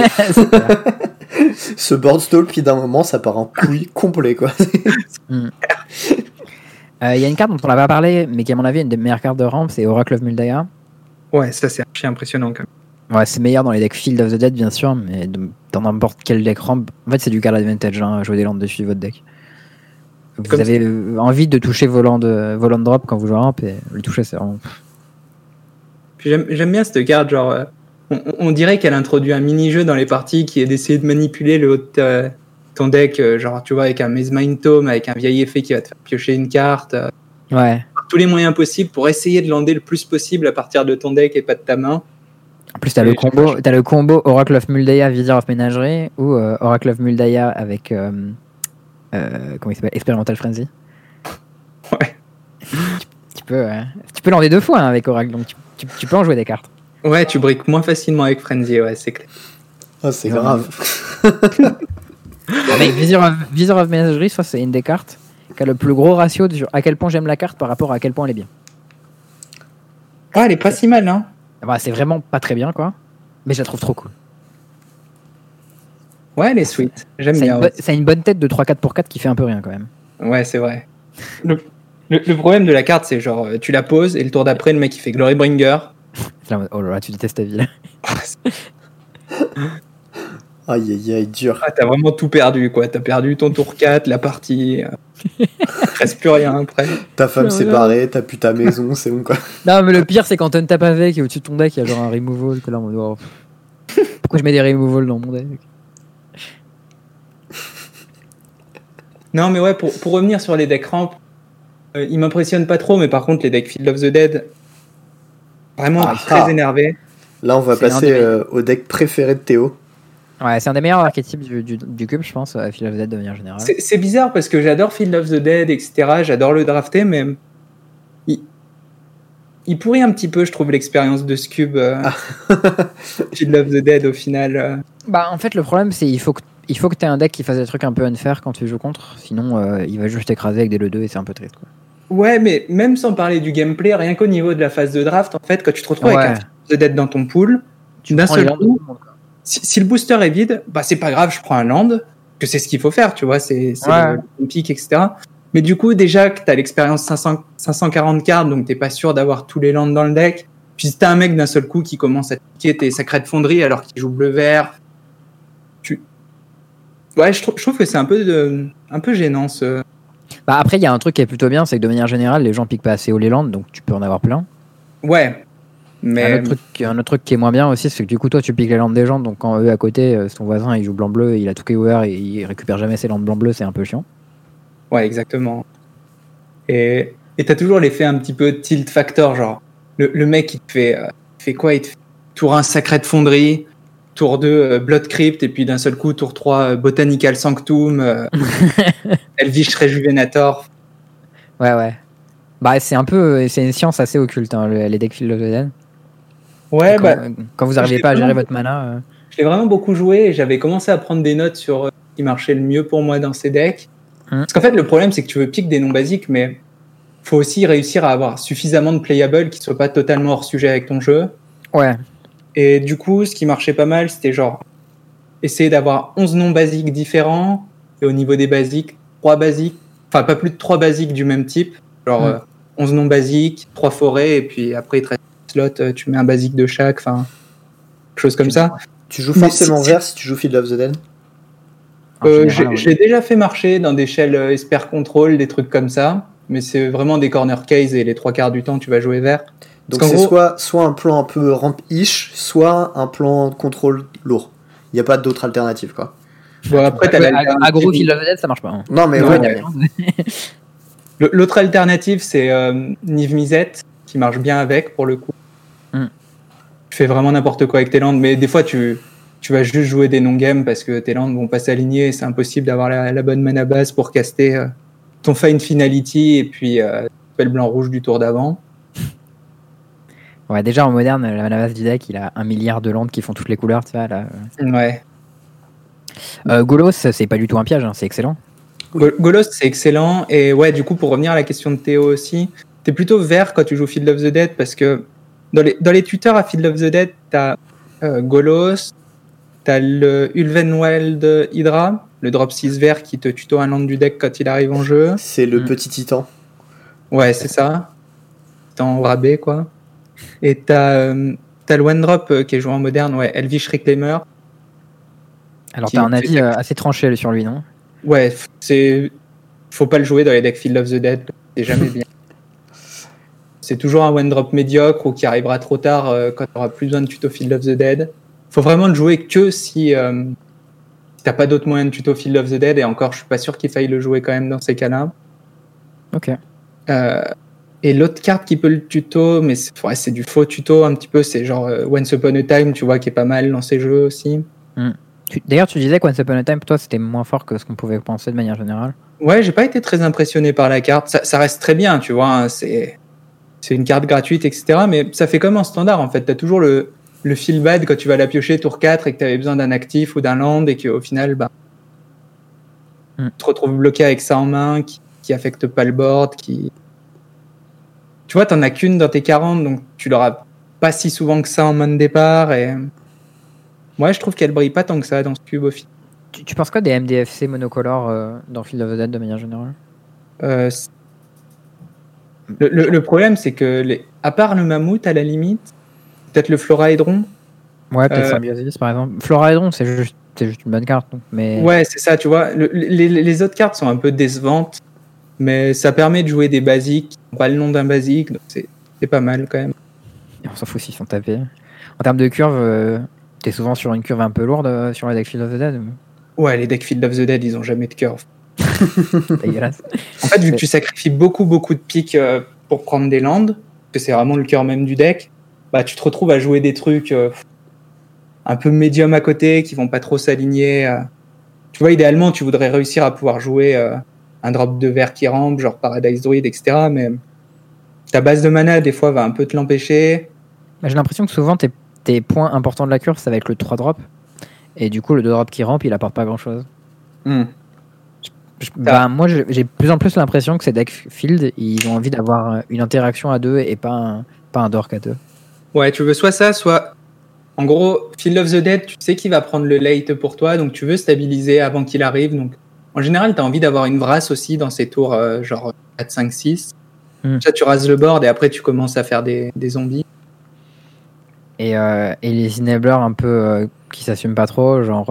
Ce board stall qui d'un moment ça part en couille complet quoi. Il y a une carte dont on n'a pas parlé, mais qui à mon avis est une des meilleures cartes de rampe, c'est Oracle of Muldaya. Ouais, ça c'est archi impressionnant quand même. Ouais, c'est meilleur dans les decks Field of the Dead bien sûr, mais dans n'importe quel deck rampe, en fait c'est du card advantage, hein, jouer des landes dessus de votre deck. Vous avez envie de toucher vos landes drop quand vous jouez rampe, et le toucher c'est vraiment... Puis j'aime bien cette carte, genre, on dirait qu'elle introduit un mini-jeu dans les parties qui est d'essayer de manipuler ton deck, genre, tu vois, avec un Maze Mind Tome, avec un vieil effet qui va te faire piocher une carte. Ouais. Tous les moyens possibles pour essayer de lander le plus possible à partir de ton deck et pas de ta main. En plus, t'as le combo Oracle of Muldaya, Vizier of Menagerie, ou Oracle of Muldaya avec, comment il s'appelle, Experimental Frenzy. Ouais. Tu peux lander 2 fois hein, avec Oracle, donc tu peux en jouer des cartes. Ouais, tu briques moins facilement avec Frenzy, ouais, c'est clair. Oh, c'est grave. Avec Vizier of Menagerie, ça c'est une des cartes qui a le plus gros ratio de à quel point j'aime la carte par rapport à quel point elle est bien. Ouais, elle est pas si mal, hein. Bah, c'est vraiment pas très bien, quoi. Mais je la trouve trop cool. Ouais, elle est sweet. J'aime bien. Ça a une bonne tête de 3-4 pour 4 qui fait un peu rien, quand même. Ouais, c'est vrai. Le problème de la carte, c'est genre, tu la poses et le tour d'après, le mec il fait Glorybringer. Oh là là, tu détestes ta vie, là. Aïe aïe aïe, dur. Ah, t'as vraiment tout perdu, quoi. T'as perdu ton tour 4, la partie. Il reste plus rien après. Ta femme s'est barrée, t'as plus ta maison, c'est bon quoi. Non, mais le pire, c'est quand tu tapes avec et au-dessus de ton deck, il y a genre un removal. T'es là en mode, oh, pourquoi je mets des removals dans mon deck? Non, mais ouais, pour revenir sur les decks ramp, ils m'impressionnent pas trop, mais par contre, les decks Field of the Dead, vraiment, je suis très énervé. Là, on va passer au deck préféré de Théo. Ouais, c'est un des meilleurs archétypes du cube, je pense, Field of the Dead de manière générale. C'est bizarre parce que j'adore Field of the Dead, etc. J'adore le drafter, mais il pourrit un petit peu, je trouve, l'expérience de ce cube. Field of the Dead, au final. Bah, en fait, le problème, c'est il faut que tu aies un deck qui fasse des trucs un peu unfair quand tu joues contre, sinon il va juste t'écraser avec des le 2 et c'est un peu triste, quoi. Ouais, mais même sans parler du gameplay, rien qu'au niveau de la phase de draft, en fait, quand tu te retrouves avec un Field of the Dead dans ton pool, d'un seul coup, si le booster est vide, bah c'est pas grave, je prends un land, que c'est ce qu'il faut faire, tu vois, c'est le pick, etc. Mais du coup, déjà que t'as l'expérience 540 cartes, donc t'es pas sûr d'avoir tous les lands dans le deck. Puis si t'as un mec d'un seul coup qui commence à piquer tes sacrés de fonderie alors qu'il joue bleu-vert, ouais, je trouve que c'est un peu gênant ce. Bah après, il y a un truc qui est plutôt bien, c'est que de manière générale, les gens piquent pas assez haut les landes, donc tu peux en avoir plein. Ouais. Mais un autre truc qui est moins bien aussi, c'est que du coup, toi, tu piques les landes des gens, donc quand eux à côté, son voisin, il joue blanc-bleu, il a tout qui est ouvert et il récupère jamais ses landes blanc-bleu, c'est un peu chiant. Ouais, exactement. Et t'as toujours l'effet un petit peu tilt factor, genre le mec il te fait quoi, il te fait tour un sacré de fonderie, tour 2 Blood Crypt, et puis d'un seul coup tour 3 Botanical Sanctum, Elvish Rejuvenator. Ouais. Bah, c'est une science assez occulte, hein, les decks Field of the Dead. Ouais, quand vous n'arrivez pas à gérer votre mana. Je l'ai vraiment beaucoup joué, et j'avais commencé à prendre des notes sur ce qui marchait le mieux pour moi dans ces decks. Parce qu'en fait, le problème, c'est que tu veux pick des noms basiques, mais faut aussi réussir à avoir suffisamment de playable qui ne soient pas totalement hors sujet avec ton jeu. Ouais. Et du coup, ce qui marchait pas mal, c'était genre essayer d'avoir 11 noms basiques différents, et au niveau des basiques, 3 basiques, enfin pas plus de 3 basiques du même type, genre 11 noms basiques, 3 forêts, et puis après, il te reste un slot, tu mets un basique de chaque, enfin, chose comme ça. Tu joues forcément vert si tu joues Field of the Dead? Je l'ai déjà fait marcher dans des shells Esper Control, des trucs comme ça, mais c'est vraiment des corner case, et les 3/4 du temps, tu vas jouer vert. Donc c'est soit un plan un peu ramp-ish, soit un plan contrôle lourd. Il n'y a pas d'autre alternative, quoi. Bon, après, t'as l'alternative. Aggro Field of the Dead, ça marche pas. Hein. Non, mais ouais. L'autre alternative, c'est Niv Mizzet, qui marche bien avec, pour le coup. Tu fais vraiment n'importe quoi avec tes landes, mais des fois, tu vas juste jouer des non-games parce que tes landes vont pas s'aligner, et c'est impossible d'avoir la bonne mana base pour caster ton Fine Finality et puis spell blanc-rouge du tour d'avant. Ouais, déjà en moderne, la mana base du deck, il a 1 milliard de landes qui font toutes les couleurs, tu vois, là. Ouais. Golos, c'est pas du tout un piège, hein, c'est excellent. Golos, c'est excellent. Et ouais, du coup, pour revenir à la question de Théo aussi, t'es plutôt vert quand tu joues Field of the Dead, parce que dans les tuteurs à Field of the Dead, t'as Golos, t'as le Ulvenwald Hydra, le drop 6 vert qui te tuto un land du deck quand il arrive en jeu. C'est le petit titan. Ouais, c'est ça. Titan rabais, quoi. Et t'as le one drop qui est joué en moderne, ouais, Elvish Reclaimer. Alors t'as un avis assez tranché sur lui, non? Ouais, faut pas le jouer dans les decks Field of the Dead, c'est jamais bien. C'est toujours un one drop médiocre ou qui arrivera trop tard quand t'auras plus besoin de tuto Field of the Dead. Faut vraiment le jouer que si t'as pas d'autre moyen de tuto Field of the Dead, et encore, je suis pas sûr qu'il faille le jouer quand même dans ces cas-là. Ok. Et l'autre carte qui peut le tuto, mais c'est du faux tuto un petit peu, c'est genre Once Upon a Time, tu vois, qui est pas mal dans ces jeux aussi. D'ailleurs, tu disais que Once Upon a Time, pour toi, c'était moins fort que ce qu'on pouvait penser de manière générale. Ouais, j'ai pas été très impressionné par la carte. Ça reste très bien, tu vois, hein, c'est une carte gratuite, etc. Mais ça fait comme en standard, en fait. T'as toujours le feel bad quand tu vas la piocher tour 4 et que t'avais besoin d'un actif ou d'un land, et qu'au final, tu te retrouves bloqué avec ça en main, qui affecte pas le board, tu vois, t'en as qu'une dans tes 40, donc tu l'auras pas si souvent que ça en main de départ, et moi, je trouve qu'elle brille pas tant que ça dans ce cube au final. Tu penses quoi des MDFC monocolores dans Field of the Dead de manière générale? Le problème, c'est que à part le mammouth, à la limite, peut-être le Floraedron. Ouais, peut-être Symbiosis par exemple. Floraedron, c'est juste une bonne carte. Donc, mais... Ouais, c'est ça, tu vois. Les autres cartes sont un peu décevantes, mais ça permet de jouer des basiques qui n'ont pas le nom d'un basique, donc c'est pas mal quand même. Et on s'en fout s'ils sont tapés. En termes de curve, t'es souvent sur une curve un peu lourde sur les decks Field of the Dead. Ouais, les decks Field of the Dead, ils ont jamais de curve. Dégueulasse. En fait, vu que tu sacrifies beaucoup de piques pour prendre des lands, que c'est vraiment le cœur même du deck, bah tu te retrouves à jouer des trucs un peu médium à côté, qui vont pas trop s'aligner. Tu vois, idéalement, tu voudrais réussir à pouvoir jouer un drop de vert qui rampe, genre Paradise Druid, etc. Mais ta base de mana, des fois, va un peu te l'empêcher. J'ai l'impression que souvent, tes points importants de la curve, ça va être le 3 drop. Et du coup, le 2 drop qui rampe, il apporte pas grand-chose. Moi, j'ai de plus en plus l'impression que ces decks field, ils ont envie d'avoir une interaction à deux et pas un dork à deux. Ouais, tu veux soit ça, soit... En gros, Field of the Dead, tu sais qu'il va prendre le late pour toi, donc tu veux stabiliser avant qu'il arrive. Donc, en général, tu as envie d'avoir une vrasse aussi dans ces tours genre 4, 5, 6. Ça, tu rases le board et après, tu commences à faire des zombies. Et les enablers un peu qui s'assument pas trop, genre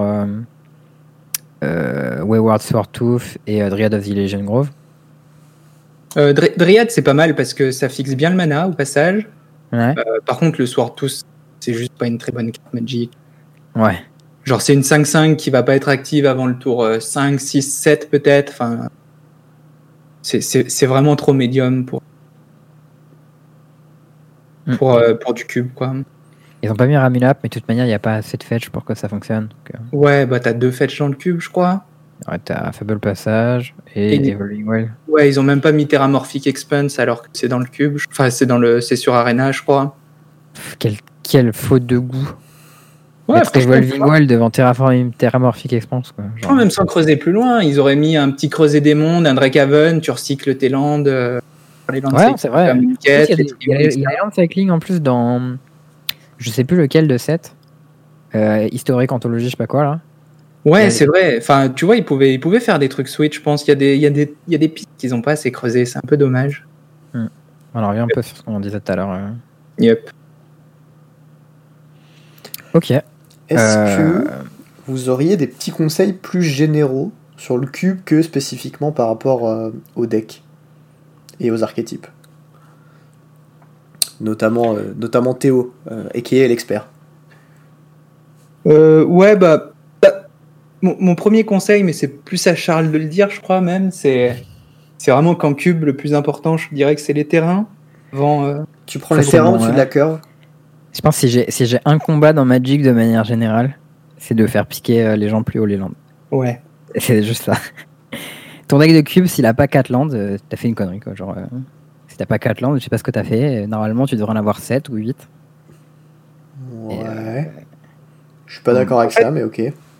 Wayward Swortooth et Dryad of the Legion Grove. Dryad, c'est pas mal parce que ça fixe bien le mana au passage. Ouais. Par contre, le Swortooth, c'est juste pas une très bonne carte Magic. Ouais. Genre, c'est une 5-5 qui va pas être active avant le tour 5, 6, 7 peut-être. Enfin, c'est vraiment trop médium pour du cube, quoi. Ils ont pas mis Ramunap, mais de toute manière, il n'y a pas assez de fetch pour que ça fonctionne. Donc, Ouais, bah t'as 2 fetch dans le cube, je crois. ouais, t'as Fable Passage et Evolving Well. Ouais, ils ont même pas mis Terramorphic Expanse alors que c'est dans le cube. Enfin, c'est sur Arena, je crois. Quelle faute de goût. Ouais, Evolving Well devant Terramorphic Expanse, quoi. Genre, même sans creuser plus loin, ils auraient mis un petit creuset des mondes, un Drakehaven, tu recycles tes lands. Les lands c'est vrai. Il y a les lands cycling en plus dans. Je sais plus lequel de 7. Historique, anthologie, je sais pas quoi là. Ouais, c'est vrai. Enfin, tu vois, ils pouvaient faire des trucs Switch, je pense. Il y a des pistes qu'ils n'ont pas assez creusées. C'est un peu dommage. On en revient un peu sur ce qu'on disait tout à l'heure. Yep. Ok. Est-ce que vous auriez des petits conseils plus généraux sur le cube que spécifiquement par rapport au deck et aux archétypes, notamment Théo, aka l'expert. Ouais, bah mon premier conseil, mais c'est plus à Charles de le dire, je crois même, c'est vraiment qu'en cube, le plus important, je dirais que c'est les terrains. Tu prends les terrains au-dessus de la curve. Je pense que si j'ai un combat dans Magic de manière générale, c'est de faire piquer les gens plus haut les landes. Ouais. C'est juste ça. Ton deck de cube, s'il a pas 4 landes, t'as fait une connerie, quoi. Genre, si t'as pas 4 landes, je sais pas ce que t'as fait. Normalement, tu devrais en avoir 7 ou 8. Ouais. Je suis pas d'accord avec ça, mais ok.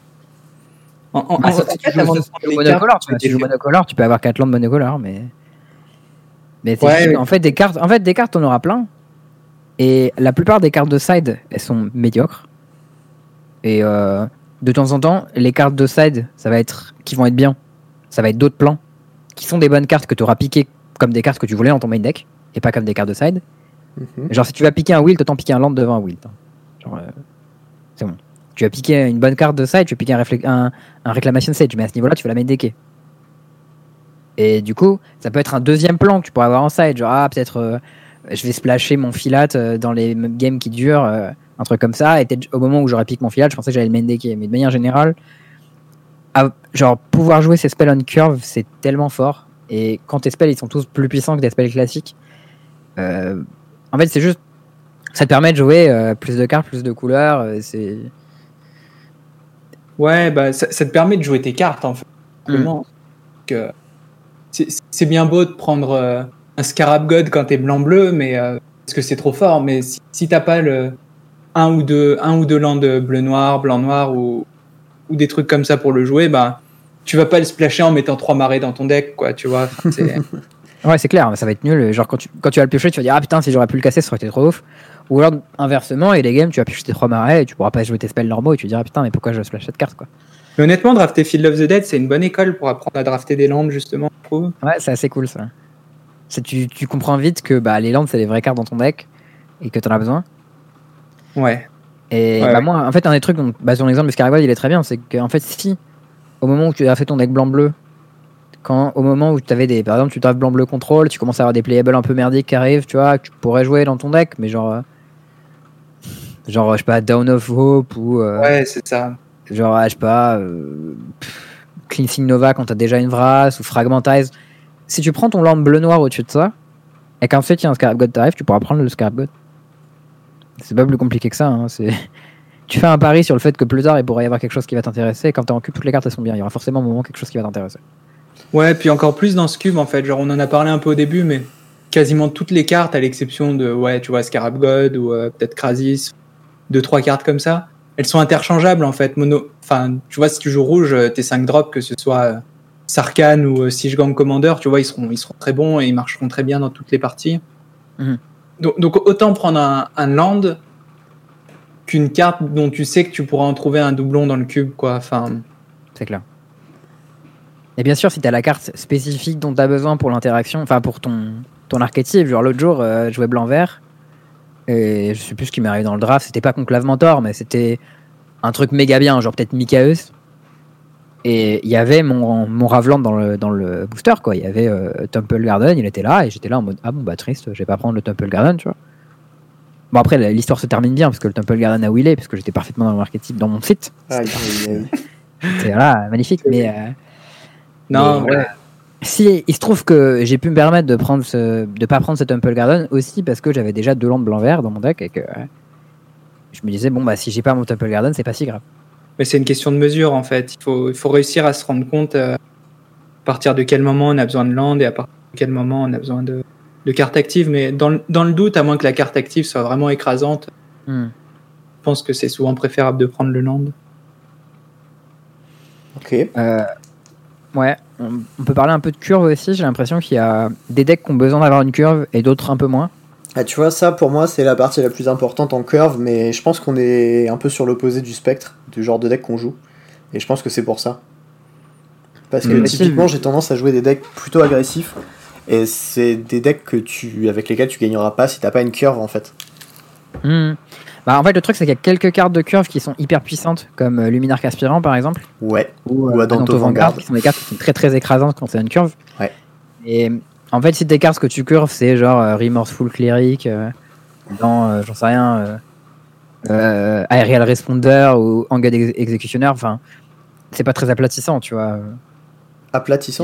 Si tu joues monocolore, tu peux avoir 4 landes monocolore, mais en fait, des cartes, on aura plein. Et la plupart des cartes de side, elles sont médiocres. Et de temps en temps, les cartes de side, qui vont être bien, ça va être d'autres plans, qui sont des bonnes cartes que tu auras piquées comme des cartes que tu voulais dans ton main deck, et pas comme des cartes de side. Genre, si tu vas piquer un wilt, autant piquer un land devant un wilt. Genre, c'est bon. Tu vas piquer une bonne carte de side, tu vas piquer un Reclamation Sage, mais à ce niveau-là, tu vas la main decker. Et du coup, ça peut être un deuxième plan que tu pourrais avoir en side, genre, peut-être je vais splasher mon filat dans les games qui durent, un truc comme ça, et peut-être au moment où j'aurais piqué mon filat, je pensais que j'allais le main decker. Mais de manière générale, genre, pouvoir jouer ces spells on curve, c'est tellement fort. Et quand tes spells, ils sont tous plus puissants que des spells classiques, en fait, c'est juste, ça te permet de jouer plus de cartes, plus de couleurs, c'est... Ouais, bah ça te permet de jouer tes cartes, en fait. Que c'est bien beau de prendre un Scarab God quand t'es blanc-bleu, mais parce que c'est trop fort. Mais si t'as pas un ou deux lands de bleu-noir, blanc-noir ou des trucs comme ça pour le jouer, bah tu vas pas le splasher en mettant 3 marées dans ton deck, quoi, tu vois. Ouais, c'est clair, ça va être nul. Genre, quand tu vas le piocher, tu vas dire, ah putain, si j'aurais pu le casser, ça aurait été trop ouf. Ou alors, inversement, et les games, tu vas piocher tes 3 marais et tu pourras pas jouer tes spells normaux et tu te diras, putain, mais pourquoi je splash cette carte, quoi. Mais honnêtement, drafter Field of the Dead, c'est une bonne école pour apprendre à drafter des lands, justement, je trouve. Ouais, c'est assez cool, ça. Tu comprends vite que les lands, c'est les vraies cartes dans ton deck et que t'en as besoin. Ouais. Et moi, en fait, un des trucs, sur l'exemple de Scarab, il est très bien, c'est qu'en fait, si, au moment où tu as fait ton deck blanc-bleu, au moment où tu avais par exemple, tu drafts blanc-bleu contrôle, tu commences à avoir des playables un peu merdiques qui arrivent, tu vois, que tu pourrais jouer dans ton deck, mais genre, je sais pas, Down of Hope ou. Ouais, c'est ça. Genre, je sais pas, Cleansing Nova quand t'as déjà une Vrasse ou Fragmentize. Si tu prends ton land bleu-noir au-dessus de ça, et qu'ensuite il y a un Scarab God t'arrive, tu pourras prendre le Scarab God. C'est pas plus compliqué que ça, hein, tu fais un pari sur le fait que plus tard il pourrait y avoir quelque chose qui va t'intéresser, et quand t'es en cube, toutes les cartes elles sont bien, il y aura forcément un moment quelque chose qui va t'intéresser. Ouais, puis encore plus dans ce cube en fait, genre on en a parlé un peu au début, mais quasiment toutes les cartes, à l'exception de, tu vois, Scarab God ou peut-être Krasis, 2-3 cartes comme ça, elles sont interchangeables en fait. Enfin, tu vois, si tu joues rouge, tes 5 drops, que ce soit Sarkhan ou Siege Gang Commander, tu vois, ils seront très bons et ils marcheront très bien dans toutes les parties. Donc autant prendre un land qu'une carte dont tu sais que tu pourras en trouver un doublon dans le cube, quoi. Enfin, c'est clair. Et bien sûr, si t'as la carte spécifique dont t'as besoin pour l'interaction, enfin pour ton archétype, genre l'autre jour, je jouais blanc-vert, et je sais plus ce qui m'est arrivé dans le draft, c'était pas Conclave Mentor, mais c'était un truc méga bien, genre peut-être Mikaeus. Et il y avait mon Raveland dans le booster, quoi. Il y avait Temple Garden, il était là, et j'étais là en mode, ah bon, triste, je vais pas prendre le Temple Garden, tu vois. Bon, après, l'histoire se termine bien, parce que le Temple Garden a wheelé, parce que j'étais parfaitement dans le archétype dans mon site. C'est là, magnifique, mais... non, mais ouais. Si, il se trouve que j'ai pu me permettre de pas prendre ce Temple Garden aussi parce que j'avais déjà 2 landes blanc-vert dans mon deck et que je me disais, bon, bah, si j'ai pas mon Temple Garden, c'est pas si grave. Mais c'est une question de mesure, en fait. Il faut réussir à se rendre compte à partir de quel moment on a besoin de land et à partir de quel moment on a besoin de cartes actives. Mais dans le doute, à moins que la carte active soit vraiment écrasante, je pense que c'est souvent préférable de prendre le land. Ok. Ouais, on peut parler un peu de curve aussi. J'ai l'impression qu'il y a des decks qui ont besoin d'avoir une curve et d'autres un peu moins. Ah, tu vois, ça pour moi c'est la partie la plus importante en curve, mais je pense qu'on est un peu sur l'opposé du spectre, du genre de deck qu'on joue. Et je pense que c'est pour ça. Parce que typiquement j'ai tendance à jouer des decks plutôt agressifs, et c'est des decks avec lesquels tu gagneras pas si t'as pas une curve en fait. Bah, en fait, le truc, c'est qu'il y a quelques cartes de curve qui sont hyper puissantes, comme Luminarque Aspirant par exemple. Ouais. Ou Adanto Vanguard, qui sont des cartes qui sont très très écrasantes quand c'est une curve. Ouais. Et en fait, si tes cartes que tu curves, c'est genre Remorseful Cleric, j'en sais rien, Aerial Responder ou Angad Executioner, enfin, c'est pas très aplatissant, tu vois. Aplatissant ?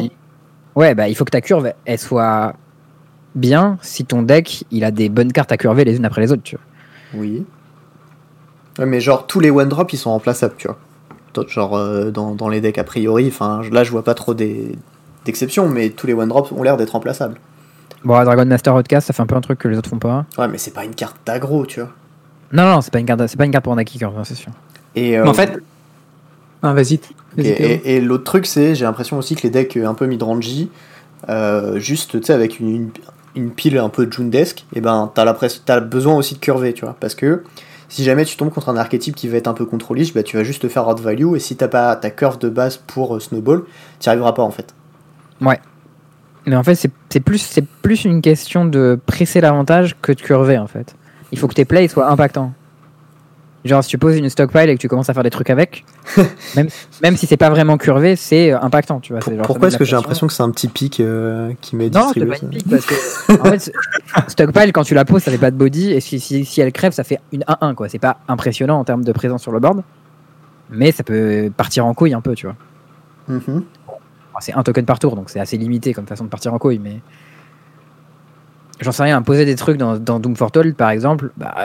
Ouais, bah il faut que ta curve, elle soit bien si ton deck, il a des bonnes cartes à curver les unes après les autres, tu vois. Oui. Ouais, mais genre tous les one drop ils sont remplaçables, tu vois. Genre dans les decks a priori, enfin là je vois pas trop d'exceptions, mais tous les one drops ont l'air d'être remplaçables. Bon, Dragon Master Outcast, ça fait un peu un truc que les autres font pas. Ouais, mais c'est pas une carte d'aggro, tu vois. Non, c'est pas une carte pour un deck qui curve, c'est sûr. Et en fait, vas-y. Et l'autre truc, c'est j'ai l'impression aussi que les decks un peu mid-rangey, juste tu sais avec une pile un peu Jundesque, et ben t'as besoin aussi de curver, tu vois, parce que si jamais tu tombes contre un archétype qui va être un peu contrôlish, bah tu vas juste te faire out value, et si t'as pas ta curve de base pour Snowball, t'y arriveras pas en fait. Ouais. Mais en fait, c'est plus une question de presser l'avantage que de curver en fait. Il faut que tes plays soient impactants. Genre, si tu poses une stockpile et que tu commences à faire des trucs avec, même si c'est pas vraiment curvé, c'est impactant, tu vois. Pourquoi est-ce que j'ai l'impression que c'est un petit pic qui m'est distribué? Non, c'est pas une pique, parce que en fait, stockpile, quand tu la poses, ça fait pas de body, et si elle crève, ça fait une 1-1, quoi. C'est pas impressionnant en termes de présence sur le board, mais ça peut partir en couille un peu, tu vois. Mm-hmm. C'est un token par tour, donc c'est assez limité comme façon de partir en couille, mais j'en sais rien. Poser des trucs dans Doom Foretold, par exemple,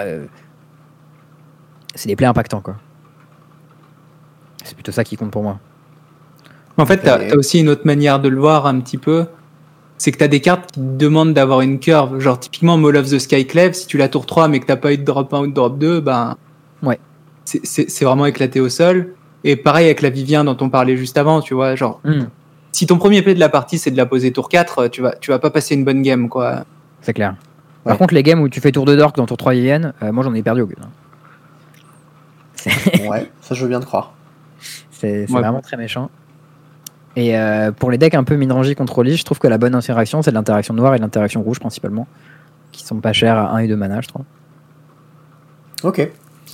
c'est des plays impactants, quoi. C'est plutôt ça qui compte pour moi. En fait, t'as aussi une autre manière de le voir un petit peu. C'est que t'as des cartes qui demandent d'avoir une curve. Genre, typiquement, Maul of the Skyclave, si tu la tour 3 mais que t'as pas eu de drop 1 ou de drop 2, ouais. C'est vraiment éclaté au sol. Et pareil avec la Vivien dont on parlait juste avant, tu vois. Genre, si ton premier play de la partie c'est de la poser tour 4, tu vas pas passer une bonne game, quoi. C'est clair. Par contre, les games où tu fais tour 2 d'orc dans tour 3 Vivienne, moi j'en ai perdu aucune. Ouais, ça je veux bien te croire. C'est vraiment très méchant. Et pour les decks un peu mid-range contrôlés, je trouve que la bonne interaction, c'est de l'interaction noire et de l'interaction rouge principalement, qui sont pas chères à 1 et 2 mana, je trouve. Ok.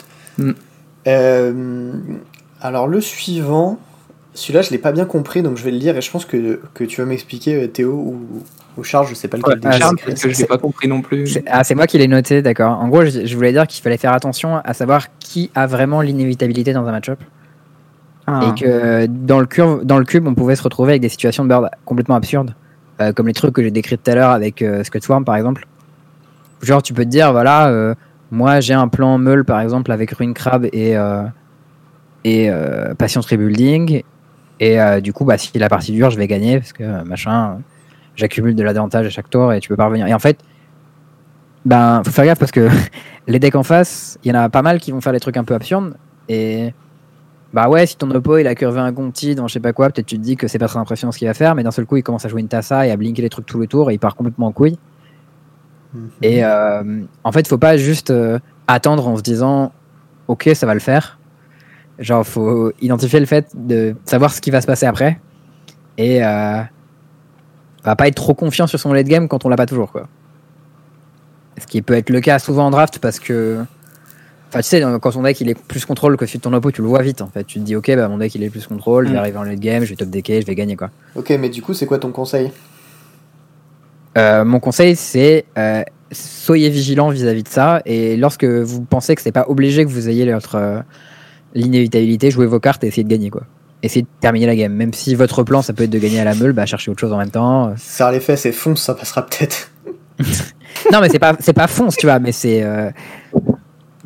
Alors le suivant, celui-là je l'ai pas bien compris, donc je vais le lire et je pense que tu vas m'expliquer, Théo ou Charles, je sais pas lequel des Charles, parce que je l'ai pas compris non plus. C'est moi qui l'ai noté, d'accord. En gros, je voulais dire qu'il fallait faire attention à savoir qui a vraiment l'inévitabilité dans un match-up. Et que dans le cube, on pouvait se retrouver avec des situations de board complètement absurdes, comme les trucs que j'ai décrits tout à l'heure avec Scudswarm par exemple. Genre, tu peux te dire, voilà, moi j'ai un plan meul par exemple avec Ruin Crab et Patience Rebuilding, et du coup, si la partie dure, je vais gagner parce que j'accumule de l'avantage à chaque tour et tu peux pas revenir. Et en fait, faut faire gaffe parce que les decks en face, il y en a pas mal qui vont faire des trucs un peu absurdes. Et ouais, si ton oppo il a curvé un Gonti dans je sais pas quoi, peut-être tu te dis que c'est pas très impressionnant ce qu'il va faire, mais d'un seul coup il commence à jouer une Tassa et à blinker les trucs tout le tour et il part complètement en couille. Et en fait, faut pas juste attendre en se disant ok, ça va le faire. Genre, faut identifier le fait de savoir ce qui va se passer après et va pas être trop confiant sur son late game quand on l'a pas toujours, quoi. Ce qui peut être le cas souvent en draft parce que, enfin, tu sais, quand ton deck il est plus contrôle que celui de ton oppo, tu le vois vite en fait. Tu te dis, ok, mon deck il est plus contrôle, je vais arriver en late game, je vais top decker, je vais gagner, quoi. Ok, mais du coup, c'est quoi ton conseil ? Mon conseil, c'est soyez vigilant vis-à-vis de ça, et lorsque vous pensez que c'est pas obligé que vous ayez l'inévitabilité, jouez vos cartes et essayez de gagner, quoi. Essayez de terminer la game, même si votre plan ça peut être de gagner à la meule, cherchez autre chose en même temps. Serre les fesses et fonce, ça passera peut-être. Non, mais c'est pas fonce, tu vois, mais c'est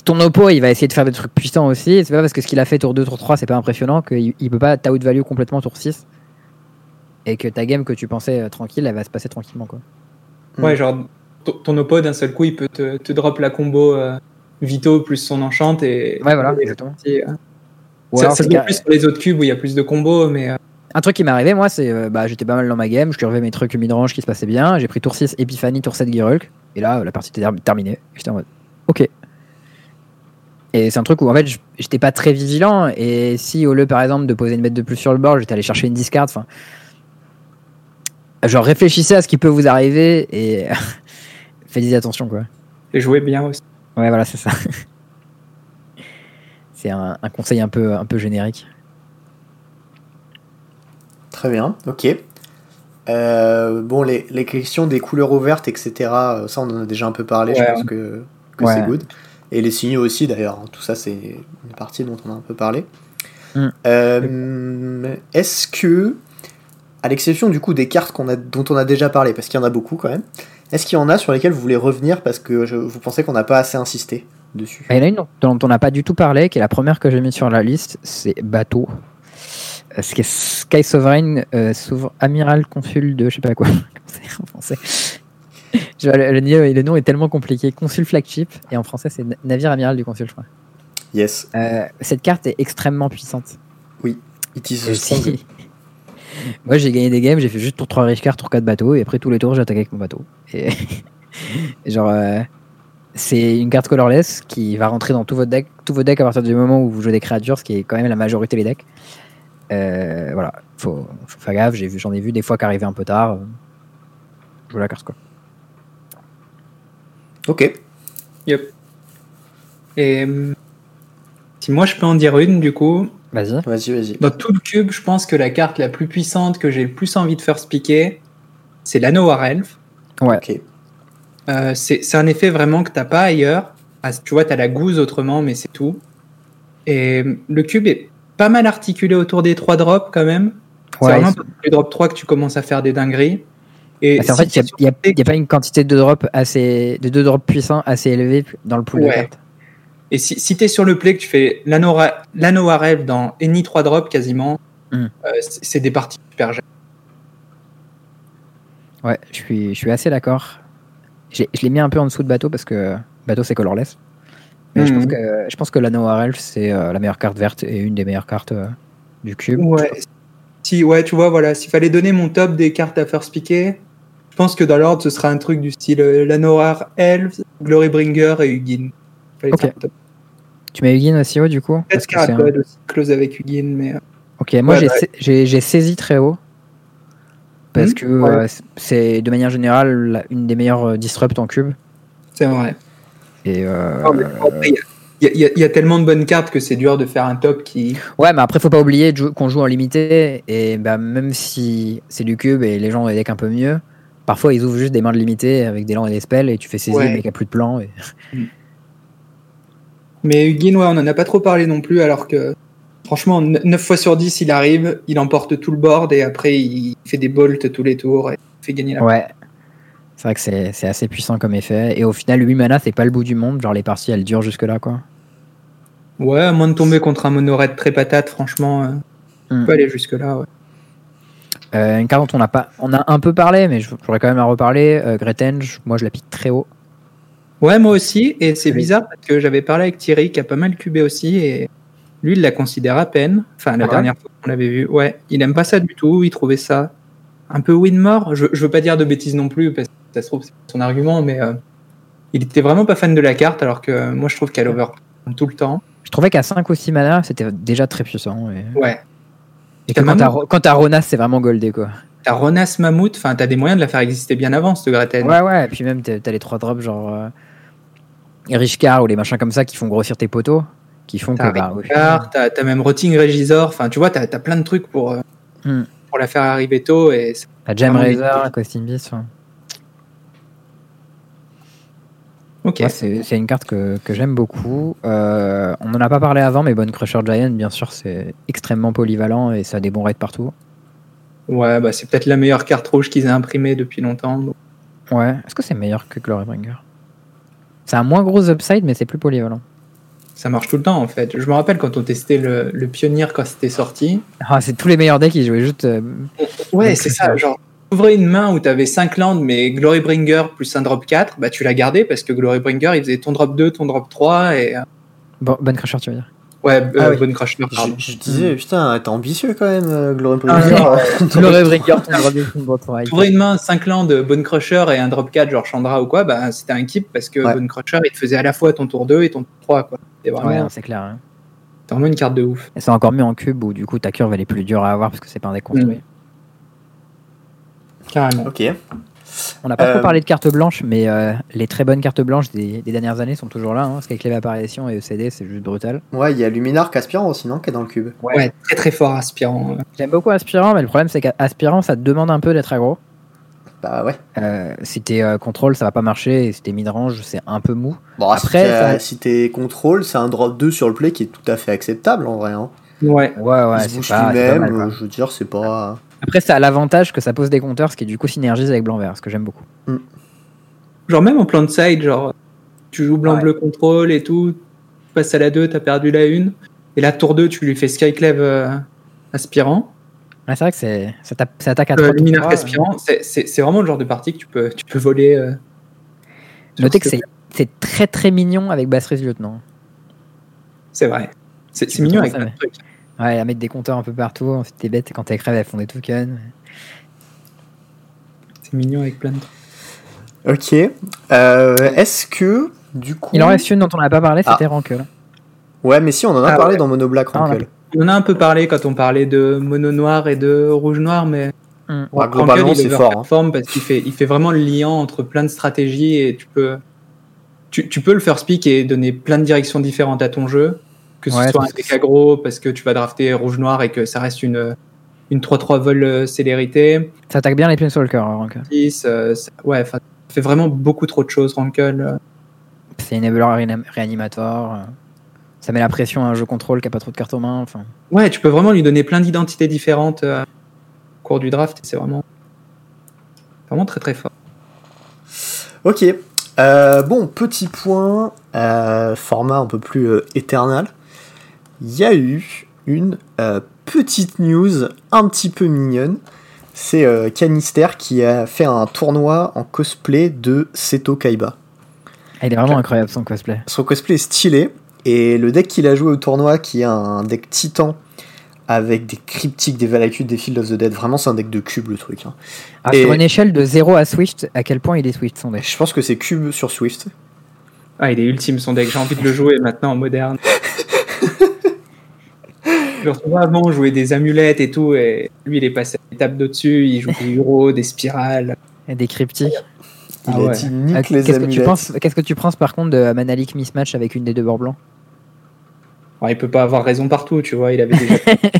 ton oppo, il va essayer de faire des trucs puissants aussi. C'est pas parce que ce qu'il a fait tour 2, tour 3, c'est pas impressionnant qu'il peut pas t'out-value complètement tour 6. Et que ta game que tu pensais tranquille, elle va se passer tranquillement, quoi. Ouais, genre, ton oppo, d'un seul coup, il peut te drop la combo Vito plus son enchant et... Ouais, voilà, exactement. Ça se voit plus sur les autres cubes où il y a plus de combos, mais... Un truc qui m'est arrivé, moi, c'est j'étais pas mal dans ma game, je curvais mes trucs mid-range qui se passaient bien, j'ai pris tour 6 Epiphany, tour 7 Gerulk, et là, la partie était terminée. J'étais en mode, ok. Et c'est un truc où, en fait, j'étais pas très vigilant, et si, au lieu, par exemple, de poser une bête de plus sur le board, j'étais allé chercher une discard, enfin... Genre, réfléchissez à ce qui peut vous arriver, et faites-y attention, quoi. Et jouez bien aussi. Ouais, voilà, c'est ça. C'est un conseil un peu générique. Très bien, ok. Bon, les questions des couleurs ouvertes, etc., ça on en a déjà un peu parlé, je pense que c'est good. Et les signaux aussi, d'ailleurs, tout ça c'est une partie dont on a un peu parlé. Est-ce que, à l'exception du coup des cartes dont on a déjà parlé, parce qu'il y en a beaucoup quand même, est-ce qu'il y en a sur lesquelles vous voulez revenir parce que vous pensez qu'on n'a pas assez insisté dessus? Il y en a une dont on n'a pas du tout parlé, qui est la première que j'ai mise sur la liste, c'est Bateau. Ce qui est Sky Sovereign, Amiral Consul de je sais pas quoi. C'est en français. Le nom est tellement compliqué. Consul Flagship, et en français c'est Navire Amiral du Consul, je crois. Yes. Cette carte est extrêmement puissante. Oui, it is strong. Moi j'ai gagné des games, j'ai fait juste tour 3 Richcard, tour 4 bateau, et après tous les tours j'attaquais avec mon bateau. Et genre, c'est une carte colorless qui va rentrer dans tous vos decks à partir du moment où vous jouez des créatures, ce qui est quand même la majorité des decks. Voilà, faut faire gaffe, j'en ai vu des fois qu'arriver un peu tard. Je joue la carte, quoi. Ok. Yep. Et si moi je peux en dire une, du coup. Vas-y. Dans tout le cube, je pense que la carte la plus puissante que j'ai le plus envie de first picker, c'est l'Anowar Elf. Ouais. Ok. C'est un effet vraiment que t'as pas ailleurs. Tu vois, t'as la gouze autrement, mais c'est tout. Et le cube est pas mal articulé autour des 3 drops quand même. Ouais, c'est vraiment pour les drop 3 que tu commences à faire des dingueries. Et en fait, il n'y a pas une quantité de deux drops puissants assez élevée dans le pool de cartes. Et si t'es sur le play, que tu fais l'Anowar Elf dans any 3 drops quasiment, c'est des parties super gênantes. Ouais, je suis assez d'accord. Je l'ai mis un peu en dessous de Bateau parce que Bateau c'est colorless. Mais je pense que l'Anowar Elf c'est la meilleure carte verte et une des meilleures cartes du cube. Ouais. Tu vois, voilà, s'il fallait donner mon top des cartes à first picker, je pense que dans l'ordre ce sera un truc du style l'Anowar Elf, Glorybringer et Ugin. Ok. Tu mets Ugin aussi haut du coup? Peut-être Caracode aussi close avec Ugin, mais. Ok, moi j'ai saisi très haut. Parce que c'est de manière générale une des meilleures disrupt en cube. C'est vrai. Et il y a tellement de bonnes cartes que c'est dur de faire un top qui. Ouais, mais après faut pas oublier qu'on joue en limité, et même si c'est du cube et les gens ont des decks un peu mieux, parfois ils ouvrent juste des mains de limité avec des lands et des spells et tu fais saisir mais qu'il n'y a plus de plan. Et... Mais Ugin, on en a pas trop parlé non plus, alors que franchement 9 fois sur 10 il arrive, il emporte tout le board et après il fait des bolts tous les tours et il fait gagner la Ouais. C'est vrai que c'est assez puissant comme effet. Et au final, 8 mana, c'est pas le bout du monde. Genre, les parties, elles durent jusque-là, quoi. Ouais, à moins de tomber contre un mono-red très patate, franchement, on peut aller jusque-là, ouais. Une carte dont on a un peu parlé, mais j'aurais quand même à reparler. Gretenge, moi, je la pique très haut. Ouais, moi aussi. Et c'est bizarre parce que j'avais parlé avec Thierry, qui a pas mal cubé aussi, et lui, il la considère à peine. Enfin, la dernière fois qu'on l'avait vu. Ouais, il aime pas ça du tout. Il trouvait ça un peu win-more. Je veux pas dire de bêtises non plus, parce que ça se trouve, c'est son argument, mais il était vraiment pas fan de la carte, alors que moi, je trouve qu'elle overprend tout le temps. Je trouvais qu'à 5 ou 6 mana, c'était déjà très puissant. Ouais. Et que quand t'as Ronas, c'est vraiment goldé, quoi. T'as Ronas Mammouth, enfin, t'as des moyens de la faire exister bien avant, cette Greten. Ouais, et puis même, t'as les 3 drops, genre Richcard ou les machins comme ça qui font grossir tes poteaux, qui font que. T'as même Rotting Regisor, enfin, tu vois, t'as plein de trucs pour la faire arriver tôt. Et t'as Gem Razor, Costing Beast. Ok. Moi, c'est une carte que j'aime beaucoup. On n'en a pas parlé avant, mais Bone Crusher Giant, bien sûr, c'est extrêmement polyvalent et ça a des bons raids partout. Ouais, bah c'est peut-être la meilleure carte rouge qu'ils aient imprimée depuis longtemps. Donc. Ouais, est-ce que c'est meilleur que Glorybringer? C'est un moins gros upside, mais c'est plus polyvalent. Ça marche tout le temps en fait. Je me rappelle quand on testait le Pioneer quand c'était sorti. Ah, c'est tous les meilleurs decks, ils jouaient juste. Ouais, c'est ça. Genre, tu ouvrais une main où tu avais 5 landes, mais Glorybringer plus un drop 4, bah tu l'as gardé parce que Glorybringer il faisait ton drop 2, ton drop 3 et. Bon, Bone Crusher, tu veux dire? Ouais, Bone Crusher, pardon. Je disais, putain, t'es ambitieux quand même, Glorybringer. Glorybringer, ton drop 2, ton drop 3. Tu ouvrais une main, 5 landes, Bone Crusher et un drop 4, genre Chandra ou quoi, bah c'était un keep parce que Bone Crusher il te faisait à la fois ton tour 2 et ton tour 3, quoi. Vraiment, ouais, non, c'est clair. Hein. C'est vraiment une carte de ouf. Et c'est encore mieux en cube où du coup ta curve elle est plus dure à avoir parce que c'est pas un deck construit. Carrément. Ok. On n'a pas trop parlé de cartes blanches, mais les très bonnes cartes blanches des dernières années sont toujours là. Hein, parce qu'avec les apparitions et ECD, c'est juste brutal. Ouais, il y a Luminark Aspirant aussi, non, qui est dans le cube. Ouais, très très fort Aspirant. J'aime beaucoup Aspirant, mais le problème c'est qu'Aspirant ça te demande un peu d'être aggro. Bah ouais. Si t'es contrôle, ça va pas marcher. Et si t'es mid-range, c'est un peu mou. Bon, après, si t'es contrôle, c'est un drop 2 sur le play qui est tout à fait acceptable en vrai. Hein. Ouais. Il se bouge lui-même, je veux dire, c'est pas. Après, ça a l'avantage que ça pose des compteurs, ce qui du coup synergise avec blanc-vert, ce que j'aime beaucoup. Genre même en plan de side, genre tu joues blanc-bleu contrôle et tout, tu passes à la 2, t'as perdu la 1, et la tour 2, tu lui fais Skyclave Aspirant. Ouais, c'est vrai que ça attaque à 3 Luminark Aspirant, c'est vraiment le genre de partie que tu peux voler. Notez que c'est très très mignon avec Basri's Lieutenant. C'est vrai. C'est mignon avec plein de trucs. Ouais, à mettre des compteurs un peu partout, ensuite t'es bête, quand elles crèvent, elles font des tokens. C'est mignon avec plein de trucs. Ok. Est-ce que, du coup... Il en reste une dont on n'a pas parlé, c'était Rankle. Ouais, mais si, on en a parlé dans Mono Black, Rankle. On en a un peu parlé quand on parlait de Mono Noir et de Rouge Noir, mais... globalement, c'est fort. Hein. Parce qu'il fait vraiment le lien entre plein de stratégies et tu peux le first pick et donner plein de directions différentes à ton jeu. Que ce soit un deck aggro parce que tu vas drafter rouge-noir et que ça reste une 3-3 vol célérité. Ça attaque bien les Planeswalkers, Rankle. Ouais, ça fait vraiment beaucoup trop de choses, Rankle. C'est Enabler Reanimator. Ça met la pression à un jeu contrôle qui n'a pas trop de cartes aux mains. Enfin. Ouais, tu peux vraiment lui donner plein d'identités différentes au cours du draft. C'est vraiment très très fort. Ok. Bon, petit point, format un peu plus éternel. Il y a eu une petite news un petit peu mignonne. C'est Canister qui a fait un tournoi en cosplay de Seto Kaiba. Il est vraiment incroyable son cosplay. Son cosplay est stylé. Et le deck qu'il a joué au tournoi, qui est un deck titan avec des cryptiques, des Valakut, des Field of the Dead, vraiment c'est un deck de cube le truc. Hein. Sur une échelle de 0 à Swift, à quel point il est Swift son deck? Je pense que c'est cube sur Swift. Ah, il est ultime son deck, j'ai envie de le jouer maintenant en moderne. Je le retrouvais avant, jouer des amulettes et tout, et lui il est passé à l'étape d'au-dessus, il joue des euros, des spirales. Et des cryptiques. Il a dit nique les amulettes. Qu'est-ce que tu penses par contre de Manalik Mismatch avec une des deux bords blancs? Alors, il peut pas avoir raison partout, tu vois, il avait déjà...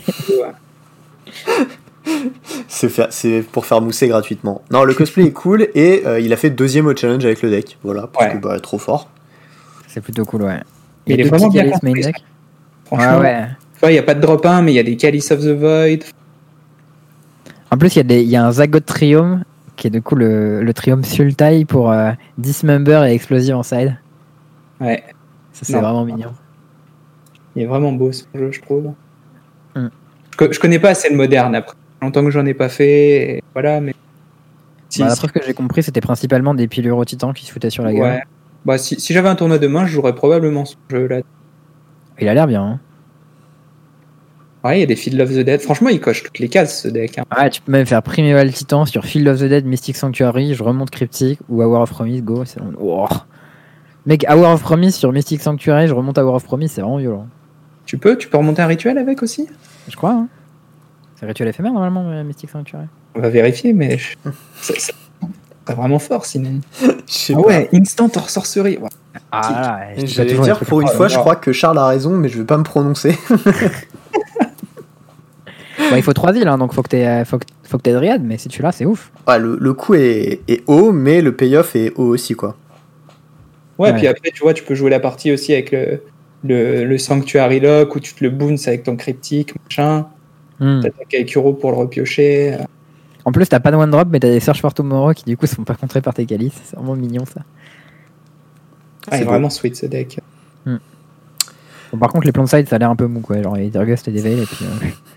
C'est pour faire mousser gratuitement. Non, le cosplay est cool et il a fait deuxième au challenge avec le deck. Voilà, parce que trop fort. C'est plutôt cool, ouais. Il est vraiment bien construit, deck. Franchement, il n'y a pas de drop 1, mais il y a des Chalice of the Void. En plus, il y a un Zagot Triome qui est du coup le Triome Sultai pour Dismember et Explosive en side. Ouais. Ça, c'est vraiment mignon. Il est vraiment beau ce jeu, je trouve. Je connais pas assez le moderne après. Longtemps que j'en ai pas fait, et voilà, mais. D'après ce que j'ai compris, c'était principalement des pilures titans qui se foutaient sur la gueule. Ouais. Bah, si j'avais un tournoi demain, je jouerais probablement ce jeu-là. Il a l'air bien. Hein. Ouais, il y a des Field of the Dead. Franchement, il coche toutes les cases ce deck. Hein. Ouais, tu peux même faire Primeval Titan sur Field of the Dead, Mystic Sanctuary, je remonte Cryptic ou Hour of Promise, go. C'est long. Oh. Mec, Hour of Promise sur Mystic Sanctuary, je remonte Hour of Promise, c'est vraiment violent. Tu peux remonter un rituel avec aussi? Je crois. Hein. C'est un rituel éphémère normalement, Mystic Sanctuary. On va vérifier, mais c'est vraiment fort sinon. Ouais, Instant hors sorcerie. Ouais. J'allais dire pour une fois, je crois que Charles a raison, mais je vais pas me prononcer. Il faut 3 îles, hein, donc faut que t'aies Dryad, mais si tu l'as, c'est ouf. Ouais, le coût est haut, mais le payoff est haut aussi, quoi. Ouais, puis après, tu vois, tu peux jouer la partie aussi avec le Sanctuary Lock, où tu te le bounces avec ton cryptique, machin. T'attaques avec Uro pour le repiocher. En plus, t'as pas de one drop, mais t'as des Search for Tomorrow qui, du coup, sont pas contrés par tes calices. C'est vraiment mignon, ça. C'est vraiment sweet, ce deck. Bon, par contre, les plans side, ça a l'air un peu mou, quoi. Genre, les Dirgust et des Veil, et puis.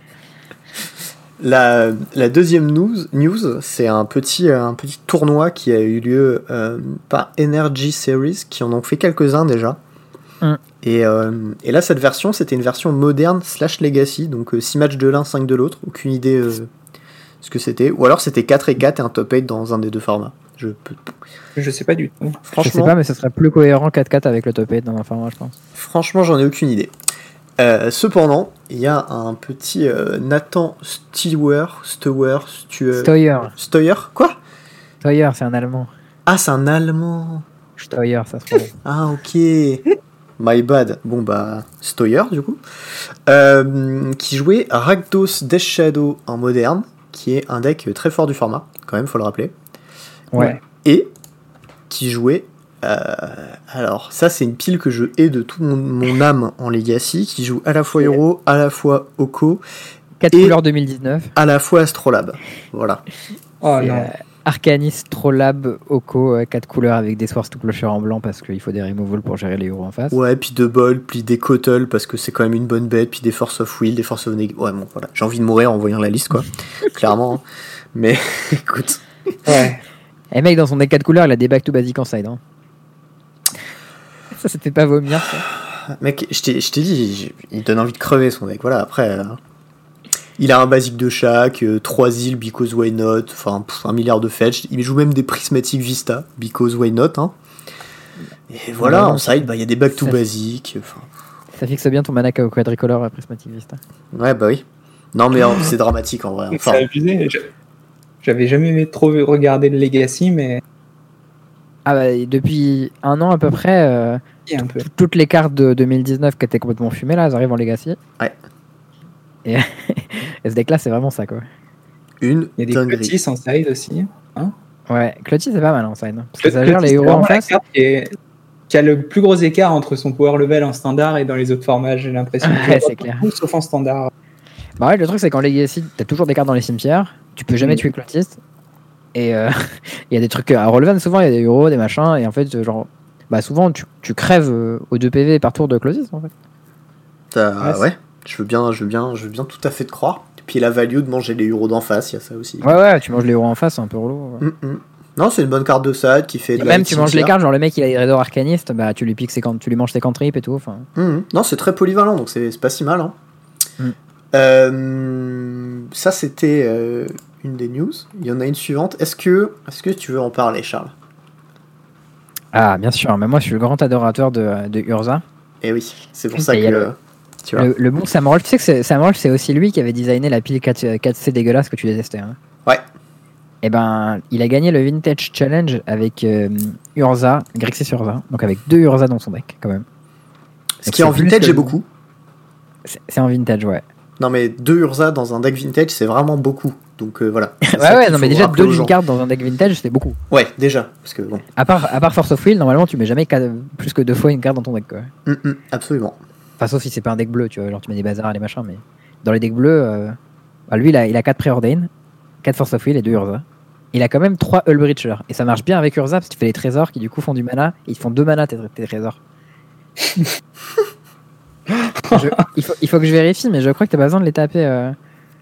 La deuxième news, c'est un petit tournoi qui a eu lieu par Energy Series, qui en ont fait quelques-uns déjà. Et là, cette version, c'était une version moderne / legacy, donc 6 matchs de l'un, 5 de l'autre. Aucune idée ce que c'était. Ou alors c'était 4 et 4 et un top 8 dans un des deux formats. Je sais pas du tout. Franchement, je sais pas, mais ce serait plus cohérent 4-4 avec le top 8 dans un format, je pense. Franchement, j'en ai aucune idée. Cependant, il y a un petit Nathan Steuer. Quoi ? Steuer, c'est un Allemand. Ah, c'est un Allemand. Steuer, ça se trouve. Ah, ok. My bad. Bon, bah, Steuer, du coup. Qui jouait Rakdos Death Shadow en moderne, qui est un deck très fort du format, quand même, faut le rappeler. Ouais. Et qui jouait... alors, ça, c'est une pile que je hais de tout mon âme en Legacy, qui joue à la fois Hero, à la fois Oko, 4 couleurs 2019. À la fois Astrolabe. Voilà. Oh non. Arcanis, Trollab, Oko, 4 couleurs avec des Swords to Plowshare en blanc parce qu'il faut des removals pour gérer les héros en face. Ouais, puis de Bol, puis des Kotal parce que c'est quand même une bonne bête, puis des Force of Will, des Force of Neg. Ouais, bon, voilà. J'ai envie de mourir en voyant la liste, quoi. Clairement. Hein. Mais écoute. Ouais. Et mec, dans son deck 4 couleurs, il a des back to basic en side. Hein. Ça fait pas vomir, ça. Mec, je t'ai dit, il donne envie de crever son deck. Voilà, après. Il a un basique de chaque, 3 îles, because why not, enfin 1 milliard de fetch. Il joue même des Prismatic Vista, because why not. Hein. Et voilà, en side, il y a des back to basic. Ça fixe bien ton mana au quadricolore Prismatic Vista. Ouais, bah oui. Non, mais c'est dramatique en vrai. Enfin, c'est abusé. J'avais jamais trop regardé le Legacy, mais. Ah bah, depuis un an à peu près, un peu. Toutes les cartes de 2019 qui étaient complètement fumées, là, elles arrivent en Legacy. Ouais. Et ce deck là, c'est vraiment ça, quoi. Il y a des Clotis en side aussi. Hein, ouais, Clotis c'est pas mal en side. Parce que ça gère les héros en face. Qui a le plus gros écart entre son power level en standard et dans les autres formats, j'ai l'impression. Ouais, c'est clair. Sauf en standard. Bah ouais, le truc c'est qu'en Legacy, t'as toujours des cartes dans les cimetières. Tu peux jamais tuer Clotis. Et il y a des trucs à relever souvent, il y a des héros, des machins. Et en fait, genre, bah souvent tu crèves aux 2 PV par tour de Clotis en fait. Ouais. Je veux bien tout à fait te croire. Et puis la value de manger les héros d'en face, il y a ça aussi. Ouais, tu manges les héros en face, c'est un peu relou. Ouais. Non, c'est une bonne carte de side qui fait de même tu manges les cartes, genre le mec il a des Redor Arcaniste, bah tu lui piques tu lui manges ses cantrips et tout. Enfin. Non, c'est très polyvalent, donc c'est pas si mal. Hein. Ça c'était une des news. Il y en a une suivante. Est-ce que tu veux en parler, Charles ? Ah, bien sûr, mais moi je suis le grand adorateur de Urza. Et oui, c'est pour ça que... Le bon Sam Rolf, tu sais que Sam Rolf, c'est aussi lui qui avait designé la pile 4C dégueulasse que tu détestais. Hein. Ouais. Et ben, il a gagné le Vintage Challenge avec Urza, Grixis Urza, donc avec 2 Urza dans son deck, quand même. Ce qui en Vintage est beaucoup. C'est en Vintage, ouais. Non, mais 2 Urza dans un deck Vintage, c'est vraiment beaucoup. Donc voilà. ouais, non, mais déjà 2 d'une carte dans un deck Vintage, c'est beaucoup. Ouais, déjà. Parce que, bon. À part Force of Will, normalement, tu mets jamais plus que 2 fois une carte dans ton deck, quoi. Absolument. Enfin, sauf si c'est pas un deck bleu, tu vois, genre tu mets des bazars, les machins, mais dans les decks bleus, lui, il a 4 Preordain, 4 Force of Will et 2 Urza. Il a quand même 3 Hullbreacher, et ça marche bien avec Urza parce que tu fais les trésors qui du coup font du mana, et ils font 2 mana tes trésors. Il faut que je vérifie, mais je crois que t'as pas besoin de les taper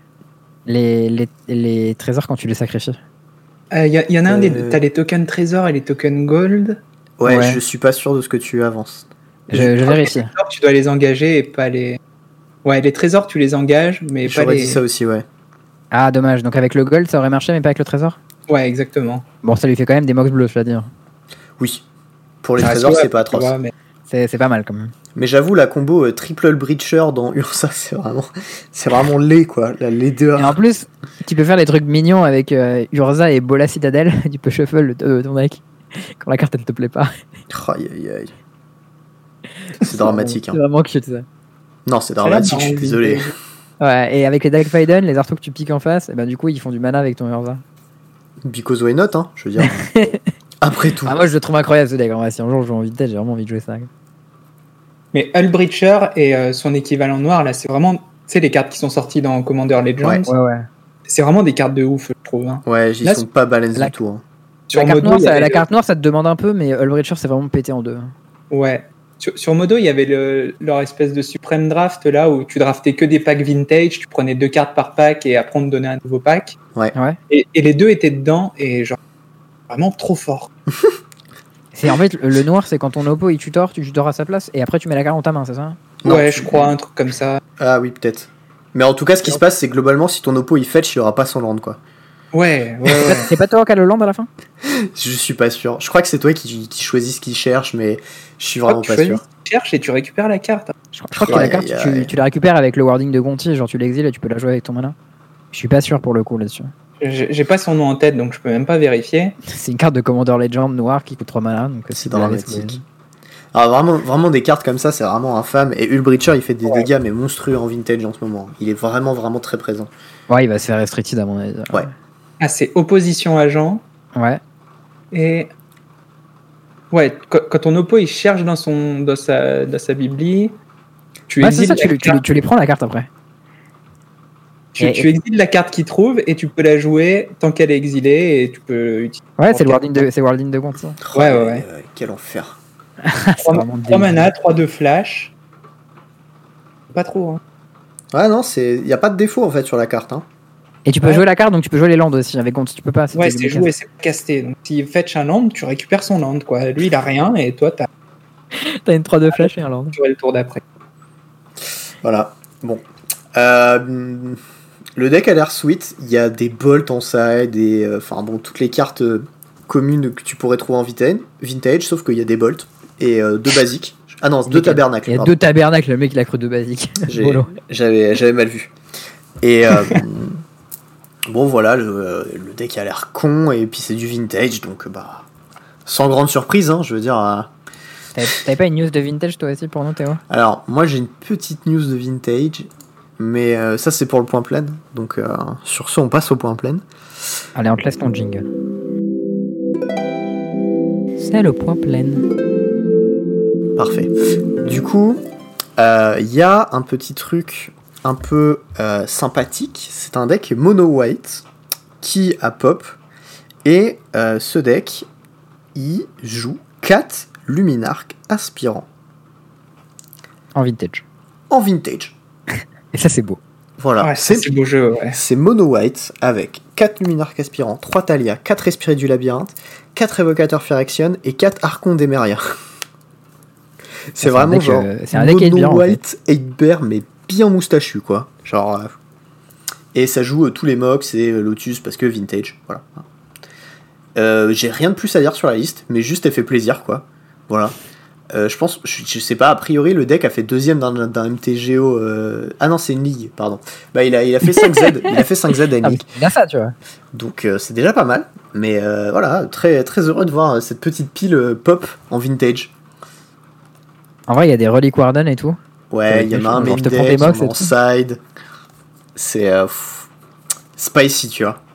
les trésors quand tu les sacrifies. Il y en a un des deux, t'as les tokens trésors et les tokens gold. Ouais, je suis pas sûr de ce que tu avances. Je vérifie. Les trésors, tu dois les engager et pas les... Ouais, les trésors, tu les engages, mais pas les... J'aurais dit ça aussi, ouais. Ah, dommage. Donc avec le gold, ça aurait marché, mais pas avec le trésor ? Ouais, exactement. Bon, ça lui fait quand même des mox bleus, je dois dire. Oui. Pour les trésors, c'est pas atroce. Mais... C'est pas mal, quand même. Mais j'avoue, la combo triple breacher dans Ursa, c'est vraiment laid, quoi. La laideur. Et en plus, tu peux faire des trucs mignons avec Ursa et Bola Citadel. Tu peux shuffle ton deck quand la carte, elle te plaît pas. Aïe, aïe, aïe. C'est dramatique. C'est vraiment cute, ça. Non, c'est dramatique, je suis désolé. Ouais, et avec les Dark Faiden, les Artos que tu piques en face, et ben du coup, ils font du mana avec ton Ursa. Because why not, hein, je veux dire. Après tout. Ah, moi, je le trouve incroyable, ce deck. En vrai, si un jour je joue en Vintage, j'ai vraiment envie de jouer ça. Mais Hullbreacher et son équivalent noir, là, c'est vraiment... Tu sais, les cartes qui sont sorties dans Commander Legends. Ouais. C'est vraiment des cartes de ouf, je trouve. Hein. Ouais, ils sont pas balance du tout. Hein. La carte noire, ça te demande un peu, mais Hullbreacher, c'est vraiment pété en deux. Ouais. Sur Modo, il y avait leur espèce de suprême draft là où tu draftais que des packs vintage, tu prenais 2 cartes par pack et après on te donnait un nouveau pack. Ouais. Et les deux étaient dedans et genre vraiment trop fort. C'est en fait le noir, c'est quand ton oppo il tutor, tu tutors à sa place et après tu mets la carte dans ta main, c'est ça? Ouais, je crois un truc comme ça. Ah oui, peut-être. Mais en tout cas, ce qui se passe, c'est globalement, si ton oppo il fetch, il aura pas son land, quoi. Ouais. C'est pas toi qui as le land à la fin? Je suis pas sûr. Je crois que c'est toi qui choisis ce qu'il cherche, mais je suis vraiment pas sûr. Tu cherches et tu récupères la carte. Je crois que la carte, tu la récupères avec le wording de Gonti, genre tu l'exiles et tu peux la jouer avec ton mana. Je suis pas sûr pour le coup là-dessus. J'ai pas son nom en tête, donc je peux même pas vérifier. C'est une carte de Commander Legend noire qui coûte 3 mana, donc c'est dramatique. Alors vraiment des cartes comme ça, c'est vraiment infâme. Et Hullbreacher, il fait des dégâts mais monstrueux en vintage en ce moment. Il est vraiment très présent. Ouais, il va se faire restricted à mon avis. Ouais. Ah, c'est opposition agent. Ouais. Et ouais, quand ton oppo il cherche dans sa bibli, tu exiles tu les prends la carte après. Tu exiles la carte qu'il trouve et tu peux la jouer tant qu'elle est exilée et tu peux utiliser. Ouais, c'est le wording de Gonti. Ouais. Quel enfer. 3 mana, 3 flash. Pas trop, hein. Ouais, non, il y a pas de défaut en fait sur la carte, hein. Et tu peux jouer la carte, donc tu peux jouer les lands aussi. Avec Gonti, tu peux pas. Ouais, c'est joué, c'est casté. Donc s'il fetch un land, tu récupères son land, quoi. Lui, il a rien et toi, t'as une 3-2 flash et un land. Tu joues le tour d'après. Voilà. Bon. Le deck a l'air sweet. Il y a des bolts en side et toutes les cartes communes que tu pourrais trouver en vintage, sauf qu'il y a des bolts et 2 basiques. Ah non, 2 tabernacles. Il y a 2 tabernacles, le mec il a cru 2 basiques. J'avais mal vu. Et bon voilà, le deck a l'air con et puis c'est du vintage, donc sans grande surprise, hein, je veux dire. T'avais pas une news de vintage toi aussi pour nous, Théo? Alors moi j'ai une petite news de vintage, mais ça c'est pour le point plein. Donc sur ce on passe au point plein. Allez, on te laisse ton jingle. C'est le point plein. Parfait. Du coup, il y a un petit truc un peu sympathique. C'est un deck mono white qui a pop. Et ce deck, il joue 4 Luminarch aspirants. En vintage. Et ça c'est beau. Voilà, ouais, c'est beau jeu, ouais. C'est mono white avec 4 Luminarch aspirants, 3 Thalia, 4 Esprit du Labyrinthe, 4 Évocateurs Phyrexian et 4 Archons d'Emeria. C'est vraiment genre c'est un deck mono white 8-bear mais bien moustachu quoi. Genre et ça joue tous les Mox et Lotus parce que vintage, voilà. J'ai rien de plus à dire sur la liste, mais juste elle fait plaisir quoi. Voilà. Je pense, je sais pas, a priori le deck a fait 2ème d'un MTGO. Ah non, c'est une ligue, pardon. Il a fait 5Z, il a fait 5Z à une ligue. Il a ça, tu vois. Donc c'est déjà pas mal, mais voilà, très, très heureux de voir cette petite pile pop en vintage. En vrai, il y a des Relic Warden et tout. Ouais, il y en a un main deck, en side. C'est spicy, tu vois.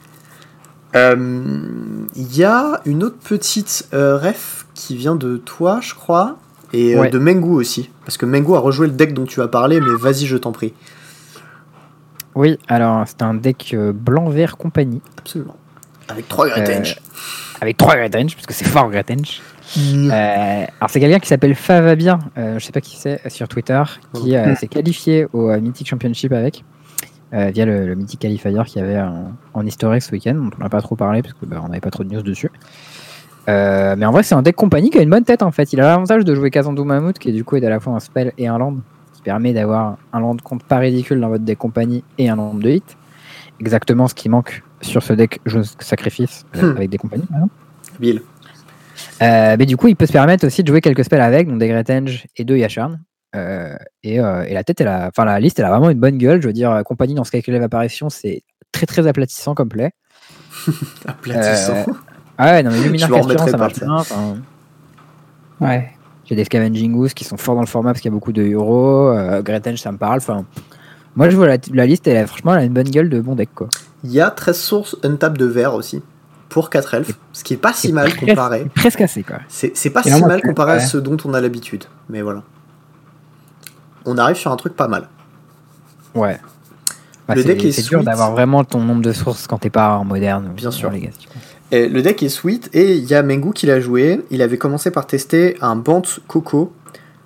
Il y a une autre petite ref qui vient de toi, je crois, et de Mengu aussi. Parce que Mengu a rejoué le deck dont tu as parlé, mais vas-y, je t'en prie. Oui, alors c'est un deck blanc-vert compagnie. Absolument. Avec 3 Great Avec 3 Great Range, parce que c'est fort Great Range. Alors c'est quelqu'un qui s'appelle Favabir, je sais pas qui c'est, sur Twitter, qui s'est qualifié au Mythic Championship avec. Via le Mythic Qualifier qu'il y avait en historique ce week-end, dont on n'a pas trop parlé parce qu'on n'avait pas trop de news dessus. Mais en vrai, c'est un deck compagnie qui a une bonne tête en fait. Il a l'avantage de jouer Kazandu Mammoth, qui du coup est à la fois un spell et un land, qui permet d'avoir un land compte pas ridicule dans votre deck compagnie et un land de hit. Exactement ce qui manque sur ce deck jeu Sacrifice avec des compagnies par exemple. Bill. Mais du coup, il peut se permettre aussi de jouer quelques spells avec, donc des Great Henge et 2 Yasharn. Et la tête, la liste, elle a vraiment une bonne gueule. Je veux dire, compagnie dans Skyclave Apparition, c'est très très aplatissant comme play. Aplatissant. Ouais, non, mais Luminarch Aspirant, ça marche bien. Ouais. J'ai des Scavenging Ooze qui sont forts dans le format parce qu'il y a beaucoup de euros. Great Henge, ça me parle. Enfin, moi, je vois la liste, franchement, elle a une bonne gueule de bon deck, quoi. Il y a 13 sources untap de vert aussi. Pour 4 elfes, ce qui est pas si mal comparé. Presque assez, quoi. C'est pas si mal comparé à ce dont on a l'habitude. Mais voilà. On arrive sur un truc pas mal. Ouais. Le deck est c'est dur d'avoir vraiment ton nombre de sources quand t'es pas en moderne. Bien sûr. Les gars, le deck est sweet et il y a Mengu qui l'a joué. Il avait commencé par tester un Bant Coco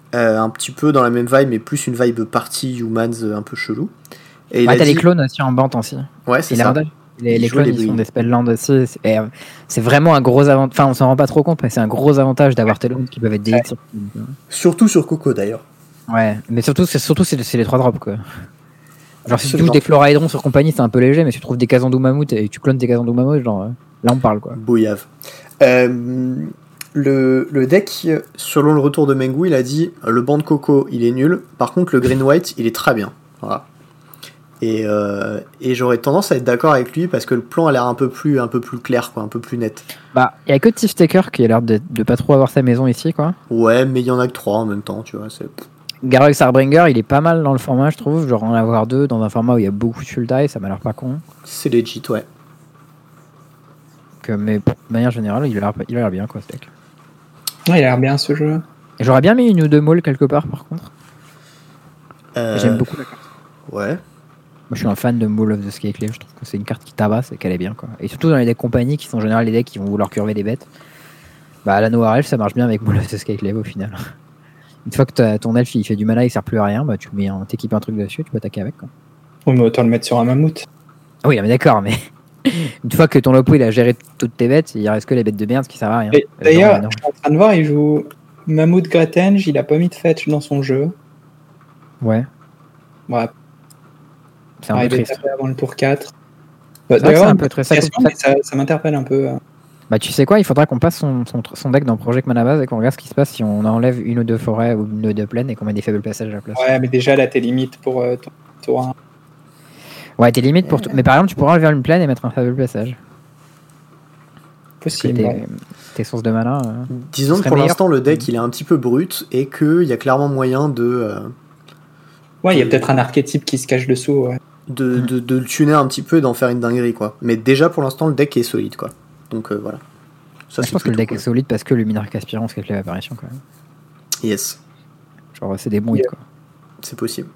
un petit peu dans la même vibe, mais plus une vibe party humans un peu chelou. Et t'as les clones aussi en bande aussi. Ouais, c'est ça. Les clones, ils font des spelllands aussi. C'est vraiment un gros avantage. Enfin, on s'en rend pas trop compte, mais c'est un gros avantage d'avoir tes clones qui peuvent être delete. Surtout sur Coco d'ailleurs. Ouais, mais surtout c'est les 3 drops quoi. Genre si tu touches des Floraedron sur compagnie, c'est un peu léger, mais si tu trouves des Kazandou Mammouth et tu clones tes Kazandou Mammouth, genre là on parle quoi. Bouillave. Le deck, selon le retour de Mengu, il a dit le banc de Coco il est nul, par contre le Green White il est très bien. Voilà. Et j'aurais tendance à être d'accord avec lui parce que le plan a l'air un peu plus clair, quoi, un peu plus net. Bah, il y a que Thief Taker qui a l'air de pas trop avoir sa maison ici, quoi. Ouais, mais il y en a que 3 en même temps, tu vois. Garrux Harbringer, il est pas mal dans le format, je trouve. Genre en avoir 2 dans un format où il y a beaucoup de Sultai, ça m'a l'air pas con. C'est legit, ouais. Mais de manière générale, il a l'air bien, quoi, ce deck. Ouais, il a l'air bien ce jeu. Et j'aurais bien mis une ou 2 malls quelque part, par contre. J'aime beaucoup la carte. Ouais. Moi, je suis un fan de Maul of the Skyclave. Je trouve que c'est une carte qui tabasse et qu'elle est bien, quoi. Et surtout dans les decks compagnie, qui sont en général les decks qui vont vouloir curver des bêtes. Bah, la Noir Elf, ça marche bien avec Maul of the Skyclave au final. Une fois que ton elf il fait du mana, il sert plus à rien, bah tu t'équipes un truc dessus, tu peux attaquer avec, quoi. Oui, mais autant le mettre sur un mammouth. Ah oui, mais d'accord, mais une fois que ton lopo il a géré toutes tes bêtes, il reste que les bêtes de merde qui servent à rien. Et d'ailleurs, je suis en train de voir, il joue Mammouth Gretenge, il a pas mis de fetch dans son jeu. Ouais. Ouais. C'est un peu triste. Avant le tour 4. D'ailleurs, c'est un peu triste. Ça m'interpelle un peu. Bah tu sais quoi, il faudra qu'on passe son deck dans Project Mana Base et qu'on regarde ce qui se passe si on enlève une ou 2 forêts ou une ou 2 plaines et qu'on met des faibles passages à la place. Ouais, mais déjà là t'es limite pour ton tour 1. Ouais, t'es limite pour tout. Mais par exemple, tu pourras enlever une plaine et mettre un faible passage. Possible. Tes sources de mana. Disons que pour l'instant, le deck il est un petit peu brut et qu'il y a clairement moyen de. Ouais, il y a peut-être un archétype qui se cache dessous. Ouais. De le tuner un petit peu et d'en faire une dinguerie, quoi. Mais déjà pour l'instant, le deck est solide, quoi. Donc voilà. Ça, je pense que le deck est solide parce que le Minarque Aspirant, c'est l'apparition quand même. Yes. Genre, c'est des bons hits, quoi. C'est possible.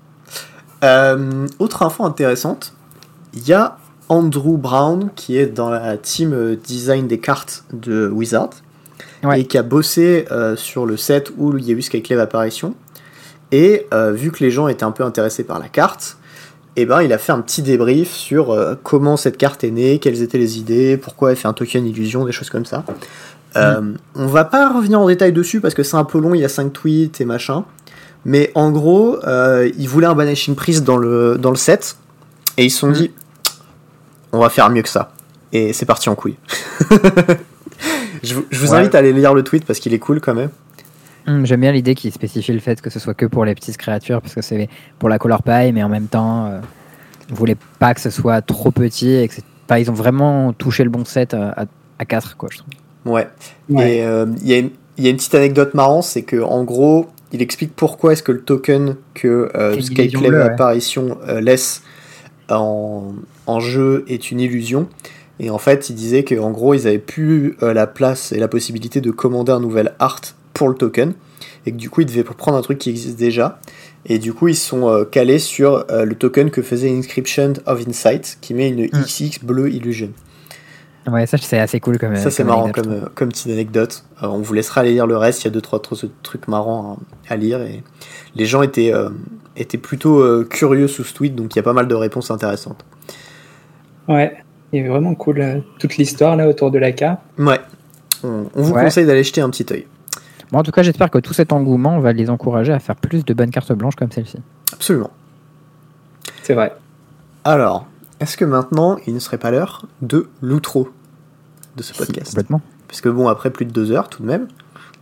Autre info intéressante, il y a Andrew Brown qui est dans la team design des cartes de Wizard et qui a bossé sur le set où il y a eu Skyclave apparition. Et vu que les gens étaient un peu intéressés par la carte, et ben il a fait un petit débrief sur comment cette carte est née, quelles étaient les idées, pourquoi elle fait un token illusion, des choses comme ça. On va pas revenir en détail dessus parce que c'est un peu long, il y a 5 tweets et machin. Mais en gros, ils voulaient un Banishing Priest dans le set et ils se sont dit on va faire mieux que ça. Et c'est parti en couille. Je vous invite à aller lire le tweet parce qu'il est cool quand même. J'aime bien l'idée qui spécifie le fait que ce soit que pour les petites créatures parce que c'est pour la color pie, mais en même temps on voulait pas que ce soit trop petit et que ils ont vraiment touché le bon set à 4, quoi, je trouve. Ouais. Et il y a une petite anecdote marrante, c'est que en gros il explique pourquoi est-ce que le token que Skyclave apparition laisse en jeu est une illusion. Et en fait il disait qu'en gros ils avaient plus la place et la possibilité de commander un nouvel art pour le token, et que du coup ils devaient prendre un truc qui existe déjà, et du coup ils sont calés sur le token que faisait Inscription of Insight qui met une XX bleue illusion. Ouais, ça c'est assez cool comme. Ça c'est marrant comme petite anecdote. On vous laissera aller lire le reste, il y a 2-3 trucs marrants à lire, et les gens étaient plutôt curieux sous ce tweet, donc il y a pas mal de réponses intéressantes. Ouais, il est vraiment cool toute l'histoire là autour de la carte. Ouais, on vous conseille d'aller jeter un petit œil. Bon, en tout cas, j'espère que tout cet engouement va les encourager à faire plus de bonnes cartes blanches comme celle-ci. Absolument. C'est vrai. Alors, est-ce que maintenant, il ne serait pas l'heure de l'outro de ce podcast ? Complètement. Parce que bon, après plus de 2 heures, tout de même.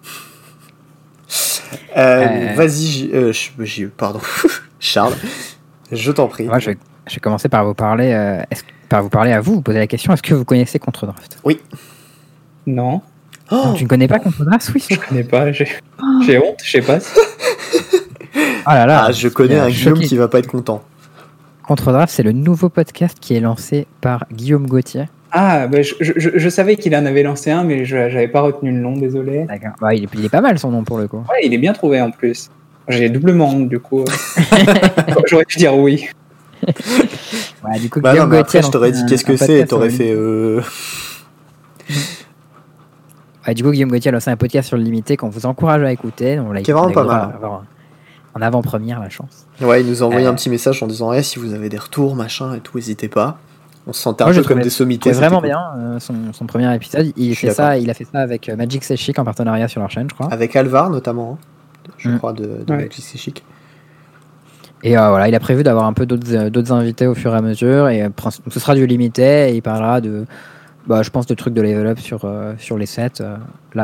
Vas-y, pardon, Charles, je t'en prie. Moi, je vais commencer par vous parler à vous poser la question, est-ce que vous connaissez Contre-Draft ? Oui. Non. Oh, tu ne connais pas Contre-Draft ? Oui. Je connais pas, j'ai honte, je sais pas. Ah là là. Je connais un Guillaume qui va pas être content. Contre-Draft, c'est le nouveau podcast qui est lancé par Guillaume Gauthier. Ah, bah je savais qu'il en avait lancé un, mais j'avais pas retenu le nom, désolé. D'accord. Bah, il est pas mal son nom pour le coup. Ouais, il est bien trouvé en plus. J'ai doublement honte du coup. J'aurais pu dire oui. Ouais, du coup, Guillaume Gauthier, après, je t'aurais dit qu'est-ce que c'est et t'aurais fait. Du coup, Guillaume Gauthier a lancé un podcast sur le limité qu'on vous encourage à écouter. Donc, là, qui est vraiment pas mal. Avoir en avant-première, la chance. Ouais, il nous a envoyé un petit message en disant si vous avez des retours, machin et tout, n'hésitez pas. On se sentait un peu comme des sommités. C'est vraiment bien son premier épisode. Il a fait ça avec Magic C'est Chic en partenariat sur leur chaîne, je crois. Avec Alvar notamment, je crois, de Magic C'est Chic. Et voilà, il a prévu d'avoir un peu d'autres invités au fur et à mesure. Et ce sera du limité. Et il parlera de, je pense, de trucs de level up sur les sets. Là,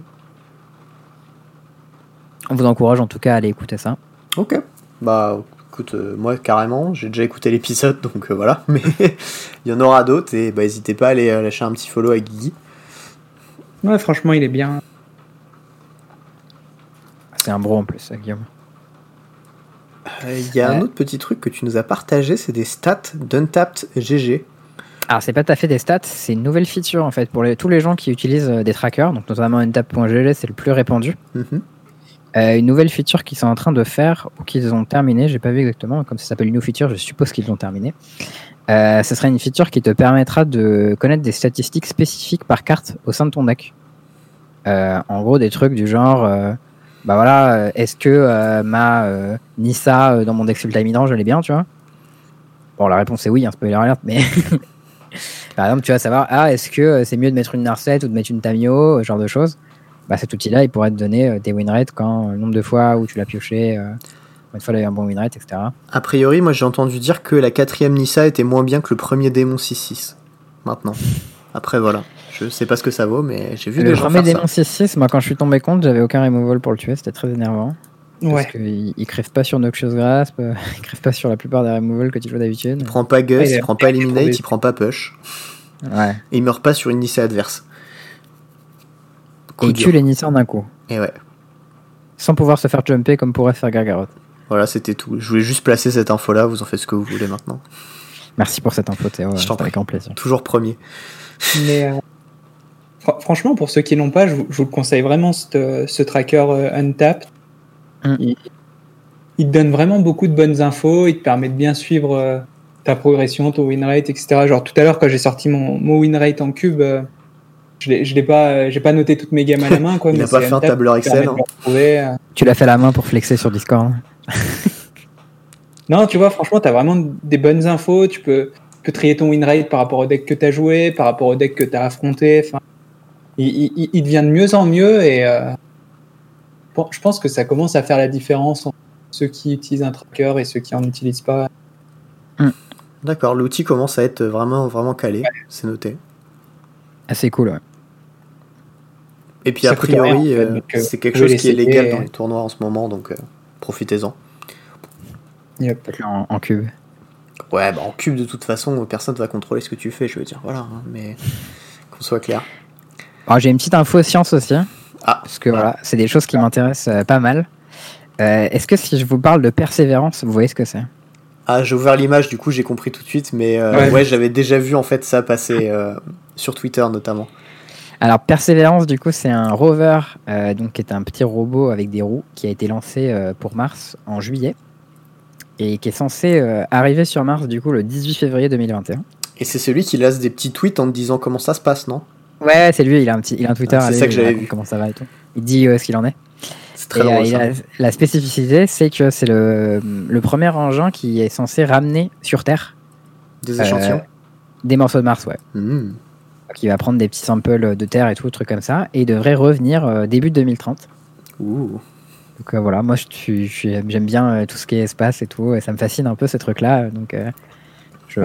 on vous encourage en tout cas à aller écouter ça. Ok. Écoute, moi carrément, j'ai déjà écouté l'épisode, donc voilà. Mais il y en aura d'autres et n'hésitez pas à aller lâcher un petit follow à Guigui. Ouais, franchement, il est bien. C'est un bro en plus, Guillaume. Il y a un autre petit truc que tu nous as partagé, c'est des stats d'Untapped GG. Alors, c'est pas tout à fait des stats, c'est une nouvelle feature en fait pour tous les gens qui utilisent des trackers, donc notamment Untapped.gg, c'est le plus répandu. Une nouvelle feature qu'ils sont en train de faire ou qu'ils ont terminé, j'ai pas vu exactement, comme ça s'appelle une new feature, je suppose qu'ils l'ont terminé. Ce serait une feature qui te permettra de connaître des statistiques spécifiques par carte au sein de ton deck. En gros, des trucs du genre, est-ce que ma Nissa dans mon deck Sultai Hydrant, je l'ai bien, tu vois? Bon, la réponse est oui, spoiler alert, mais par exemple, tu vas savoir, est-ce que c'est mieux de mettre une Narset ou de mettre une Tamio, ce genre de choses. Cet outil-là, il pourrait te donner des win rates quand le nombre de fois où tu l'as pioché, une fois il a eu un bon win rate, etc. A priori, moi j'ai entendu dire que la 4ème Nissa était moins bien que le premier démon 6-6. Maintenant. Après, voilà. Je sais pas ce que ça vaut, mais j'ai vu des gens faire ça. Le premier démon 6-6, moi quand je suis tombé contre, j'avais aucun removal pour le tuer, c'était très énervant. Parce qu'il crève pas sur Noxious Grasp, il crève pas sur la plupart des removals que tu joues d'habitude. Il prend pas Gus, il prend pas Eliminate, il prend pas Push. Ouais. Et il meurt pas sur une Nissa adverse. Et il tue les Nissa en un coup. Et ouais. Sans pouvoir se faire jumper comme pourrait faire Gargaroth. Voilà, c'était tout. Je voulais juste placer cette info-là, vous en faites ce que vous voulez maintenant. Merci pour cette info, Théo. Je t'en prie. Avec grand plaisir. Toujours premier. Mais franchement, pour ceux qui l'ont pas, je vous le conseille vraiment, ce tracker Untapped. Il te donne vraiment beaucoup de bonnes infos, il te permet de bien suivre ta progression, ton win rate, etc. Genre tout à l'heure, quand j'ai sorti mon win rate en cube, j'ai pas noté toutes mes gammes à la main, quoi. Il n'a pas fait un tableur Excel. Tu l'as fait à la main pour flexer sur Discord. Non, tu vois, franchement, t'as vraiment des bonnes infos. Tu peux trier ton win rate par rapport au deck que t'as joué, par rapport au deck que t'as affronté. Enfin, il devient de mieux en mieux et je pense que ça commence à faire la différence entre ceux qui utilisent un tracker et ceux qui en utilisent pas. D'accord, l'outil commence à être vraiment, vraiment calé. Ouais. C'est noté. C'est cool, ouais. Et puis, a priori, c'est quelque chose qui est légal dans les tournois en ce moment, donc profitez-en. Yep. En cube. Ouais, en cube, de toute façon, personne ne va contrôler ce que tu fais, je veux dire, voilà, mais qu'on soit clair. Alors, j'ai une petite info science aussi, parce que voilà, c'est des choses qui m'intéressent pas mal. Est-ce que si je vous parle de persévérance, vous voyez ce que c'est? J'ai ouvert l'image, du coup j'ai compris tout de suite, mais j'avais déjà vu en fait ça passer sur Twitter notamment. Alors Persévérance, du coup, c'est un rover qui est un petit robot avec des roues qui a été lancé pour Mars en juillet et qui est censé arriver sur Mars du coup le 18 février 2021. Et c'est celui qui laisse des petits tweets en te disant comment ça se passe, non? Ouais, c'est lui, il a un Twitter. C'est ça que j'avais vu. Comment ça va et tout. Il dit où est-ce qu'il en est. C'est très drôle, la spécificité, c'est que c'est le premier engin qui est censé ramener sur Terre des échantillons, des morceaux de Mars, ouais. Donc, il va prendre des petits samples de Terre et tout, trucs comme ça, et il devrait revenir début 2030. Donc voilà, moi j'aime bien tout ce qui est espace et tout, et ça me fascine un peu ces trucs-là, donc je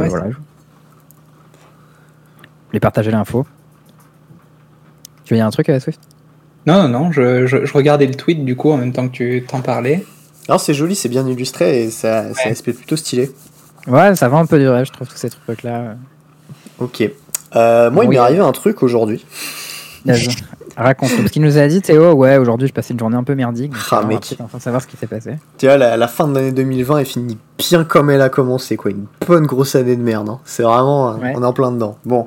voulais partager l'info. Tu veux dire un truc, Swift? Non, je regardais le tweet du coup en même temps que tu t'en parlais. Alors c'est joli, c'est bien illustré et ça aspect plutôt stylé. Ouais, ça va un peu du rêve, je trouve, tous ces trucs-là. Ok. Moi, il m'est arrivé un truc aujourd'hui. Raconte ce qu'il nous a dit, Théo. Ouais, aujourd'hui, je passais une journée un peu merdique. Mec. Enfin, savoir ce qui s'est passé. Tu vois, la fin de l'année 2020 est finie bien comme elle a commencé, quoi. Une bonne grosse année de merde. Hein. C'est vraiment... on est en plein dedans. Bon.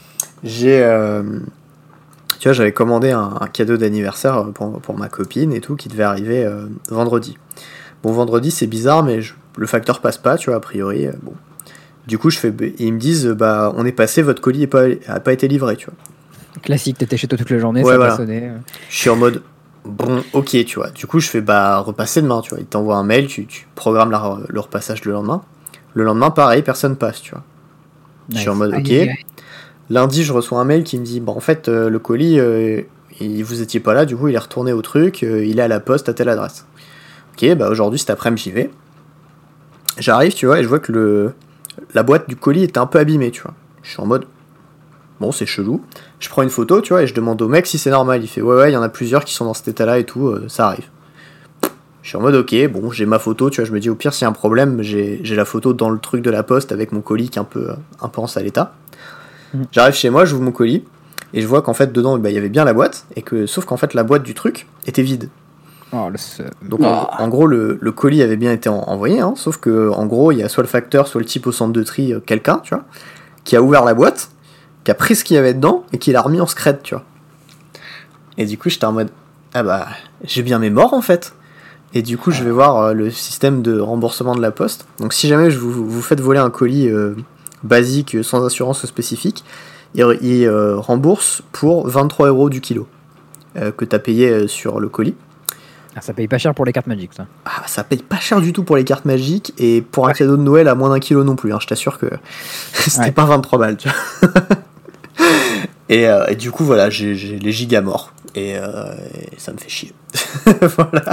Tu vois, j'avais commandé un cadeau d'anniversaire pour ma copine et tout, qui devait arriver vendredi. Bon, vendredi, c'est bizarre, mais le facteur passe pas, tu vois, a priori. Du coup, ils me disent, on est passé, votre colis n'a pas été livré, tu vois. Classique, t'étais chez toi toute la journée, Ouais, ça voilà. t'a sonné. Je suis en mode, bon, ok, tu vois. Du coup, je fais, repasser demain, tu vois. Il t'envoie un mail, tu programmes le repassage le lendemain. Le lendemain, pareil, personne passe, tu vois. Je suis en mode, ok. Lundi, je reçois un mail qui me dit, en fait, le colis, vous étiez pas là, du coup, il est retourné au truc, il est à la poste à telle adresse. Ok, aujourd'hui, cet après-midi, j'y vais. J'arrive, tu vois, et je vois que la boîte du colis était un peu abîmée, tu vois. Je suis en mode, bon, c'est chelou. Je prends une photo, tu vois, et je demande au mec si c'est normal. Il fait, ouais, il y en a plusieurs qui sont dans cet état-là et tout, ça arrive. Je suis en mode, ok, bon, j'ai ma photo, tu vois, je me dis, au pire, s'il y a un problème, j'ai la photo dans le truc de la poste avec mon colis qui est un peu en sale état. J'arrive chez moi, j'ouvre mon colis, et je vois qu'en fait, dedans, il y avait bien la boîte, sauf qu'en fait, la boîte du truc était vide. Oh, Donc en gros, le colis avait bien été envoyé, hein, sauf que en gros, il y a soit le facteur, soit le type au centre de tri, quelqu'un, tu vois, qui a ouvert la boîte, qui a pris ce qu'il y avait dedans, et qui l'a remis en scred, tu vois. Et du coup, j'étais en mode, j'ai bien mes morts, en fait. Et du coup, je vais voir le système de remboursement de la poste. Donc si jamais vous faites voler un colis basique, sans assurance spécifique, il rembourse pour 23 € du kilo que t'as payé sur le colis. Ah, ça paye pas cher pour les cartes magiques, ça. Ah, ça paye pas cher du tout pour les cartes magiques, et pour un cadeau de Noël à moins d'1 kilo non plus, hein, je t'assure que c'était pas 23 balles, tu vois. et du coup, voilà, j'ai les gigas morts, et ça me fait chier. Voilà.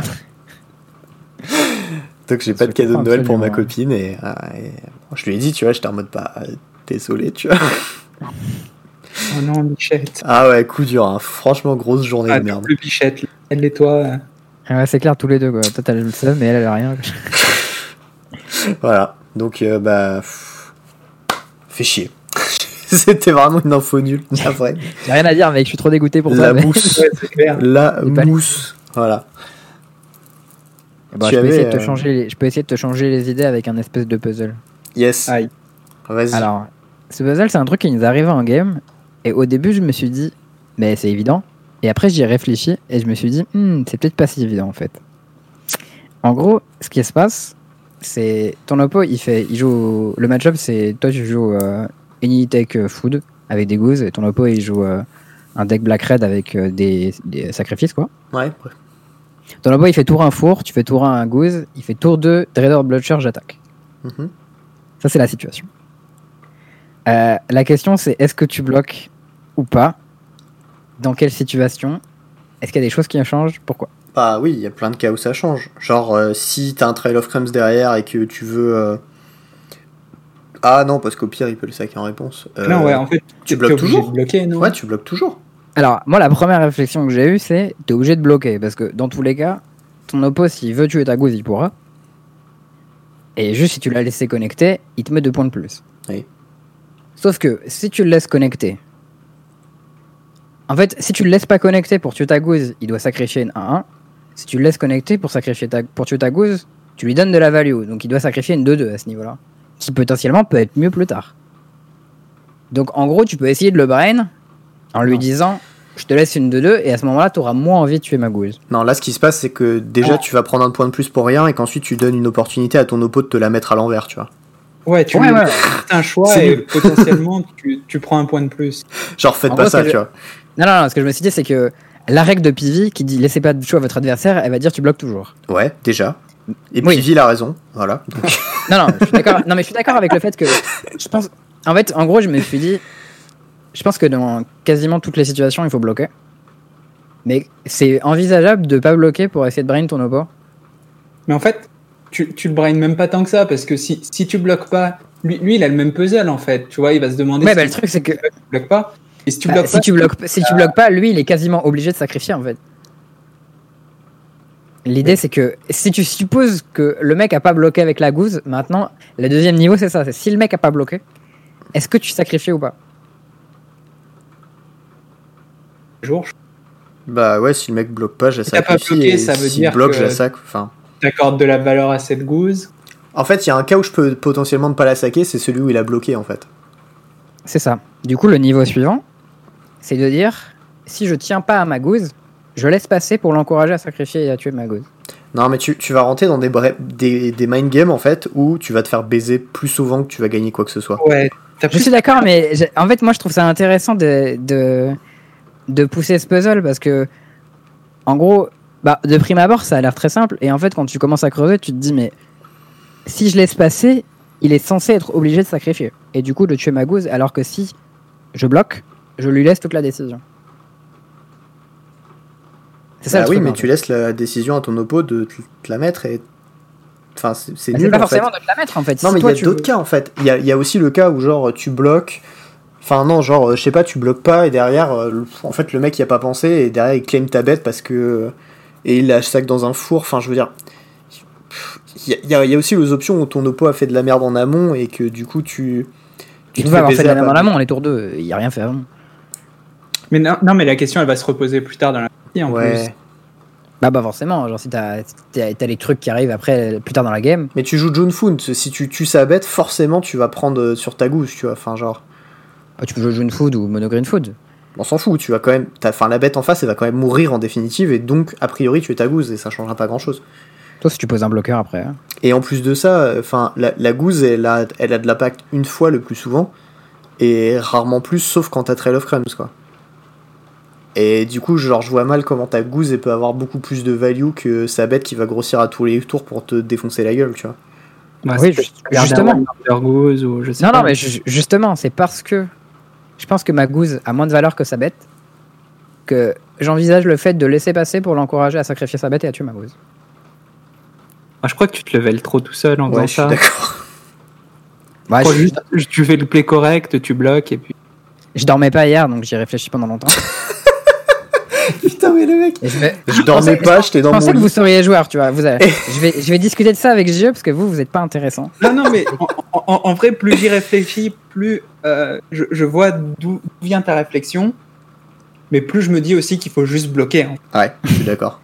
Donc j'ai pas de cadeau de Noël pour ma copine, et je lui ai dit, tu vois, j'étais en mode, désolé, tu vois. Oh non, Bichette. Ah ouais, coup dur, hein. Franchement, grosse journée de merde. Le Bichette, elle et toi. Ouais, c'est clair, tous les deux, quoi. Toi, t'as le seum, mais elle a rien. Voilà, donc, fait chier. C'était vraiment une info nulle, après. J'ai rien à dire, mec, je suis trop dégoûté pour ça. La mousse. Ouais, c'est clair. La mousse. Voilà. Bon, je peux essayer de te changer les idées avec un espèce de puzzle. Yes. Aïe. Vas-y. Alors, ce puzzle, c'est un truc qui nous arrivait en game. Et au début, je me suis dit, mais c'est évident. Et après, j'y ai réfléchi et je me suis dit, c'est peut-être pas si évident en fait. En gros, ce qui se passe, c'est ton oppo, il joue. Le match-up, c'est toi, tu joues Anytech Food avec des gooses et ton oppo, il joue un deck Black Red avec des sacrifices, quoi. Ouais. Ton oppo, il fait tour 1 four, tu fais tour 1 un goose, il fait tour 2 Dreader Bloodshire, j'attaque. Mm-hmm. Ça, c'est la situation. La question, c'est est-ce que tu bloques ou pas? Dans quelle situation? Est-ce qu'il y a des choses qui changent? Pourquoi? Bah oui, il y a plein de cas où ça change. Genre, si t'as un Trail of Crumbs derrière et que tu veux... Ah non, parce qu'au pire, il peut le saquer en réponse. Non, ouais, en fait, tu bloques toujours. Bloquer, non? Ouais, tu bloques toujours. Alors, moi, la première réflexion que j'ai eue, c'est t'es obligé de bloquer. Parce que dans tous les cas, ton oppo, s'il veut tuer ta goose, il pourra. Et juste si tu l'as laissé connecter, il te met 2 points de plus. Oui. Sauf que si tu le laisses connecter... En fait, si tu le laisses pas connecter pour tuer ta goose, il doit sacrifier une 1-1. Si tu le laisses connecter pour tuer ta goose, tu lui donnes de la value. Donc il doit sacrifier une 2-2 à ce niveau-là. Qui potentiellement peut être mieux plus tard. Donc en gros, tu peux essayer de le brain en lui disant je te laisse une 2-2 et à ce moment-là, tu auras moins envie de tuer ma goose. Non, là, ce qui se passe, c'est que déjà, tu vas prendre un point de plus pour rien et qu'ensuite, tu donnes une opportunité à ton oppo de te la mettre à l'envers, tu vois. Ouais, tu as un choix et potentiellement, tu prends un point de plus. Genre, faites pas ça, tu vois. Non, ce que je me suis dit, c'est que la règle de PV qui dit laissez pas de choix à votre adversaire, elle va dire tu bloques toujours. Ouais, déjà. Et oui. PV, il a raison. Voilà. Donc... non, je suis d'accord. Non, mais je suis d'accord avec le fait que je pense. En fait, en gros, je me suis dit, je pense que dans quasiment toutes les situations, il faut bloquer. Mais c'est envisageable de pas bloquer pour essayer de brain ton oppo. Mais en fait, tu le brain même pas tant que ça, parce que si tu bloques pas, lui, il a le même puzzle en fait. Tu vois, il va se demander. Ouais, le truc c'est que tu bloques pas. Et si tu bloques pas, lui, il est quasiment obligé de sacrifier en fait. L'idée, c'est que si tu supposes que le mec a pas bloqué avec la goose, maintenant, le deuxième niveau, c'est ça. C'est si le mec a pas bloqué, est-ce que tu sacrifies ou pas? Bah ouais, si le mec bloque pas, je la sacrifie. Bloqué, et ça veut s'il dire bloque, que je la sac. Enfin... t'accordes de la valeur à cette goose. En fait, il y a un cas où je peux potentiellement ne pas la saquer, c'est celui où il a bloqué en fait. C'est ça. Du coup, le niveau suivant, c'est de dire si je tiens pas à ma goose, je laisse passer pour l'encourager à sacrifier et à tuer ma goose. Non, mais tu vas rentrer dans des mind games en fait où tu vas te faire baiser plus souvent que tu vas gagner quoi que ce soit. Ouais. Je suis d'accord, mais en fait, moi, je trouve ça intéressant de de pousser ce puzzle parce que, en gros, de prime abord, ça a l'air très simple. Et en fait, quand tu commences à creuser, tu te dis, mais si je laisse passer, il est censé être obligé de sacrifier. Et du coup, de tuer Magouz, alors que si je bloque, je lui laisse toute la décision. C'est ça le truc, mais tu laisses la décision à ton oppo de te la mettre et. Enfin, c'est nul. C'est pas forcément de te la mettre en fait. Non, mais il y a d'autres cas en fait. Il y a aussi le cas où genre tu bloques. Enfin, non, genre, je sais pas, tu bloques pas et derrière, en fait, le mec y a pas pensé et derrière il claim ta bête parce que. Et il lâche sac dans un four. Enfin, je veux dire. Il y a aussi les options où ton oppo a fait de la merde en amont et que du coup tu te fais avoir fait de la merde en amont, les tours 2, il y a rien fait avant. Mais non, mais la question elle va se reposer plus tard dans la partie en plus. Bah forcément, genre si t'as les trucs qui arrivent après plus tard dans la game. Mais tu joues June Food, si tu tues sa bête, forcément tu vas prendre sur ta gousse, tu vois, enfin genre. Tu peux jouer June Food ou Mono Green Food. On s'en fout, tu vas quand même. La bête en face elle va quand même mourir en définitive et donc a priori tu es ta gousse et ça changera pas grand chose. Toi si tu poses un bloqueur après. Hein. Et en plus de ça, la gousse elle a de l'impact une fois le plus souvent et rarement plus sauf quand t'as Trail of Crumbs quoi. Et du coup, genre, je vois mal comment ta gousse elle peut avoir beaucoup plus de value que sa bête qui va grossir à tous les tours pour te défoncer la gueule, tu vois. Bah, oui, justement. Ou je sais non, mais justement, c'est parce que je pense que ma gousse a moins de valeur que sa bête que j'envisage le fait de laisser passer pour l'encourager à sacrifier sa bête et à tuer ma gousse. Je crois que tu te level trop tout seul en faisant ça. Je suis d'accord. Bah, tu fais le play correct, tu bloques et puis. Je dormais pas hier, donc j'y réfléchis pendant longtemps. Putain, mais le mec, je dormais pas, j'étais dans mon lit. Je pensais que vous seriez joueur, tu vois. Je vais discuter de ça avec JE parce que vous êtes pas intéressant. Non, mais en vrai, plus j'y réfléchis, plus je vois d'où vient ta réflexion, mais plus je me dis aussi qu'il faut juste bloquer. Hein. Ouais, je suis d'accord.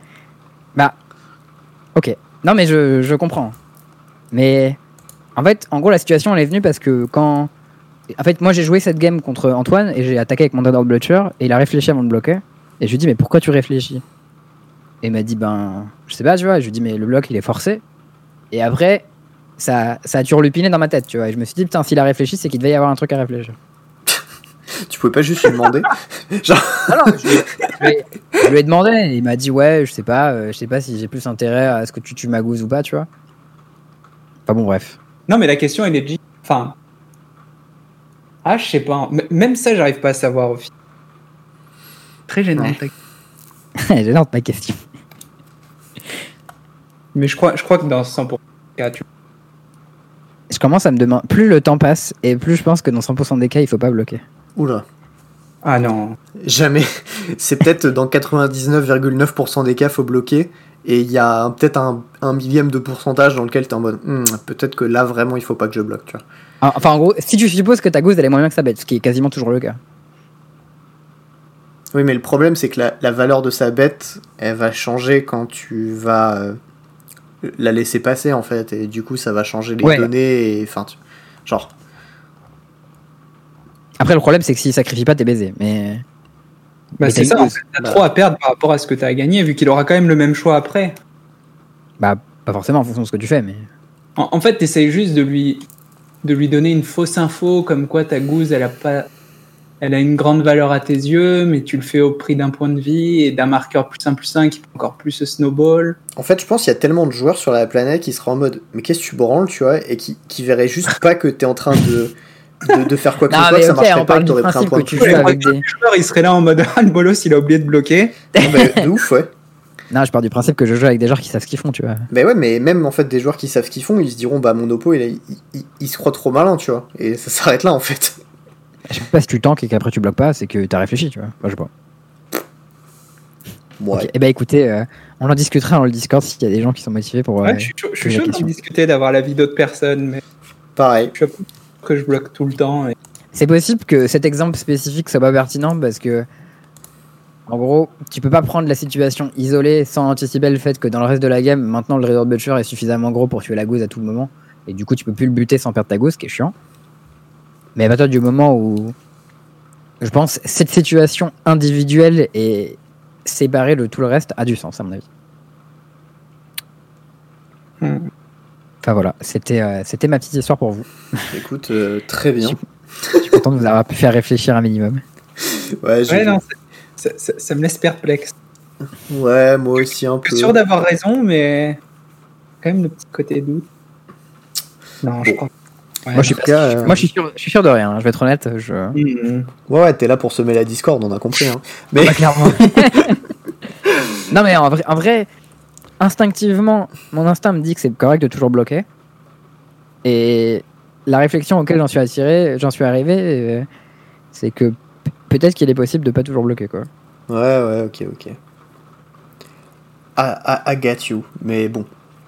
Ok. Non, mais je comprends. Mais en fait, en gros, la situation elle est venue parce que quand. En fait, moi j'ai joué cette game contre Antoine et j'ai attaqué avec mon Donald Blutcher et il a réfléchi avant de bloquer. Et je lui dis, mais pourquoi tu réfléchis ? Et il m'a dit, je sais pas, tu vois. Et je lui dis, mais le bloc, il est forcé. Et après, ça a turlupiné dans ma tête, tu vois. Et je me suis dit, putain, s'il a réfléchi, c'est qu'il devait y avoir un truc à réfléchir. Tu pouvais pas juste lui demander genre... Non, je lui ai demandé. Et il m'a dit, ouais, je sais pas si j'ai plus intérêt à ce que tu tues ma gousse ou pas, tu vois. Enfin bon, bref. Non, mais la question, elle est... Enfin... je sais pas. Même ça, j'arrive pas à savoir au final. Très gênante. Gênante ma question. Mais je crois que dans 100% des cas, je commence à me demander. Plus le temps passe et plus je pense que dans 100% des cas, il faut pas bloquer. Oula. Ah non. Jamais. C'est peut-être dans 99,9% des cas, faut bloquer. Et il y a peut-être un millième de pourcentage dans lequel t'es en mode peut-être que là vraiment il faut pas que je bloque, tu vois. Enfin en gros, si tu supposes que ta gousse elle est moins bien que sa bête, ce qui est quasiment toujours le cas. Oui, mais le problème, c'est que la valeur de sa bête, elle va changer quand tu vas la laisser passer, en fait. Et du coup, ça va changer les données. Et, enfin, genre... Après, le problème, c'est que s'il sacrifie pas, t'es baisé. Mais c'est ça, en fait, t'as trop à perdre par rapport à ce que t'as à gagner, vu qu'il aura quand même le même choix après. Pas forcément en fonction de ce que tu fais, mais... En fait, t'essayes juste de lui donner une fausse info, comme quoi ta gousse, elle a une grande valeur à tes yeux, mais tu le fais au prix d'un point de vie et d'un marqueur +1/+1 qui peut encore plus se snowball. En fait, je pense qu'il y a tellement de joueurs sur la planète qui seraient en mode mais qu'est-ce que tu branles, tu vois, et qui verraient juste pas que t'es en train de faire quoi que ce soit, que ça marcherait pas, que t'aurais pris un point de vue. Les joueurs, ils seraient là en mode le bolos, il a oublié de bloquer. De ouf, ouais. Non, je pars du principe que je joue avec des joueurs qui savent ce qu'ils font, tu vois. Mais ouais, mais même en fait, des joueurs qui savent ce qu'ils font, ils se diront mon oppo, il se croit trop malin, tu vois, et ça s'arrête là en fait. Je sais pas, si tu tankes et qu'après tu bloques pas, c'est que t'as réfléchi, tu vois. Moi, je sais pas. Ouais. Okay. Et écoutez, on en discutera dans le Discord s'il y a des gens qui sont motivés pour. Je suis chaud d'en discuter, d'avoir l'avis d'autres personnes, mais. Pareil. Je sais pas que je bloque tout le temps. Et... C'est possible que cet exemple spécifique soit pas pertinent parce que. En gros, tu peux pas prendre la situation isolée sans anticiper le fait que dans le reste de la game, maintenant le Razor Butcher est suffisamment gros pour tuer la gousse à tout le moment. Et du coup, tu peux plus le buter sans perdre ta gousse, ce qui est chiant. Mais à partir du moment où, je pense, cette situation individuelle et séparée de tout le reste a du sens, à mon avis. Enfin voilà, c'était ma petite histoire pour vous. Écoute, très bien. Je suis content de vous avoir pu faire réfléchir un minimum. Ouais, non, Ça me laisse perplexe. Ouais, moi aussi un peu. Je suis sûr d'avoir raison, mais quand même le petit côté doute. Non, je crois. Ouais, moi, je suis sûr de rien. Je vais être honnête. Ouais, t'es là pour semer la discorde, on a compris. Hein. Mais clairement. Non, mais en vrai, instinctivement, mon instinct me dit que c'est correct de toujours bloquer. Et la réflexion auquel j'en suis arrivé, c'est que peut-être qu'il est possible de pas toujours bloquer, quoi. Ouais, ok. I get you, mais bon.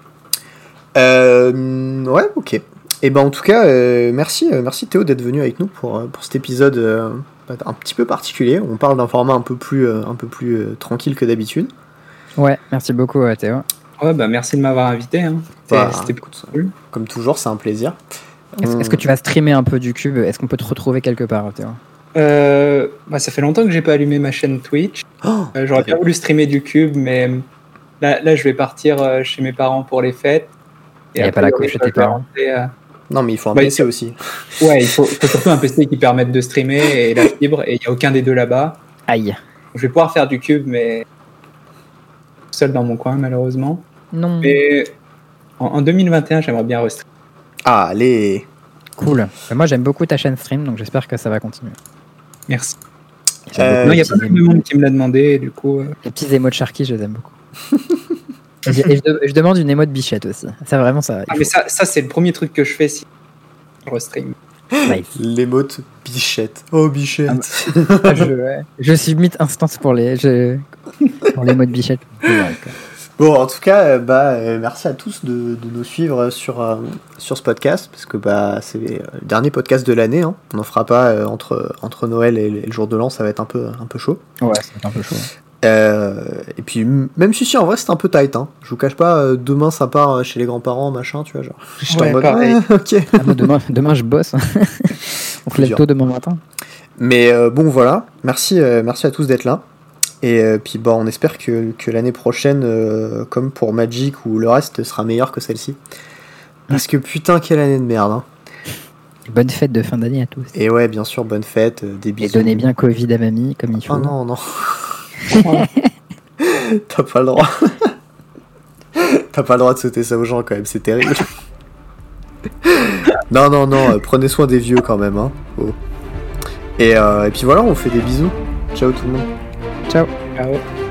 Ouais, ok. Et ben en tout cas, merci Théo d'être venu avec nous pour cet épisode un petit peu particulier. On parle d'un format un peu plus tranquille que d'habitude. Ouais, merci beaucoup Théo. Ouais, bah merci de m'avoir invité. Hein. C'était cool. Comme toujours, c'est un plaisir. Est-ce que tu vas streamer un peu du cube ? Est-ce qu'on peut te retrouver quelque part, Théo ? Ça fait longtemps que j'ai pas allumé ma chaîne Twitch. J'aurais bien voulu streamer du cube, mais là je vais partir chez mes parents pour les fêtes. Il n'y a pas la couche chez tes parents. Non, mais il faut un PC aussi. Ouais, il faut surtout un PC qui permette de streamer et la fibre, et il n'y a aucun des deux là-bas. Aïe. Je vais pouvoir faire du cube, mais tout seul dans mon coin, malheureusement. Non. Mais en 2021, j'aimerais bien restreamer. Ah, allez. Cool. Moi, j'aime beaucoup ta chaîne stream, donc j'espère que ça va continuer. Merci. Non, il y a pas mal de monde qui me l'a demandé, du coup. Les petits émotes Sharky, je les aime beaucoup. et je demande une émote bichette aussi. Ça, vraiment, ça. Ah, mais ça, c'est le premier truc que je fais si je restream. Nice. L'émote bichette. Oh, bichette. Je suis mythe instance pour l'émote bichette. Bon, en tout cas, merci à tous de nous suivre sur ce podcast, parce que c'est le dernier podcast de l'année. Hein. On n'en fera pas entre Noël et le jour de l'an, ça va être un peu chaud. Ouais, ça va être un peu chaud. Et puis, même si en vrai c'est un peu tight, hein. Je vous cache pas, demain ça part chez les grands-parents, machin, tu vois, genre. Je en mode, ok. Demain je bosse. On se lève tôt demain matin. Mais bon, voilà. Merci à tous d'être là. Et puis on espère que l'année prochaine, comme pour Magic ou le reste, sera meilleure que celle-ci. Parce que putain, quelle année de merde. Hein. Bonne fête de fin d'année à tous. Et ouais, bien sûr, bonne fête, des bisous. Et donnez bien Covid à mamie, comme il faut. Oh non. T'as pas le droit. T'as pas le droit de sauter ça aux gens quand même, c'est terrible. Non, prenez soin des vieux quand même. Hein. Oh. Et puis voilà, on fait des bisous. Ciao tout le monde. Ciao. Ciao.